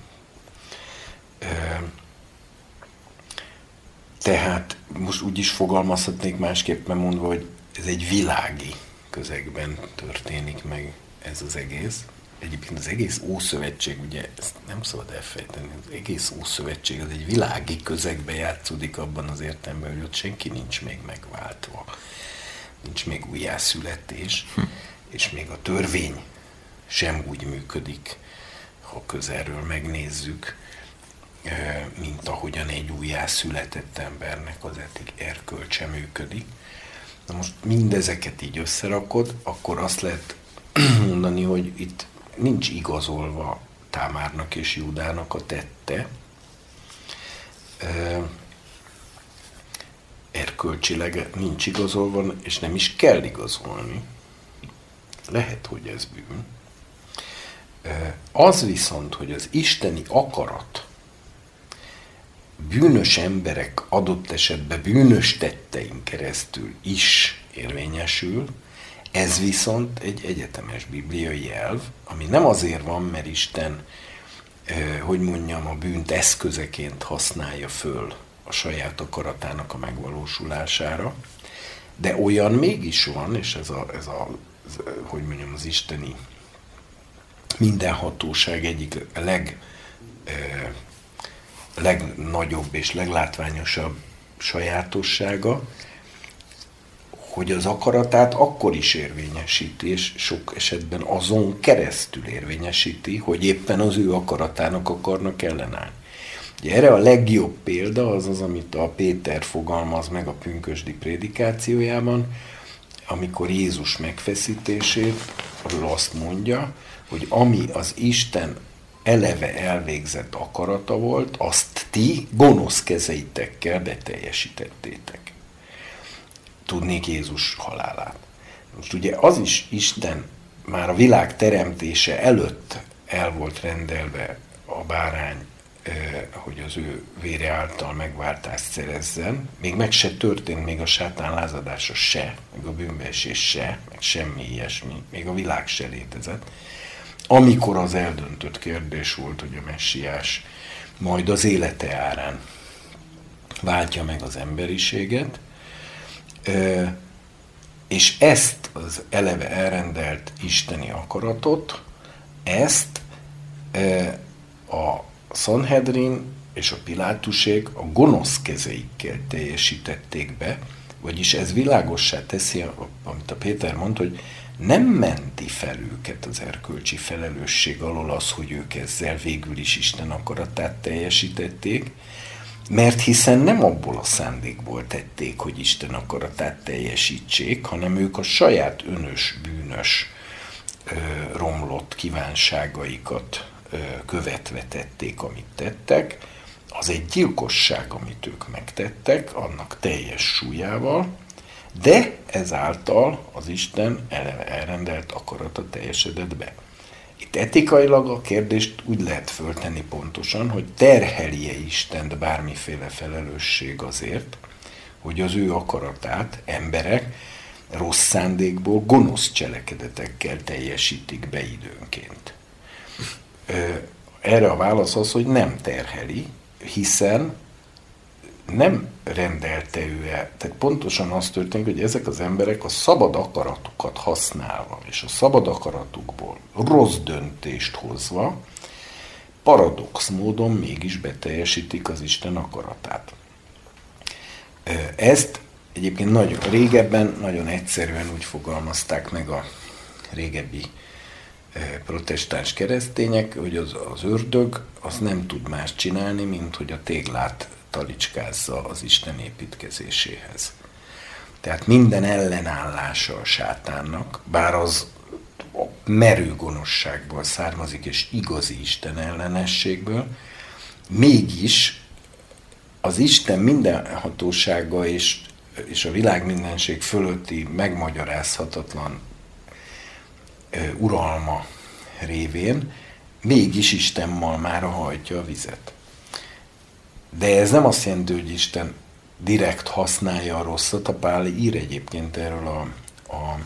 Tehát most úgy is fogalmazhatnék másképpen mondva, hogy ez egy világi közegben történik meg ez az egész. Egyébként az egész Ószövetség, ugye ezt nem szabad elfejteni, az egész Ószövetség az egy világi közegbe játszódik abban az értelemben, hogy ott senki nincs még megváltva, nincs még újjászületés, hm. és még a törvény sem úgy működik, ha közelről megnézzük, mint ahogyan egy újjászületett embernek az etik erkölcse működik. Na most mindezeket így összerakod, akkor azt lehet mondani, hogy itt nincs igazolva Támárnak és Júdának a tette. Erkölcsileg nincs igazolva, és nem is kell igazolni. Lehet, hogy ez bűn. Az viszont, hogy az isteni akarat bűnös emberek adott esetben bűnös tettein keresztül is érvényesül, ez viszont egy egyetemes bibliai elv, ami nem azért van, mert Isten, hogy mondjam, a bűnt eszközeként használja föl a saját akaratának a megvalósulására, De olyan mégis van, és ez a, ez a ez, hogy mondjam, az isteni mindenhatóság egyik leg, eh, legnagyobb és leglátványosabb sajátossága, hogy az akaratát akkor is érvényesíti, és sok esetben azon keresztül érvényesíti, hogy éppen az ő akaratának akarnak ellenállni. Ugye erre a legjobb példa az az, amit a Péter fogalmaz meg a pünkösdi prédikációjában, amikor Jézus megfeszítését, arról azt mondja, hogy ami az Isten eleve elvégzett akarata volt, azt ti gonosz kezeitekkel beteljesítettétek. Tudnék Jézus halálát. Most ugye az is Isten már a világ teremtése előtt el volt rendelve a bárány, hogy az ő vére által megváltást szerezzen. Még meg se történt, még a sátán lázadása se, meg a bűnbeesés se, meg semmi ilyesmi, még a világ se létezett. Amikor az eldöntött kérdés volt, hogy a messiás majd az élete árán váltja meg az emberiséget, és ezt az eleve elrendelt isteni akaratot, ezt a Sanhedrin és a Pilátusék a gonosz kezeikkel teljesítették be, vagyis ez világossá teszi, amit a Péter mondta, hogy nem menti fel őket az erkölcsi felelősség alól az, hogy ők ezzel végül is Isten akaratát teljesítették, mert hiszen nem abból a szándékból tették, hogy Isten akaratát teljesítsék, hanem ők a saját önös, bűnös, romlott kívánságaikat követve tették, amit tettek. Az egy gyilkosság, amit ők megtettek, annak teljes súlyával, de ezáltal az Isten eleve elrendelt akarata teljesedett be. Itt etikailag a kérdést úgy lehet föltenni pontosan, hogy terheli-e Istent bármiféle felelősség azért, hogy az ő akaratát emberek rossz szándékból gonosz cselekedetekkel teljesítik be időnként. Erre a válasz az, hogy nem terheli, hiszen nem rendelte ő el. Tehát pontosan az történik, hogy ezek az emberek a szabad akaratukat használva, és a szabad akaratukból rossz döntést hozva, paradox módon mégis beteljesítik az Isten akaratát. Ezt egyébként nagyon régebben, nagyon egyszerűen úgy fogalmazták meg a régebbi protestáns keresztények, hogy az, az ördög az nem tud más csinálni, mint hogy a téglát talicskázza az Isten építkezéséhez. Tehát minden ellenállása a sátánnak, bár az a merő gonoszságból származik, és igazi Isten ellenességből, mégis az Isten mindenhatósága és, és a világ mindenség fölötti megmagyarázhatatlan uh, uralma révén mégis Isten malmára hajtja a vizet. De ez nem azt jelenti, hogy Isten direkt használja a rosszat. A Pál ír egyébként erről a, a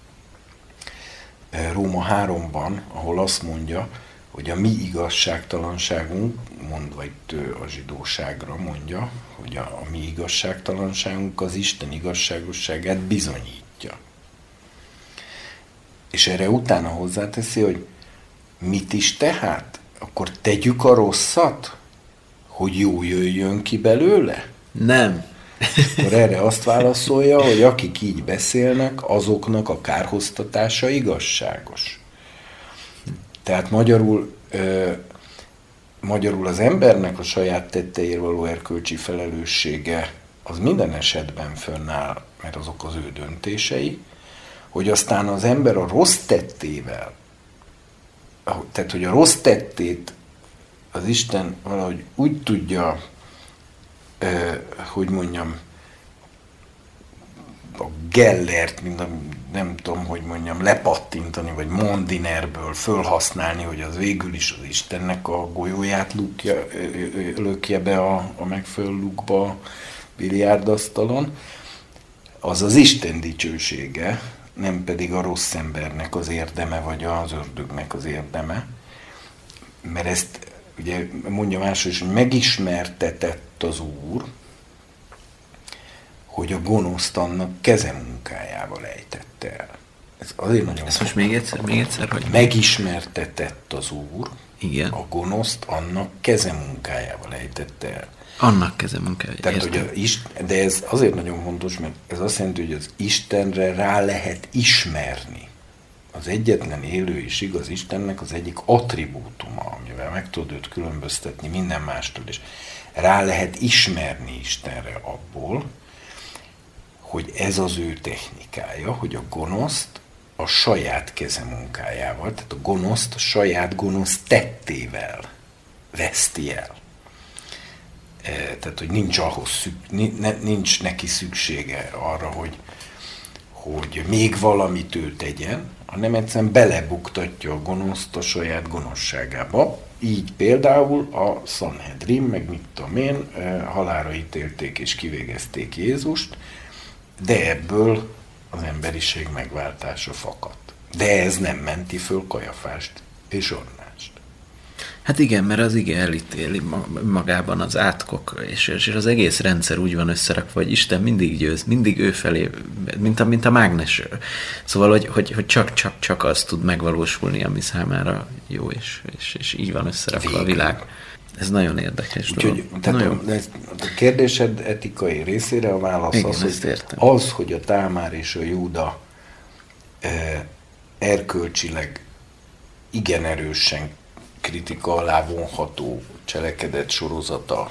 Róma háromban, ahol azt mondja, hogy a mi igazságtalanságunk, mondva itt a zsidóságra mondja, hogy a, a mi igazságtalanságunk az Isten igazságosságát bizonyítja. És erre utána hozzáteszi, hogy mit is tehát? Akkor tegyük a rosszat, hogy jó jöjjön ki belőle? Nem. Akkor erre azt válaszolja, hogy akik így beszélnek, azoknak a kárhoztatása igazságos. Tehát magyarul, ö, magyarul az embernek a saját tetteért való erkölcsi felelőssége az minden esetben fönnáll, mert azok az ő döntései, hogy aztán az ember a rossz tettével, tehát hogy a rossz tettét az Isten valahogy úgy tudja, eh, hogy mondjam, a Gellert, mint a, nem tudom, hogy mondjam, lepattintani, vagy Mondinerből fölhasználni, hogy az végül is az Istennek a golyóját lukja, lökje be a, a megfelelő lukba a biliárdasztalon, az az Isten dicsősége, nem pedig a rossz embernek az érdeme, vagy az ördögnek az érdeme. Mert ezt ugye mondja másról is, hogy megismertetett az Úr, hogy a gonoszt annak kezemunkájával ejtette el. Ez azért nagyon... Ezt most még egyszer, még egyszer, hogy... Megismertetett az Úr, igen, a gonoszt annak kezemunkájával ejtette el. Annak kezemunkájával. Tehát, hogy a Isten, de ez azért nagyon fontos, mert ez azt jelenti, hogy az Istenre rá lehet ismerni. Az egyetlen élő és igaz Istennek az egyik attribútuma, amivel meg tudod őt különböztetni minden mástól, és rá lehet ismerni Istenre abból, hogy ez az ő technikája, hogy a gonoszt a saját kezemunkájával, tehát a gonoszt a saját gonosz tettével veszti el. Tehát, hogy nincs, ahhoz szük, nincs neki szüksége arra, hogy, hogy még valamit ő tegyen, hanem egyszerűen belebuktatja a gonoszt a saját gonoszságába. Így például a Sanhedrin, meg mit tudom én, halálra ítélték és kivégezték Jézust, de ebből az emberiség megváltása fakadt. De ez nem menti föl Kajafást és Annást. Hát igen, mert az ige elítéli magában az átkok, és, és az egész rendszer úgy van összerakva, hogy Isten mindig győz, mindig ő felé, mint a, mint a mágnes. Szóval, hogy, hogy, hogy csak, csak, csak az tud megvalósulni, ami számára jó, és, és, és így van összerakva Végül. a világ. Ez nagyon érdekes dolog. Tehát nagyon... A, a kérdésed etikai részére a válasz igen, az, hogy az, hogy a Támár és a Júda eh, erkölcsileg igen erősen kritika alá vonható cselekedet sorozata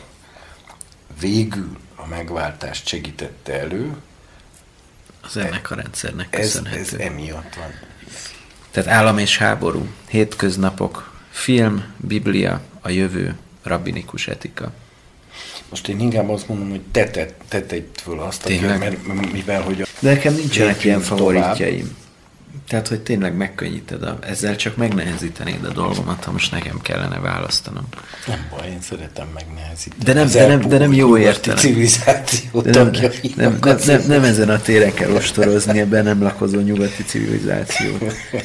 végül a megváltást segítette elő. Az ennek a rendszernek ez, köszönhető. Ez emiatt van. Tehát állam és háború, hétköznapok, film, Biblia, a jövő, rabbinikus etika. Most én inkább azt mondom, hogy te, te, te tedd föl azt, a kérdést, mert mivel, hogy a... De nekem nincsenek ilyen favoritjaim. Tehát, hogy tényleg megkönnyíted, a, ezzel csak megnehezítenéd a dolgomat, ha most nekem kellene választanom. Nem baj, én szeretem megnehezíteni. De nem, de nem, de nem jó értelem. Civilizáció de nem, nem, nem, nem, nem ezen a téren kell ostorozni, ebben nem lakozó nyugati civilizáció.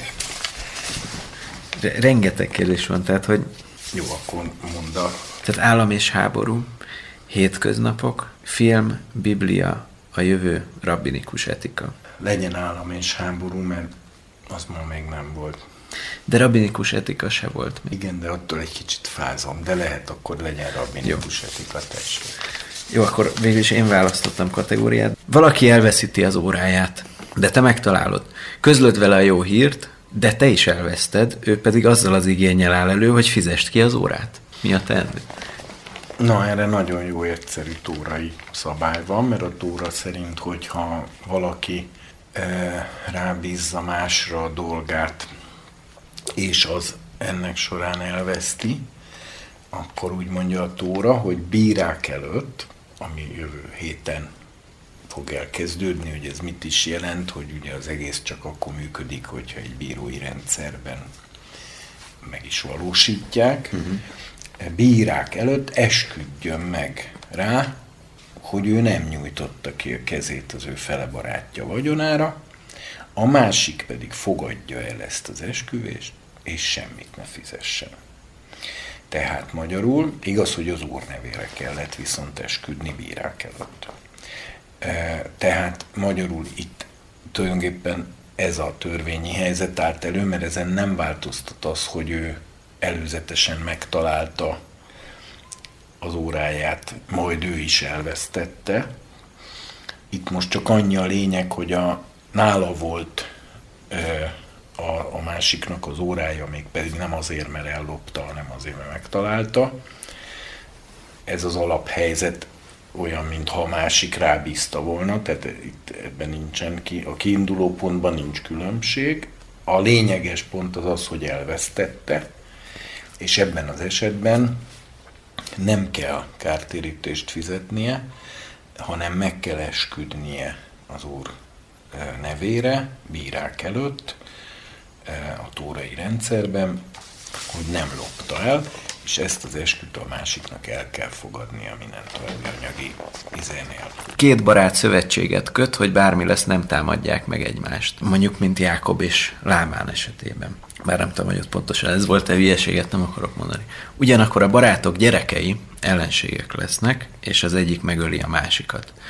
Rengeteg kérdés van, tehát, hogy... Jó, akkor mondd a... Tehát állam és háború, hétköznapok, film, Biblia, a jövő, rabbinikus etika. Legyen állam és háború, mert az ma még nem volt. De rabbinikus etika se volt még. Igen, de attól egy kicsit fázom, de lehet akkor legyen rabbinikus Jó. etika, tessék. Jó, akkor végül is én választottam kategóriát. Valaki elveszíti az óráját, de te megtalálod. Közlöd vele a jó hírt, de te is elveszted, ő pedig azzal az igénnyel áll elő, hogy fizest ki az órát. Mi a teendő? Na, erre nagyon jó egyszerű tórai szabály van, mert a tóra szerint, hogyha valaki e, rábízza másra a dolgát, és az ennek során elveszti, akkor úgy mondja a tóra, hogy bírák előtt, ami jövő héten fog elkezdődni, hogy ez mit is jelent, hogy ugye az egész csak akkor működik, hogyha egy bírói rendszerben meg is valósítják. Uh-huh. Bírák előtt esküdjön meg rá, hogy ő nem nyújtotta ki a kezét az ő fele barátja vagyonára, a másik pedig fogadja el ezt az esküvést, és semmit ne fizessen. Tehát magyarul, igaz, hogy az Úr nevére kellett viszont esküdni bírák előtt. Tehát magyarul itt tulajdonképpen ez a törvényi helyzet állt elő, mert ezen nem változtat az, hogy ő előzetesen megtalálta az óráját, majd ő is elvesztette. Itt most csak annyi a lényeg, hogy a, nála volt a, a másiknak az órája, még pedig nem azért, mert ellopta, hanem azért, mert megtalálta. Ez az alaphelyzet olyan, mintha a másik rábízta volna, tehát itt ebben nincsen ki, a kiinduló pontban nincs különbség. A lényeges pont az az, hogy elvesztette, és ebben az esetben nem kell kártérítést fizetnie, hanem meg kell esküdnie az Úr nevére, bírák előtt, a tórai rendszerben, hogy nem lopta el, és ezt az esküt a másiknak el kell fogadnia minden további anyagi izénél. Két barát szövetséget köt, hogy bármi lesz, nem támadják meg egymást. Mondjuk, mint Jákob és Lábán esetében. Bár nem tudom, hogy ott pontosan ez volt-e, hülyeséget nem akarok mondani. Ugyanakkor a barátok gyerekei ellenségek lesznek, és az egyik megöli a másikat.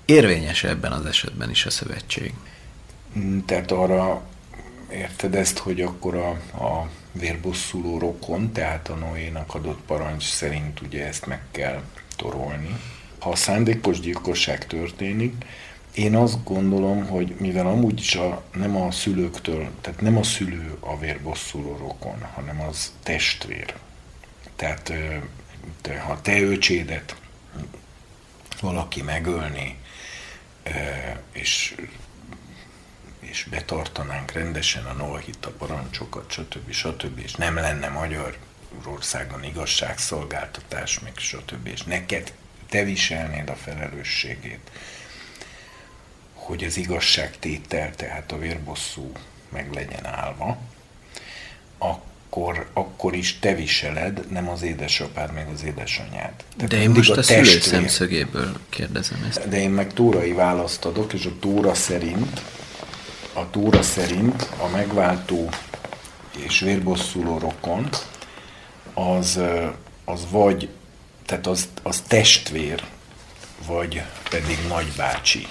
Érvényes ebben az esetben is a szövetség? Tehát arra érted ezt, hogy akkor a, a vérbosszuló rokon, tehát a Noénak adott parancs szerint ugye ezt meg kell torolni. Ha a szándékos gyilkosság történik, én azt gondolom, hogy mivel amúgy is a, nem a szülőktől, tehát nem a szülő a vérbosszuló rokon, hanem az testvér. Tehát te, ha te öcsédet valaki megölni, és, és betartanánk rendesen a Noahita parancsokat, stb. stb. És nem lenne Magyarországon igazságszolgáltatás, meg stb. És neked te viselnéd a felelősségét, hogy az igazságtétel, tehát a vérbosszú meg legyen állva, akkor, akkor is te viseled, nem az édesapád, meg az édesanyád. Tehát de én most a, a szülő szemszögéből kérdezem ezt. De én meg tórai választ adok, és a tóra szerint, a tóra szerint a megváltó és vérbosszuló rokon az, az vagy, tehát az, az testvér, vagy pedig nagybácsi.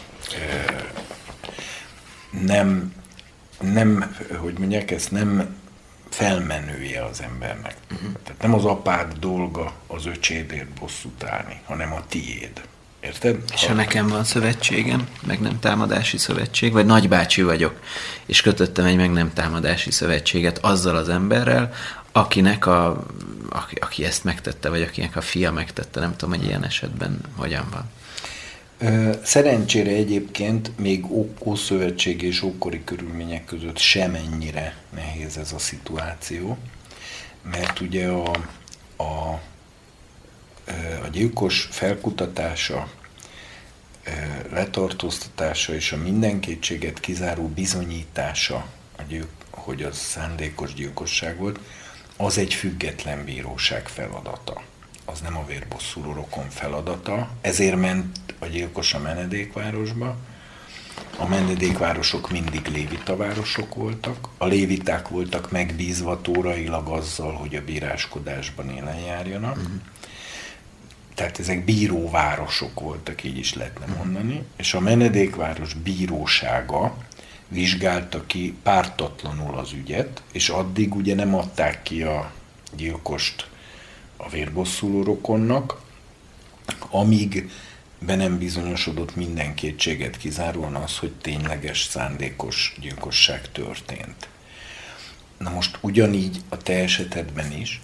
Nem, nem, hogy mondják ezt, nem felmenője az embernek. Uh-huh. Tehát nem az apád dolga az öcsédért bosszút állni, hanem a tiéd. Érted? És ha nekem van szövetségem, meg nem támadási szövetség, vagy nagybácsi vagyok, és kötöttem egy meg nem támadási szövetséget azzal az emberrel, akinek a, aki, aki ezt megtette, vagy akinek a fia megtette, nem tudom, hogy ilyen esetben hogyan van. Szerencsére egyébként még ószövetség és ókori körülmények között sem ennyire nehéz ez a szituáció, mert ugye a, a, a gyilkos felkutatása, letartóztatása és a minden kétséget kizáró bizonyítása, a gyilk, hogy az szándékos gyilkosság volt, az egy független bíróság feladata. Az nem a vérbosszuló rokon feladata, ezért ment a gyilkos a menedékvárosba. A menedékvárosok mindig lévitavárosok voltak. A léviták voltak megbízva tórailag azzal, hogy a bíráskodásban élen járjanak. Uh-huh. Tehát ezek bíróvárosok voltak, így is lehetne mondani. És a menedékváros bírósága vizsgálta ki pártatlanul az ügyet, és addig ugye nem adták ki a gyilkost a vérbosszuló rokonnak, amíg be nem bizonyosodott minden kétséget kizáróan az, hogy tényleges szándékos gyilkosság történt. Na most ugyanígy a te esetedben is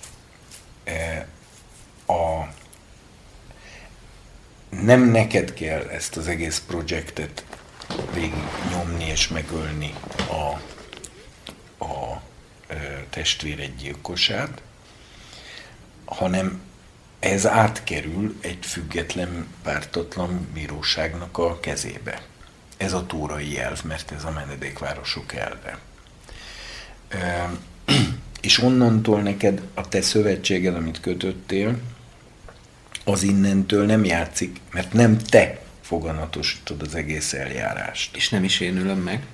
a, nem neked kell ezt az egész projektet végig nyomni és megölni a, a testvéred gyilkosát, hanem ez átkerül egy független, pártatlan bíróságnak a kezébe. Ez a tórai elv, mert ez a menedékvárosok elve. E, és onnantól neked a te szövetséged, amit kötöttél, az innentől nem játszik, mert nem te foganatosítod az egész eljárást. És nem is én ülöm meg?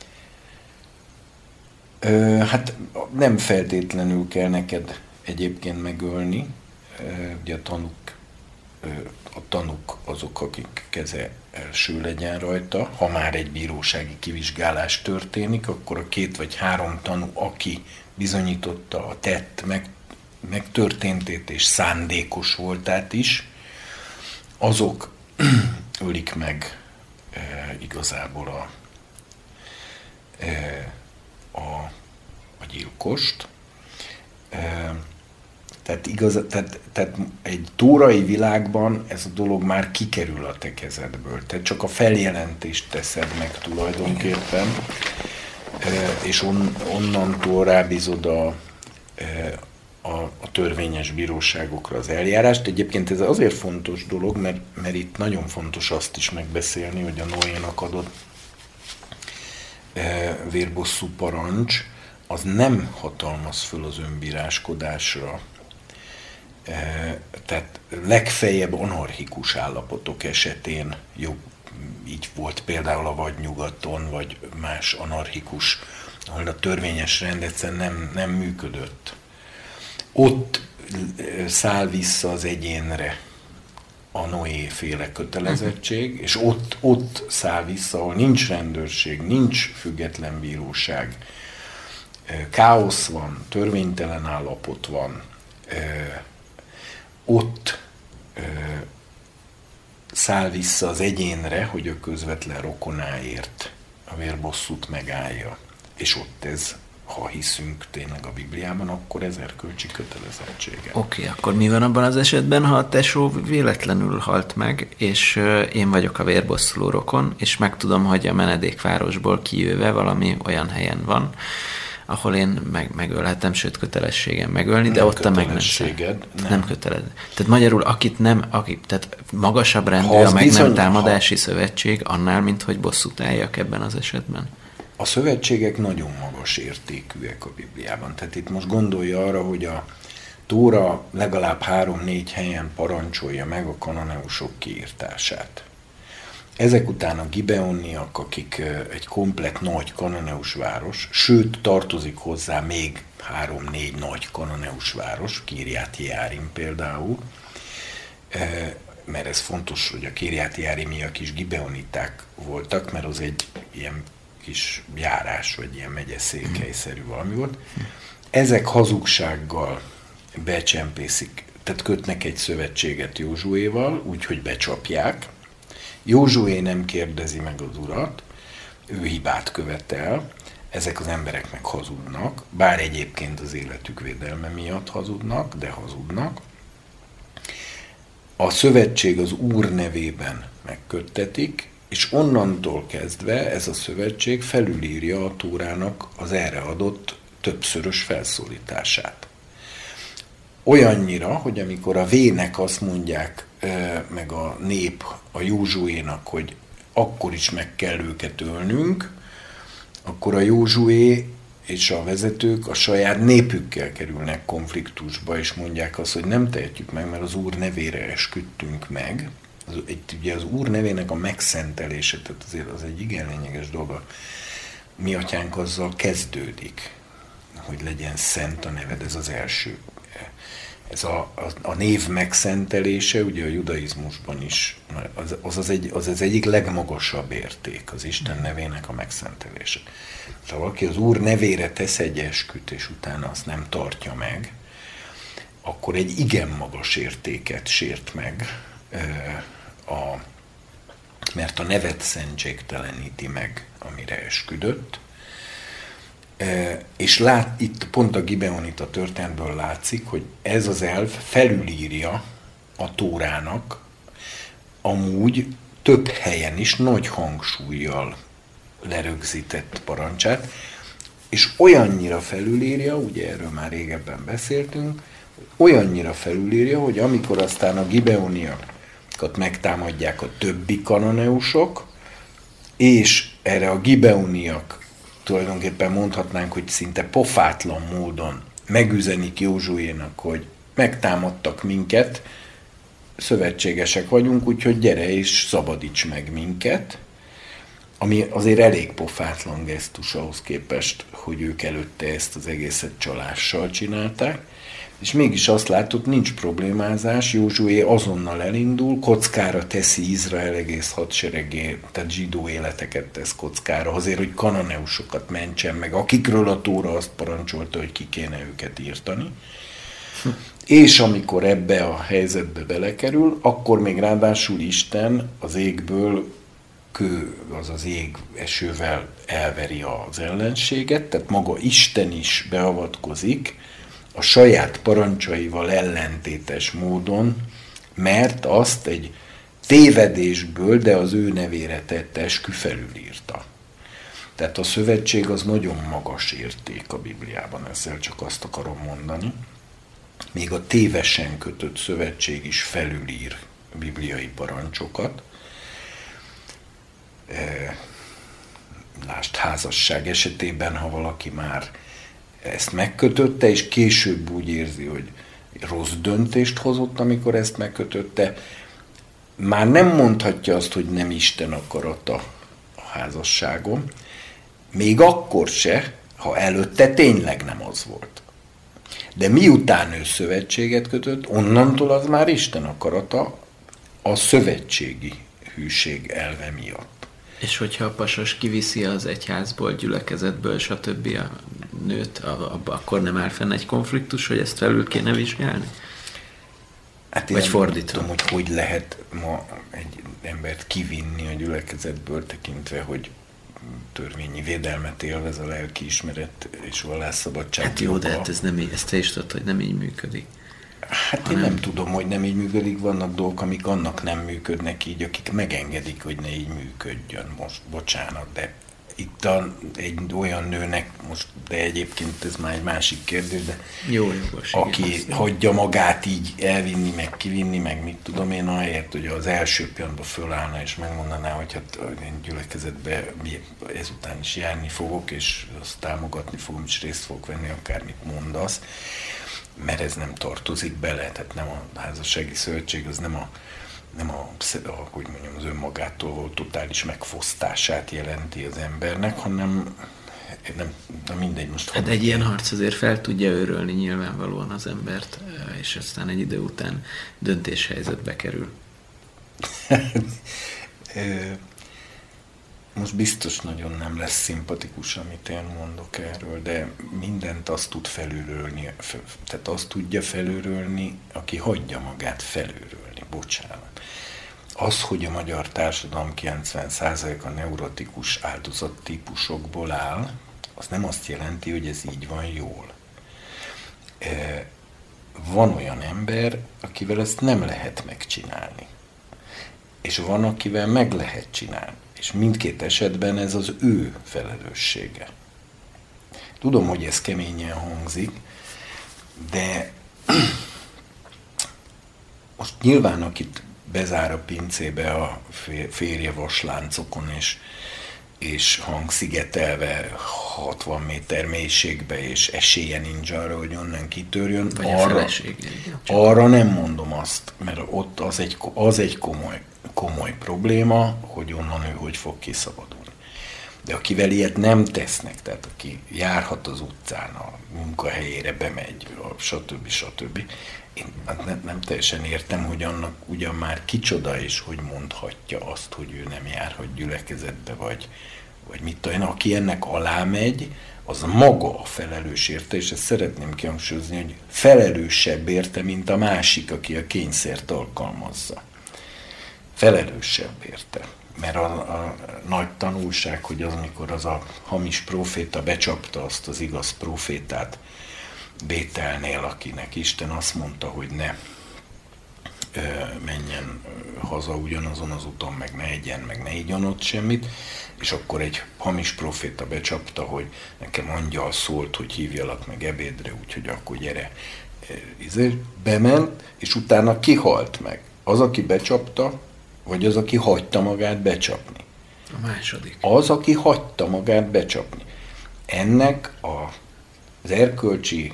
E, hát nem feltétlenül kell neked egyébként megölni. Ugye a tanúk, a tanúk azok, akik keze első legyen rajta. Ha már egy bírósági kivizsgálás történik, akkor a két vagy három tanú, aki bizonyította a tett meg, megtörténtét és szándékos voltát is, azok ölik meg e, igazából a, e, a, a gyilkost. E, Tehát, igaz, tehát, tehát egy tórai világban ez a dolog már kikerül a te kezedből. Tehát csak a feljelentést teszed meg tulajdonképpen, és on, onnantól rábízod a, a, a törvényes bíróságokra az eljárást. Egyébként ez azért fontos dolog, mert, mert itt nagyon fontos azt is megbeszélni, hogy a Noénak adott vérbosszú parancs, az nem hatalmaz föl az önbíráskodásra. Tehát legfeljebb anarchikus állapotok esetén jobb, így volt például a Vadnyugaton, vagy más anarchikus, ahol a törvényes rend egyszerűen nem, nem működött. Ott száll vissza az egyénre a Noé-féle kötelezettség, és ott, ott száll vissza, ahol nincs rendőrség, nincs független bíróság, káosz van, törvénytelen állapot van, ott száll vissza az egyénre, hogy a közvetlen rokonáért a vérbosszút megállja. És ott ez, ha hiszünk tényleg a Bibliában, akkor ez erkölcsi kötelezettsége. Oké, okay, akkor mi van abban az esetben, ha a tesó véletlenül halt meg, és én vagyok a vérbosszuló rokon, és megtudom, hogy a menedékvárosból kijöve valami olyan helyen van, ahol én meg, megölhetem, sőt kötelességem megölni, de ott a meg nem. Nem. nem kötelez. Tehát magyarul, akit nem, akit, tehát magasabb rendű a meg bizony, nem támadási ha... szövetség annál, mint hogy bosszút álljak ebben az esetben. A szövetségek nagyon magas értékűek a Bibliában. Tehát itt most gondolja arra, hogy a Tóra legalább három-négy helyen parancsolja meg a kananeusok kiirtását. Ezek után a gibeoniak, akik egy komplett nagy kananeus város, sőt tartozik hozzá még három-négy nagy kananeus város, Kirját Jeárim például, mert ez fontos, hogy a Kirját Jeárimiak is gibeoniták voltak, mert az egy ilyen kis járás, vagy ilyen megyeszékhelyszerű valami volt. Ezek hazugsággal becsempészik, tehát kötnek egy szövetséget Józsuéval, úgyhogy becsapják. Józsué nem kérdezi meg az urat, ő hibát követel, ezek az emberek meg hazudnak, bár egyébként az életük védelme miatt hazudnak, de hazudnak. A szövetség az Úr nevében megköttetik, és onnantól kezdve ez a szövetség felülírja a Tórának az erre adott többszörös felszólítását. Olyannyira, hogy amikor a vének azt mondják, meg a nép a Józsuénak, hogy akkor is meg kell őket ölnünk, akkor a Józsué és a vezetők a saját népükkel kerülnek konfliktusba, és mondják azt, hogy nem tehetjük meg, mert az Úr nevére esküdtünk meg. Az, egy, ugye az Úr nevének a megszentelése, tehát azért az egy igen lényeges dolog. Mi atyánk azzal kezdődik, hogy legyen szent a neved, ez az első. Ez a, a, a név megszentelése, ugye a judaizmusban is, az az, az, egy, az az egyik legmagasabb érték, az Isten nevének a megszentelése. Ha valaki az Úr nevére tesz egy esküt, és utána azt nem tartja meg, akkor egy igen magas értéket sért meg, a, mert a nevet szentségteleníti meg, amire esküdött. És lát, itt pont a gibeonita történetből látszik, hogy ez az elv felülírja a Tórának amúgy több helyen is nagy hangsúllyal lerögzített parancsát, és olyannyira felülírja, ugye erről már régebben beszéltünk, olyannyira felülírja, hogy amikor aztán a gibeoniakat megtámadják a többi kananeusok, és erre a gibeoniak tulajdonképpen mondhatnánk, hogy szinte pofátlan módon megüzenik Józsuénak, hogy megtámadtak minket, szövetségesek vagyunk, úgyhogy gyere és szabadíts meg minket, ami azért elég pofátlan gesztus ahhoz képest, hogy ők előtte ezt az egészet csalással csinálták, és mégis azt látod, nincs problémázás, Józsué azonnal elindul, kockára teszi Izrael egész hadseregé, tehát zsidó életeket tesz kockára, azért, hogy kananeusokat mentsen meg, akikről a Tóra azt parancsolta, hogy ki kéne őket írtani. Hm. És amikor ebbe a helyzetbe belekerül, akkor még ráadásul Isten az égből kő, az az ég esővel elveri az ellenséget, tehát maga Isten is beavatkozik, a saját parancsaival ellentétes módon, mert azt egy tévedésből, de az ő nevére tett eskü felülírta. Tehát a szövetség az nagyon magas érték a Bibliában, ezzel csak azt akarom mondani. Még a tévesen kötött szövetség is felülír bibliai parancsokat. Lásd, házasság esetében, ha valaki már ezt megkötötte, és később úgy érzi, hogy rossz döntést hozott, amikor ezt megkötötte, már nem mondhatja azt, hogy nem Isten akarata a házasságon, még akkor se, ha előtte tényleg nem az volt. De miután ő szövetséget kötött, onnantól az már Isten akarata, a szövetségi hűség elve miatt. És hogyha a pasas kiviszi az egyházból, gyülekezetből, stb. A nőt, abba akkor nem áll fenn egy konfliktus, hogy ezt felül kéne vizsgálni? Hát vagy fordítva. Tudom, hogy hogy lehet ma egy embert kivinni a gyülekezetből, tekintve, hogy törvényi védelmet élvez a lelkiismeret és vallásszabadság. Hát jó, de hát ez nem így, ezt te is tudod, hogy nem így működik. Hát én nem tudom, hogy nem így működik, vannak dolgok, amik annak nem működnek így, akik megengedik, hogy ne így működjön. Most, bocsánat, de itt a, egy olyan nőnek, most, de egyébként ez már egy másik kérdés, de jó, jogos, aki igen, hagyja magát így elvinni, meg kivinni, meg mit tudom én, ahelyett, hogy az első pillanatban fölállna és megmondaná, hogy hát én gyülekezetbe ezután is járni fogok, és azt támogatni fogom, és részt fogok venni, akármit mondasz, mert ez nem tartozik bele, tehát nem a házassági szövetség, az nem a, nem a, a hogy mondjam, az önmagától volt totális megfosztását jelenti az embernek, hanem nem, nem mindegy most. Hát egy ilyen harc azért fel tudja őrölni nyilvánvalóan az embert, és aztán egy idő után döntéshelyzetbe kerül. Most biztos nagyon nem lesz szimpatikus, amit én mondok erről, de mindent azt tud felülölni, tehát azt tudja felülölni, aki hagyja magát felülölni, bocsánat. Az, hogy a magyar társadalom kilencven százaléka neurotikus áldozattípusokból áll, az nem azt jelenti, hogy ez így van jól. Van olyan ember, akivel ezt nem lehet megcsinálni. És van, akivel meg lehet csinálni. És mindkét esetben ez az ő felelőssége. Tudom, hogy ez keményen hangzik, de most nyilván, akit bezár a pincébe a férje vasláncokon, és, és hangszigetelve hatvan méter mélységbe, és esélye nincs arra, hogy onnan kitörjön, arra, arra nem mondom azt, mert ott az egy, az egy komoly, komoly probléma, hogy onnan ő hogy fog kiszabadulni. De akivel ilyet nem tesznek, tehát aki járhat az utcán, a munkahelyére bemegy, stb. stb. Én nem, nem teljesen értem, hogy annak ugyan már kicsoda és hogy mondhatja azt, hogy ő nem járhat gyülekezetbe, vagy, vagy mit tudom. Aki ennek alámegy, az maga a felelős érte, és ezt szeretném kihangsúlyozni, hogy felelősebb érte, mint a másik, aki a kényszert alkalmazza. Felelősebb érte. Mert a, a nagy tanulság, hogy az, amikor az a hamis próféta becsapta azt az igaz prófétát Bételnél, akinek Isten azt mondta, hogy ne ö, menjen haza ugyanazon az úton, meg ne egyen, meg ne igyon ott semmit, és akkor egy hamis próféta becsapta, hogy nekem angyal szólt, hogy hívjalak meg ebédre, úgyhogy akkor gyere. Bement, és utána kihalt meg. Az, aki becsapta, vagy az, aki hagyta magát becsapni? A második. Az, aki hagyta magát becsapni. Ennek a, az erkölcsi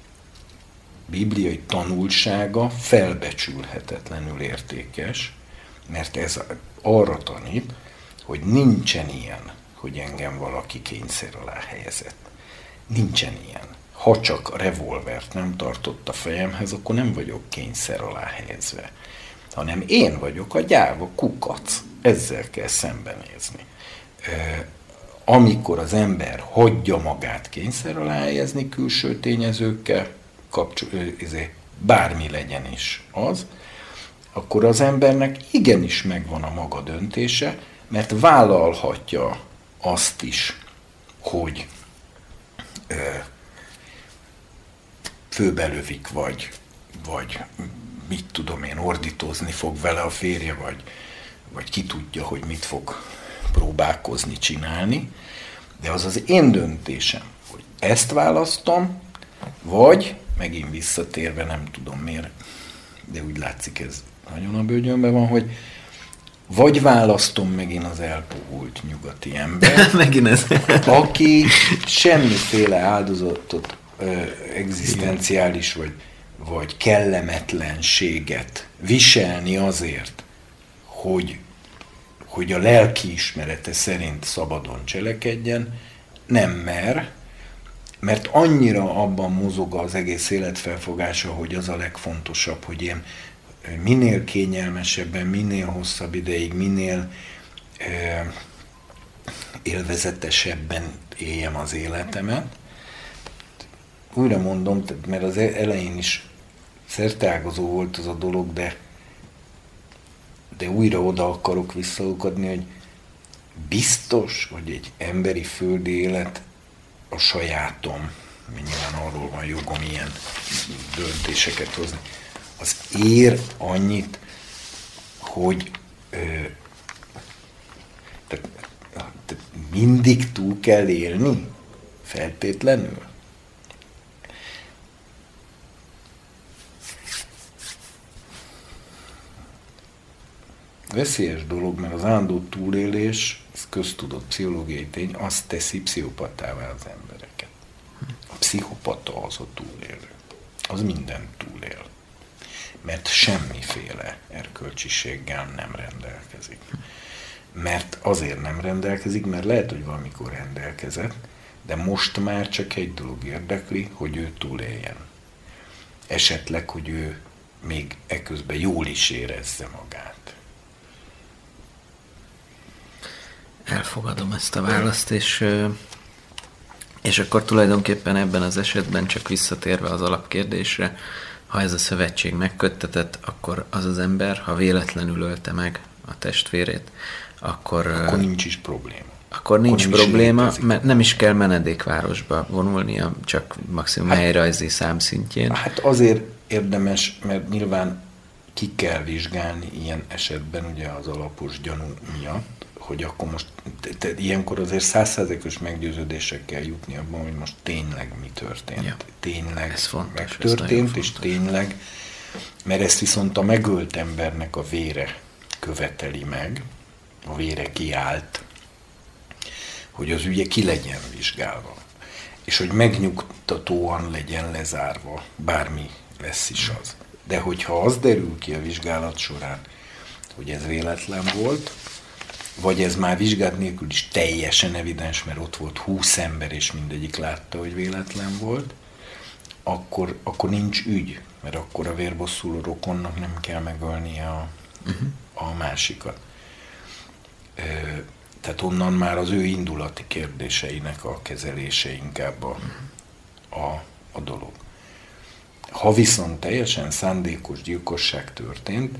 bibliai tanulsága felbecsülhetetlenül értékes, mert ez arra tanít, hogy nincsen ilyen, hogy engem valaki kényszer alá helyezett. Nincsen ilyen. Ha csak a revolvert nem tartott a fejemhez, akkor nem vagyok kényszer alá helyezve, hanem én vagyok a gyáva kukac. Ezzel kell szembenézni. Amikor az ember hagyja magát kényszer alá helyezni külső tényezőkkel, kapcsol, bármi legyen is az, akkor az embernek igenis megvan a maga döntése, mert vállalhatja azt is, hogy ö, főbelövik, vagy, vagy mit tudom én, ordítozni fog vele a férje, vagy, vagy ki tudja, hogy mit fog próbálkozni, csinálni, de az az én döntésem, hogy ezt választom, vagy megint visszatérve, nem tudom miért, de úgy látszik, ez nagyon a bőgyönben van, hogy vagy választom megint az elpuhult nyugati ember, megint ez. aki semmiféle áldozatot, egzisztenciális vagy, vagy kellemetlenséget viselni azért, hogy, hogy a lelkiismerete szerint szabadon cselekedjen, nem mer, mert annyira abban mozog az egész életfelfogása, hogy az a legfontosabb, hogy én minél kényelmesebben, minél hosszabb ideig, minél eh, élvezetesebben éljem az életemet. Újra mondom, mert az elején is szerteágazó volt az a dolog, de, de újra oda akarok visszaukadni, hogy biztos, hogy egy emberi földi élet a sajátom, nyilván arról van jogom ilyen döntéseket hozni, az ér annyit, hogy ö, tehát, tehát mindig túl kell élni? Feltétlenül? Veszélyes dolog, mert az állandó túlélés, ez köztudott pszichológiai tény, azt teszi pszichopatává az embereket. A pszichopata az a túlélő. Az mindent túlél. Mert semmiféle erkölcsiséggel nem rendelkezik. Mert azért nem rendelkezik, mert lehet, hogy valamikor rendelkezett, de most már csak egy dolog érdekli, hogy ő túléljen. Esetleg, hogy ő még eközben jól is érezze magát. Elfogadom ezt a választ, és, és akkor tulajdonképpen ebben az esetben csak visszatérve az alapkérdésre, ha ez a szövetség megköttetett, akkor az az ember, ha véletlenül ölte meg a testvérét, akkor... Akkor nincs is probléma. Akkor nincs akkor probléma, mert nem is kell menedékvárosba vonulnia, csak maximum hát, helyrajzi számszintjén. Hát azért érdemes, mert nyilván ki kell vizsgálni ilyen esetben ugye az alapos gyanú miatt, hogy akkor most, te, te, ilyenkor azért száz százalékos meggyőződésre kell jutni abban, hogy most tényleg mi történt. Ja. Tényleg ez fontos, megtörtént, és tényleg, mert ezt viszont a megölt embernek a vére követeli meg, a vére kiállt, hogy az ügye ki legyen vizsgálva, és hogy megnyugtatóan legyen lezárva, bármi lesz is az. De hogyha az derül ki a vizsgálat során, hogy ez véletlen volt, vagy ez már vizsgálat nélkül is teljesen evidens, mert ott volt húsz ember, és mindegyik látta, hogy véletlen volt, akkor, akkor nincs ügy, mert akkor a vérbosszuló rokonnak nem kell megölnie a, uh-huh. a másikat. Ö, tehát onnan már az ő indulati kérdéseinek a kezelése inkább a, a, a dolog. Ha viszont teljesen szándékos gyilkosság történt,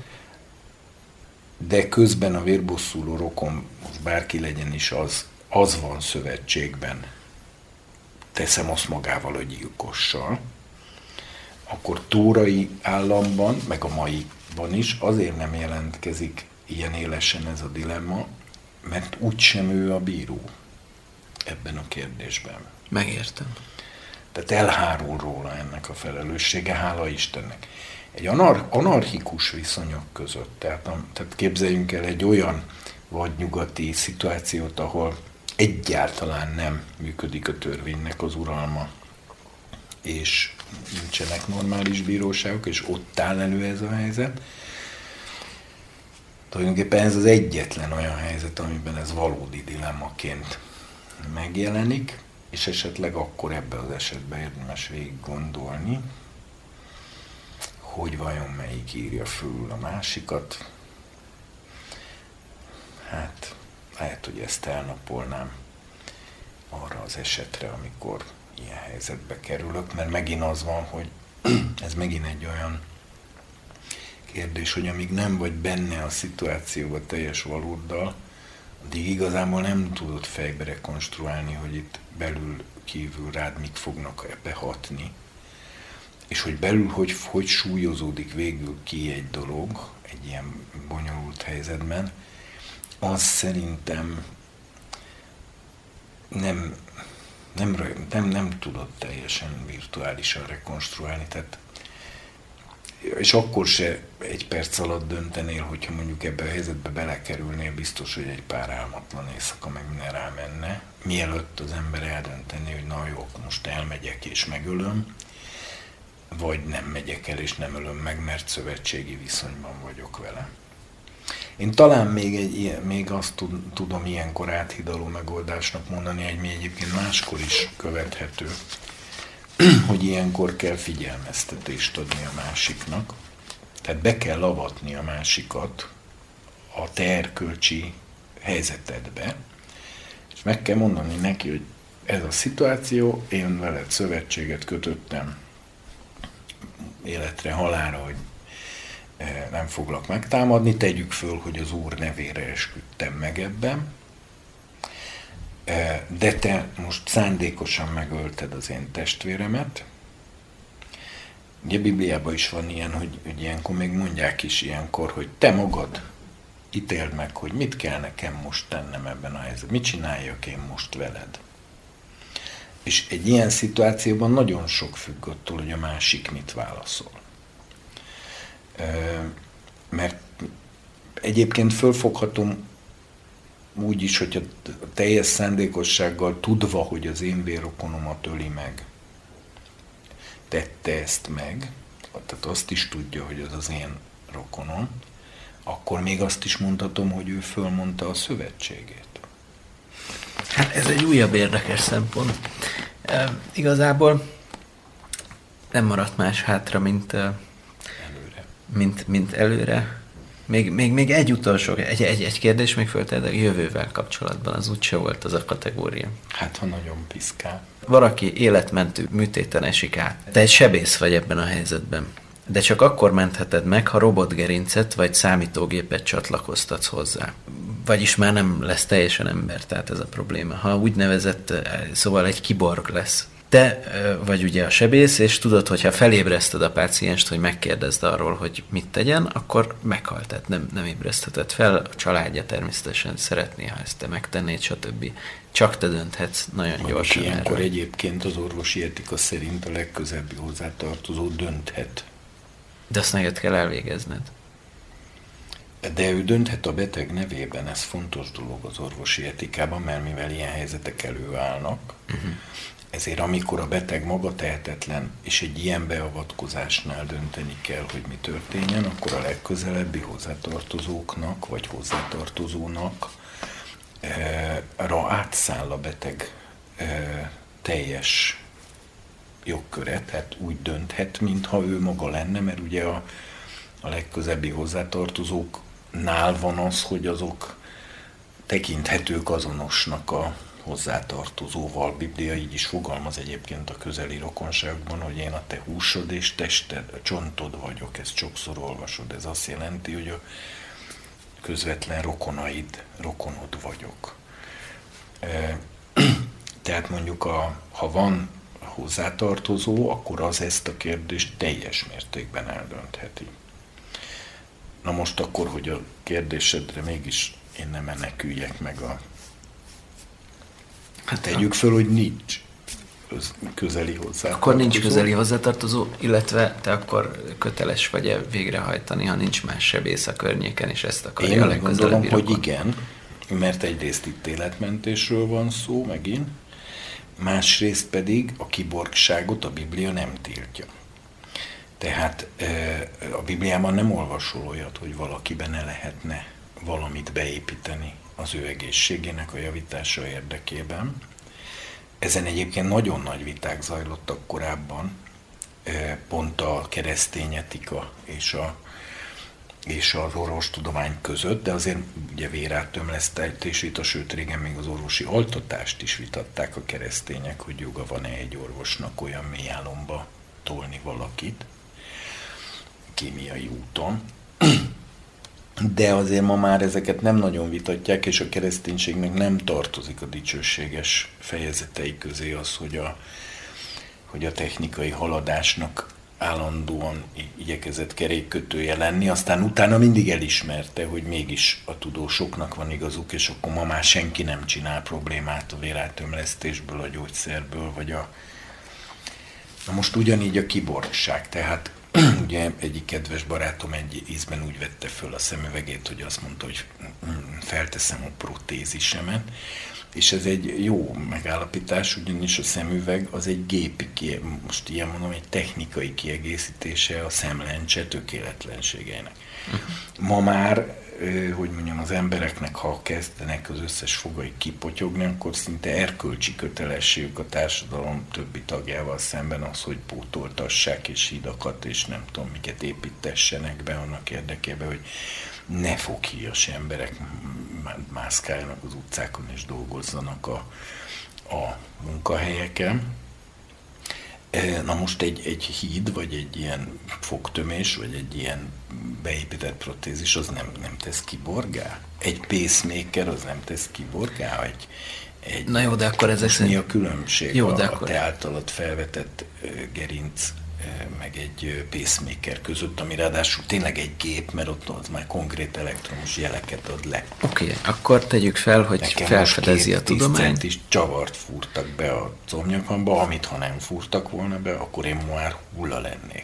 de közben a vérbosszuló rokon, most bárki legyen is az, az van szövetségben, teszem azt magával a gyilkossal, akkor tórai államban, meg a maiban is azért nem jelentkezik ilyen élesen ez a dilemma, mert úgysem ő a bíró ebben a kérdésben. Megértem. Tehát elhárul róla ennek a felelőssége, hála Istennek. Egy anar- anarchikus viszonyok között, tehát, a, tehát képzeljünk el egy olyan vadnyugati szituációt, ahol egyáltalán nem működik a törvénynek az uralma, és nincsenek normális bíróságok, és ott áll elő ez a helyzet. Tulajdonképpen ez az egyetlen olyan helyzet, amiben ez valódi dilemmaként megjelenik, és esetleg akkor ebben az esetben érdemes végig gondolni, hogy vajon melyik írja föl a másikat. Hát, lehet, hogy ezt elnapolnám arra az esetre, amikor ilyen helyzetbe kerülök, mert megint az van, hogy ez megint egy olyan kérdés, hogy amíg nem vagy benne a szituációban teljes valóddal, addig igazából nem tudod fejbe rekonstruálni, hogy itt belül kívül rád mik fognak ebbe hatni, és hogy belül hogy, hogy súlyozódik végül ki egy dolog, egy ilyen bonyolult helyzetben, az szerintem nem, nem, nem, nem tudod teljesen virtuálisan rekonstruálni, tehát, és akkor se egy perc alatt döntenél, hogyha mondjuk ebbe a helyzetbe belekerülnél, biztos, hogy egy pár álmatlan éjszaka meg minden rámenne, mielőtt az ember eldönteni, hogy na jó, most elmegyek és megölöm, vagy nem megyek el és nem ölöm meg, mert szövetségi viszonyban vagyok vele. Én talán még, egy ilyen, még azt tud, tudom ilyenkor áthidaló megoldásnak mondani, egy mi egyébként máskor is követhető, hogy ilyenkor kell figyelmeztetést adni a másiknak, Tehát be kell avatni a másikat a te erkölcsi helyzetedbe, és meg kell mondani neki, hogy ez a szituáció, én veled szövetséget kötöttem életre, halálra, hogy nem foglak megtámadni, tegyük föl, hogy az Úr nevére esküdtem meg ebben, de te most szándékosan megölted az én testvéremet. Ugye Bibliában is van ilyen, hogy, hogy ilyenkor még mondják is ilyenkor, hogy te magad ítéld meg, hogy mit kell nekem most tennem ebben a helyzetben, mit csináljak én most veled. És egy ilyen szituációban nagyon sok függ attól, hogy a másik mit válaszol. Mert egyébként fölfoghatom úgy is, hogy a teljes szándékossággal tudva, hogy az én vérrokonomat öli meg, tette ezt meg, tehát azt is tudja, hogy az az én rokonom, akkor még azt is mondhatom, hogy ő fölmondta a szövetségét. Hát ez egy újabb érdekes szempont. E, igazából nem maradt más hátra, mint e, előre. Mint, mint előre. Még, még, még egy utolsó, egy, egy, egy kérdés még föltett a jövővel kapcsolatban, az úgyse volt az a kategória. Hát, ha nagyon piszkál. Valaki életmentő műtéten esik át. Te egy sebész vagy ebben a helyzetben. De csak akkor mentheted meg, ha robotgerincet vagy számítógépet csatlakoztatsz hozzá. Vagyis már nem lesz teljesen ember, tehát ez a probléma. Ha úgynevezett, szóval egy kiborg lesz. Te vagy ugye a sebész, és tudod, hogyha felébreszted a pácienst, hogy megkérdezd arról, hogy mit tegyen, akkor meghalt, tehát nem, nem ébresztheted fel. A családja természetesen szeretné, ha ezt te megtennéd, stb. Csak te dönthetsz nagyon Vagy gyorsan. Ilyenkor erről. Egyébként az orvosi etika szerint a legközelebbi hozzátartozó dönthet. De azt neked kell elvégezned. De ő dönthet a beteg nevében, ez fontos dolog az orvosi etikában, mert mivel ilyen helyzetek előállnak, uh-huh. ezért amikor a beteg maga tehetetlen, és egy ilyen beavatkozásnál dönteni kell, hogy mi történjen, akkor a legközelebbi hozzátartozóknak, vagy hozzátartozónak eh, ra átszáll a beteg eh, teljes jogköre, tehát úgy dönthet, mintha ő maga lenne, mert ugye a, a legközelebbi hozzátartozóknál van az, hogy azok tekinthetők azonosnak a hozzátartozóval. Biblia így is fogalmaz egyébként a közeli rokonságban, hogy én a te húsod és tested, a csontod vagyok, ezt sokszor olvasod. Ez azt jelenti, hogy a közvetlen rokonaid, rokonod vagyok. Tehát mondjuk, a, ha van hozzátartozó, akkor az ezt a kérdést teljes mértékben eldöntheti. Na most akkor, hogy a kérdésedre mégis én nem meneküljek meg a... Hát tegyük föl, hogy nincs közeli hozzátartozó. Akkor nincs közeli hozzátartozó, illetve te akkor köteles vagy-e végrehajtani, ha nincs más sebész a környéken, és ezt akarja én a legközelebbi gondolom, rokon. hogy igen, mert egyrészt itt életmentésről van szó megint, másrészt pedig a kiborgságot a Biblia nem tiltja. Tehát a Bibliában nem olvasol olyat, hogy valakiben ne lehetne valamit beépíteni az ő egészségének a javítása érdekében. Ezen egyébként nagyon nagy viták zajlottak korábban, pont a keresztény etika és, a, és az orvostudomány között, de azért ugye véráttömlesztését, sőt régen még az orvosi altatást is vitatták a keresztények, hogy joga van-e egy orvosnak olyan mély álomba tolni valakit kémiai úton. De azért ma már ezeket nem nagyon vitatják, és a kereszténységnek nem tartozik a dicsőséges fejezetei közé az, hogy a, hogy a technikai haladásnak állandóan igyekezett kerékkötője lenni, aztán utána mindig elismerte, hogy mégis a tudósoknak van igazuk, és akkor ma már senki nem csinál problémát a véráttömlesztésből, a gyógyszerből, vagy a... Na most ugyanígy a kiborgság, tehát ugye egyik kedves barátom egy ízben úgy vette föl a szemüvegét, hogy azt mondta, hogy felteszem a protézisemet, És ez egy jó megállapítás, ugyanis a szemüveg az egy gépi, kie, most ilyen mondom, egy technikai kiegészítése a szemlencse tökéletlenségeinek. Uh-huh. Ma már, hogy mondjam, az embereknek, ha kezdenek az összes fogai kipotyogni, akkor szinte erkölcsi kötelességük a társadalom többi tagjával szemben az, hogy pótoltassák és hidakat, és nem tudom, miket építessenek be annak érdekében, hogy ne foghíjas emberek mászkáljanak az utcákon és dolgozzanak a, a munkahelyeken. Na most egy, egy híd, vagy egy ilyen fogtömés, vagy egy ilyen beépített protézis, az nem, nem tesz kiborgá? Egy pacemaker, az nem tesz kiborgá? Egy, egy, Na jó, de akkor ezek szerint... Mi a különbség jó, a, de a akkor... te általad felvetett gerinc meg egy pacemaker között, ami ráadásul tényleg egy gép, mert ott az már konkrét elektromos jeleket ad le. Oké, okay, akkor tegyük fel, hogy nekem felfedezi a tudomány. is csavart fúrtak be a combnyakamba, amit ha nem fúrtak volna be, akkor én már hulla lennék.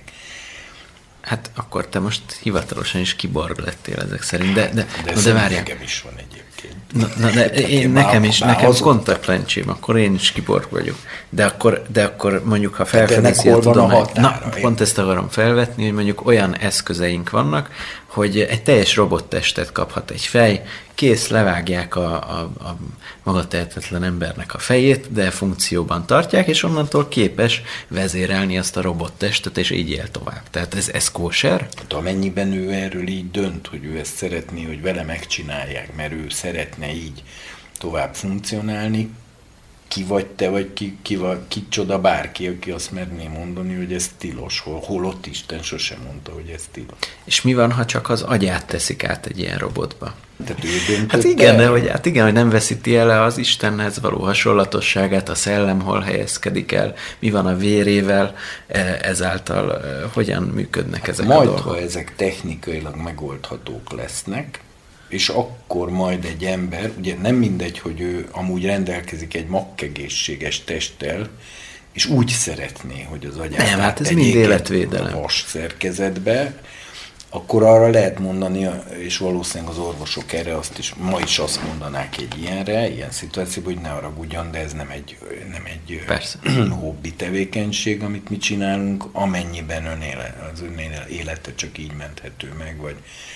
Hát akkor te most hivatalosan is kiborg lettél ezek szerint, de, de, de, de, de várjál. Nekem is van egyébként. Na, na de én, nekem is, nekem kontaktlencsém, akkor én is kiborg vagyok. De akkor, de akkor mondjuk, ha felfedezi a tudomány, a na, pont ezt akarom felvetni, hogy mondjuk olyan eszközeink vannak, hogy egy teljes robottestet kaphat egy fej, kész, levágják a, a, a magatehetetlen embernek a fejét, de funkcióban tartják, és onnantól képes vezérelni azt a robottestet, és így él tovább. Tehát ez, ez kóser? De amennyiben ő erről így dönt, hogy ő ezt szeretné, hogy vele megcsinálják, mert ő szeretne így tovább funkcionálni, ki vagy te, vagy ki, ki, ki csoda bárki, aki azt merné mondani, hogy ez tilos, hol, holott Isten sosem mondta, hogy ez tilos. És mi van, ha csak az agyát teszik át egy ilyen robotba? Tehát ő döntött. Hát igen, de hogy, hát igen, hogy nem veszíti el az Istenhez való hasonlatosságát, a szellem hol helyezkedik el, mi van a vérével, ezáltal hogyan működnek ezek majd, a dolgok. Majd, ha ezek technikailag megoldhatók lesznek, és akkor majd egy ember, ugye nem mindegy, hogy ő amúgy rendelkezik egy makkegészséges testtel, és úgy szeretné, hogy az agyát nem, hát ez mind életvédelem. A vas szerkezetbe, akkor arra lehet mondani, és valószínűleg az orvosok erre azt is, ma is azt mondanák egy ilyenre, ilyen szituációban, hogy ne haragudjon, de ez nem egy, nem egy hobbi tevékenység, amit mi csinálunk, amennyiben ön éle, az ön élete csak így menthető meg, vagy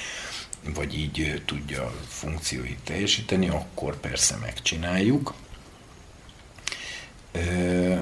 vagy így tudja a funkcióit teljesíteni, akkor persze megcsináljuk. Uh,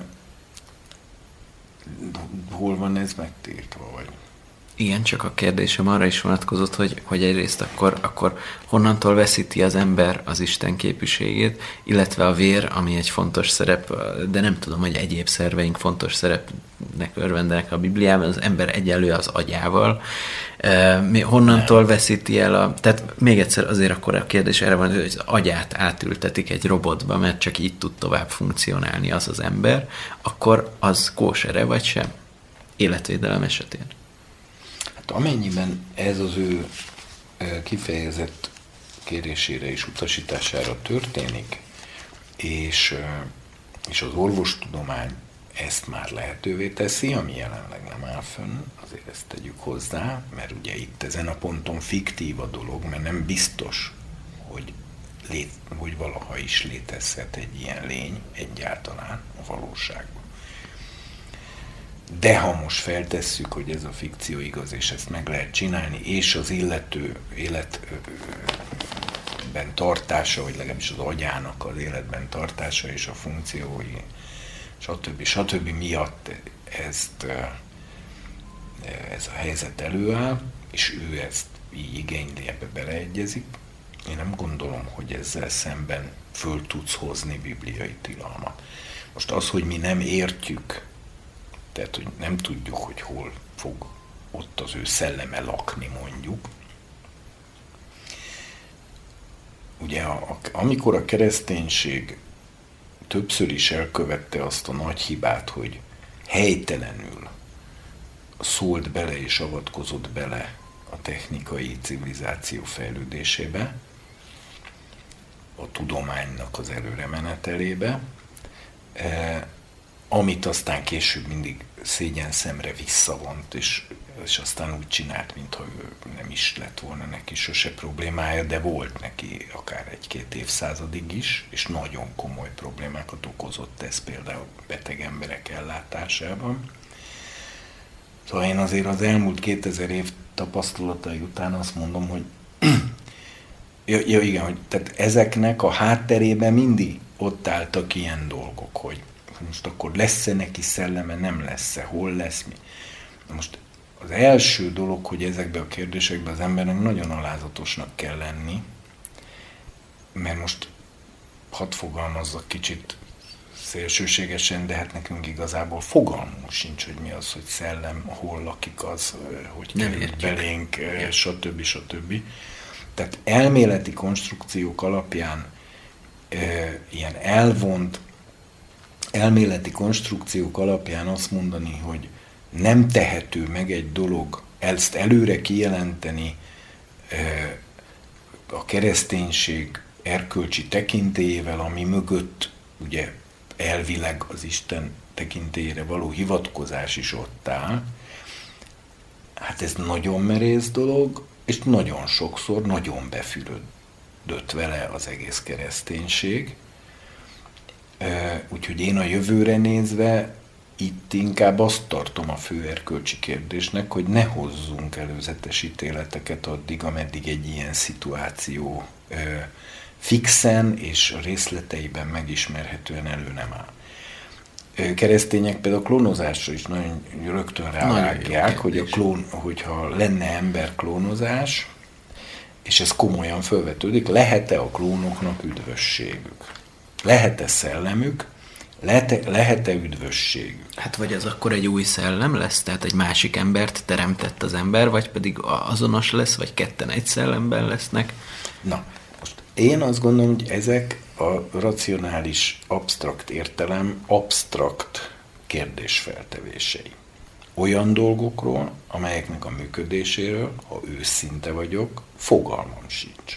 hol van ez megtiltva, vagy? Igen, csak a kérdésem arra is vonatkozott, hogy, hogy egyrészt akkor, akkor honnantól veszíti az ember az Isten képűségét, illetve a vér, ami egy fontos szerep, de nem tudom, hogy egyéb szerveink fontos szerepnek örvendenek a Bibliában, az ember egyenlő az agyával. Honnantól nem. veszíti el a... Tehát még egyszer azért akkor a kérdés erre van, hogy az agyát átültetik egy robotba, mert csak így tud tovább funkcionálni az az ember, akkor az kósere vagy sem? Életvédelem esetén. Hát amennyiben ez az ő kifejezett kérésére és utasítására történik, és, és az orvostudomány ezt már lehetővé teszi, ami jelenleg nem áll fönn, azért ezt tegyük hozzá, mert ugye itt ezen a ponton fiktív a dolog, mert nem biztos, hogy, lét, hogy valaha is létezhet egy ilyen lény egyáltalán a valóságban. De ha most feltesszük, hogy ez a fikció igaz, és ezt meg lehet csinálni, és az illető életben tartása, vagy legalábbis az agyának az életben tartása és a funkciói, stb. stb. Miatt ezt, ez a helyzet előáll, és ő ezt így igényli, ebbe beleegyezik, én nem gondolom, hogy ezzel szemben föl tudsz hozni bibliai tilalmat. Most az, hogy mi nem értjük, tehát, hogy nem tudjuk, hogy hol fog ott az ő szelleme lakni, mondjuk. Ugye, a, a, amikor a kereszténység többször is elkövette azt a nagy hibát, hogy helytelenül szólt bele és avatkozott bele a technikai civilizáció fejlődésébe, a tudománynak az előremenetelébe, amit aztán később mindig szégyen szemre visszavont, és, és aztán úgy csinált, mintha ő nem is lett volna neki sose problémája, de volt neki akár egy-két évszázadig is, és nagyon komoly problémákat okozott ez például beteg emberek ellátásában. Szóval én azért az elmúlt kétezer év tapasztalatai után azt mondom, hogy ja, ja igen, hogy tehát ezeknek a hátterében mindig ott álltak ilyen dolgok, hogy most akkor lesz-e neki szelleme, nem lesz-e, hol lesz mi. Na most az első dolog, hogy ezekben a kérdésekben az embernek nagyon alázatosnak kell lenni, mert most hadd fogalmazzak kicsit szélsőségesen, de hát nekünk igazából fogalmunk sincs, hogy mi az, hogy szellem, hol lakik az, hogy kerül belénk, stb. stb. Tehát elméleti konstrukciók alapján e, ilyen elvont elméleti konstrukciók alapján azt mondani, hogy nem tehető meg egy dolog, ezt előre kijelenteni e, a kereszténység erkölcsi tekintélyével, ami mögött ugye elvileg az Isten tekintélyére való hivatkozás is ott áll. Hát ez nagyon merész dolog, és nagyon sokszor nagyon befürödött vele az egész kereszténység. Úgyhogy én a jövőre nézve itt inkább azt tartom a fő erkölcsi kérdésnek, hogy ne hozzunk előzetes ítéleteket addig, ameddig egy ilyen szituáció fixen és a részleteiben megismerhetően elő nem áll. Keresztények például a klónozásra is nagyon rögtön rávágják, hogy a klón, hogyha lenne ember klónozás, és ez komolyan felvetődik, lehet-e a klónoknak üdvösségük? Lehet-e szellemük? Lehet-e, lehet-e üdvösségük? Hát vagy ez akkor egy új szellem lesz, tehát egy másik embert teremtett az ember, vagy pedig azonos lesz, vagy ketten egy szellemben lesznek? Na, most én azt gondolom, hogy ezek a racionális, absztrakt értelem absztrakt kérdésfeltevései. Olyan dolgokról, amelyeknek a működéséről, ha őszinte vagyok, fogalmam sincs.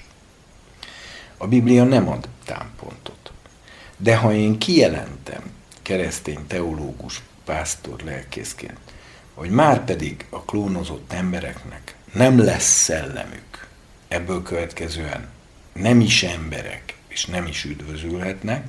A Biblia nem ad támpontot. De ha én kijelentem keresztény teológus, pásztor, lelkészként, hogy már pedig a klónozott embereknek nem lesz szellemük, ebből következően nem is emberek, és nem is üdvözülhetnek,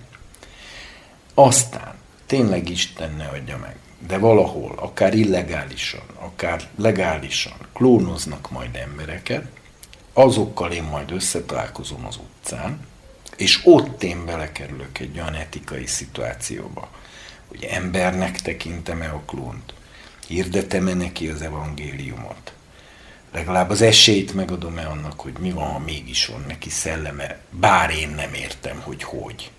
aztán tényleg Isten ne adja meg, de valahol, akár illegálisan, akár legálisan klónoznak majd embereket, azokkal én majd összetalálkozom az utcán, és ott én belekerülök egy olyan etikai szituációba, hogy embernek tekintem-e a klónt, hirdetem-e neki az evangéliumot, legalább az esélyt megadom-e annak, hogy mi van, ha mégis van neki szelleme, bár én nem értem, hogy hogy,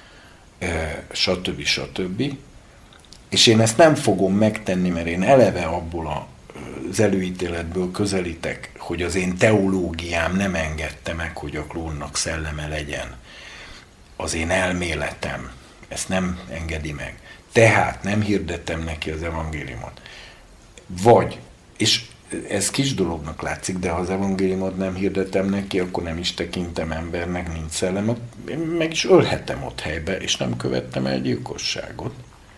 e, stb. stb. És én ezt nem fogom megtenni, mert én eleve abból a, az előítéletből közelítek, hogy az én teológiám nem engedte meg, hogy a klónnak szelleme legyen. Az én elméletem ezt nem engedi meg. Tehát nem hirdettem neki az evangéliumot. Vagy, és ez kis dolognak látszik, de ha az evangéliumot nem hirdetem neki, akkor nem is tekintem embernek, nincs szellem, én meg is ölhetem ott helybe, és nem követtem el gyilkosságot.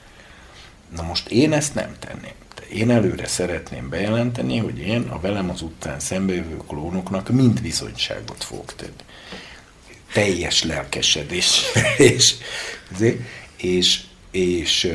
Na most én ezt nem tenném. Én előre szeretném bejelenteni, hogy én a velem az utcán szembejövő klónoknak mind bizonyságot fogok tenni. Teljes lelkesedés. és, és, és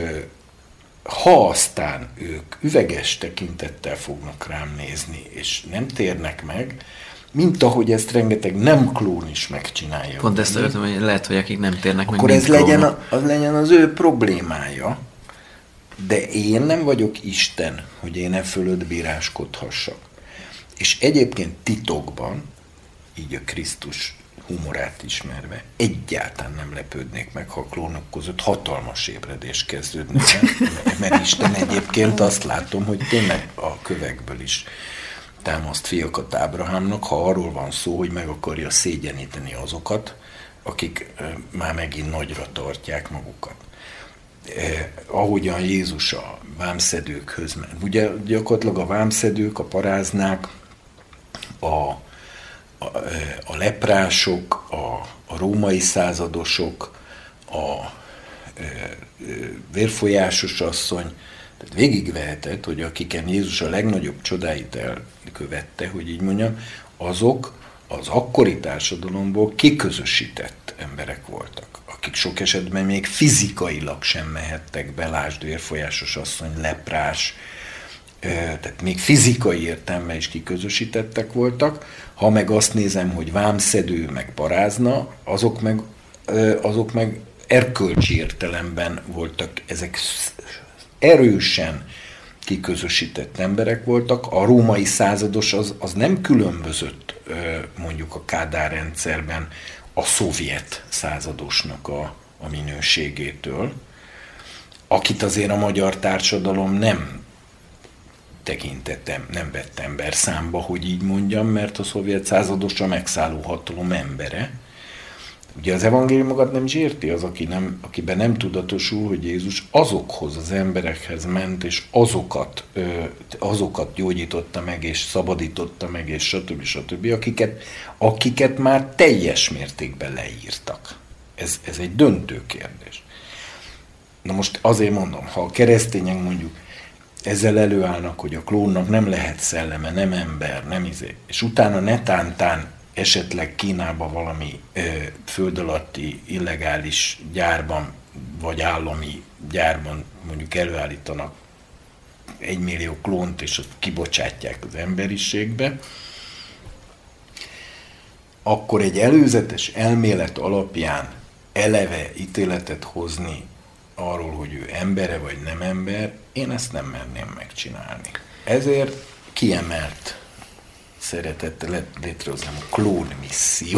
ha aztán ők üveges tekintettel fognak rám nézni, és nem térnek meg, mint ahogy ezt rengeteg nem klón is megcsinálja. Pont ezt öltem, hogy lehet, hogy akik nem térnek akkor meg, ez legyen, a, az legyen az ő problémája, de én nem vagyok Isten, hogy én e fölött bíráskodhassak. És egyébként titokban, így a Krisztus humorát ismerve, egyáltalán nem lepődnék meg, ha a klónok között hatalmas ébredés kezdődne, mert Isten egyébként azt látom, hogy tényleg a kövekből is támaszt fiakat Ábrahámnak, ha arról van szó, hogy meg akarja szégyeníteni azokat, akik már megint nagyra tartják magukat. Eh, ahogyan Jézus a vámszedőkhöz ment. Ugye gyakorlatilag a vámszedők, a paráznák, a, a, a leprások, a, a római századosok, a vérfolyásos asszony, tehát végigvehetett, hogy akiken Jézus a legnagyobb csodáit elkövette, hogy így mondjam, azok az akkori társadalomból kiközösített emberek voltak, akik sok esetben még fizikailag sem mehettek be, lásd vérfolyásos asszony, leprás, tehát még fizikai értelemben is kiközösítettek voltak. Ha meg azt nézem, hogy vámszedő meg parázna, azok meg, azok meg erkölcsi értelemben voltak, ezek erősen kiközösített emberek voltak. A római százados az, az nem különbözött mondjuk a Kádár rendszerben a szovjet századosnak a, a minőségétől, akit azért a magyar társadalom nem tekintettem, nem vett ember számba, hogy így mondjam, mert a szovjet százados a megszálló hatalom embere. Ugye az evangéliumokat nem is érti az, aki nem, akiben nem tudatosul, hogy Jézus azokhoz az emberekhez ment, és azokat, azokat gyógyította meg, és szabadította meg, és stb. stb., akiket, akiket már teljes mértékben leírtak. Ez, ez egy döntő kérdés. Na most azért mondom, ha a keresztények mondjuk ezzel előállnak, hogy a klónnak nem lehet szelleme, nem ember, nem izé, és utána netántán esetleg Kínában valami ö, föld alatti illegális gyárban, vagy állami gyárban mondjuk előállítanak egy millió klónt, és azt kibocsátják az emberiségbe, akkor egy előzetes elmélet alapján eleve ítéletet hozni arról, hogy ő embere vagy nem ember, én ezt nem merném megcsinálni. Ezért kiemelt szeretettel létrehozom a klónmisszió.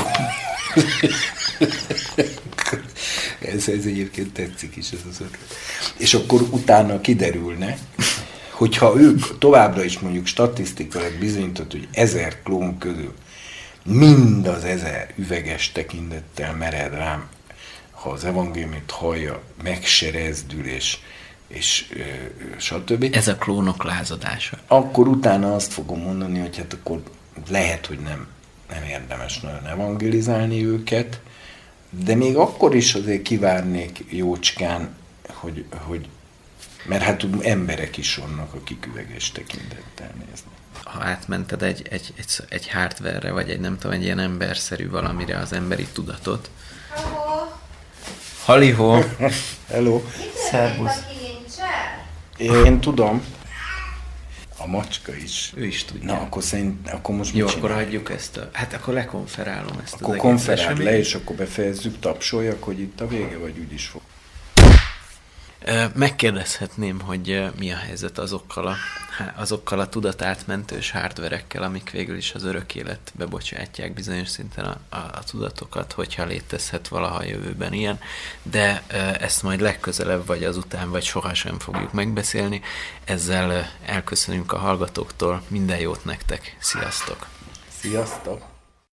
ez, ez egyébként tetszik is, ez az ötlet. És akkor utána kiderülne, hogyha ők továbbra is mondjuk statisztikailag bizonyított, hogy ezer klón közül mind az ezer üveges tekintettel mered rám, ha az evangéliumot hallja, megserezdül, és, és ö, stb. Ez a klónok lázadása. Akkor utána azt fogom mondani, hogy hát akkor lehet, hogy nem, nem érdemes nagyon evangelizálni őket, de még akkor is azért kivárnék jócskán, hogy, hogy mert hát emberek is vannak, akik üveges tekintettel néznek. Ha átmented egy, egy, egy, egy hardware-re, vagy egy nem tudom, egy ilyen emberszerű valamire az emberi tudatot. Halihó! Hello! Szervusz! Én tudom. A macska is. Ő is tudja. Na, akkor szerint, akkor most jó, akkor hagyjuk ezt a... Hát akkor lekonferálom ezt akkor az konferál le, és akkor befejezzük, tapsoljak, hogy itt a vége, vagy úgyis fog. Megkérdezhetném, hogy mi a helyzet azokkal a, azokkal a tudatátmentős hardverekkel, amik végül is az örök életbe bocsátják bizonyos szinten a, a, a tudatokat, hogyha létezhet valaha a jövőben ilyen, de ezt majd legközelebb, vagy azután, vagy sohasem fogjuk megbeszélni. Ezzel elköszönünk a hallgatóktól, minden jót nektek, sziasztok! Sziasztok!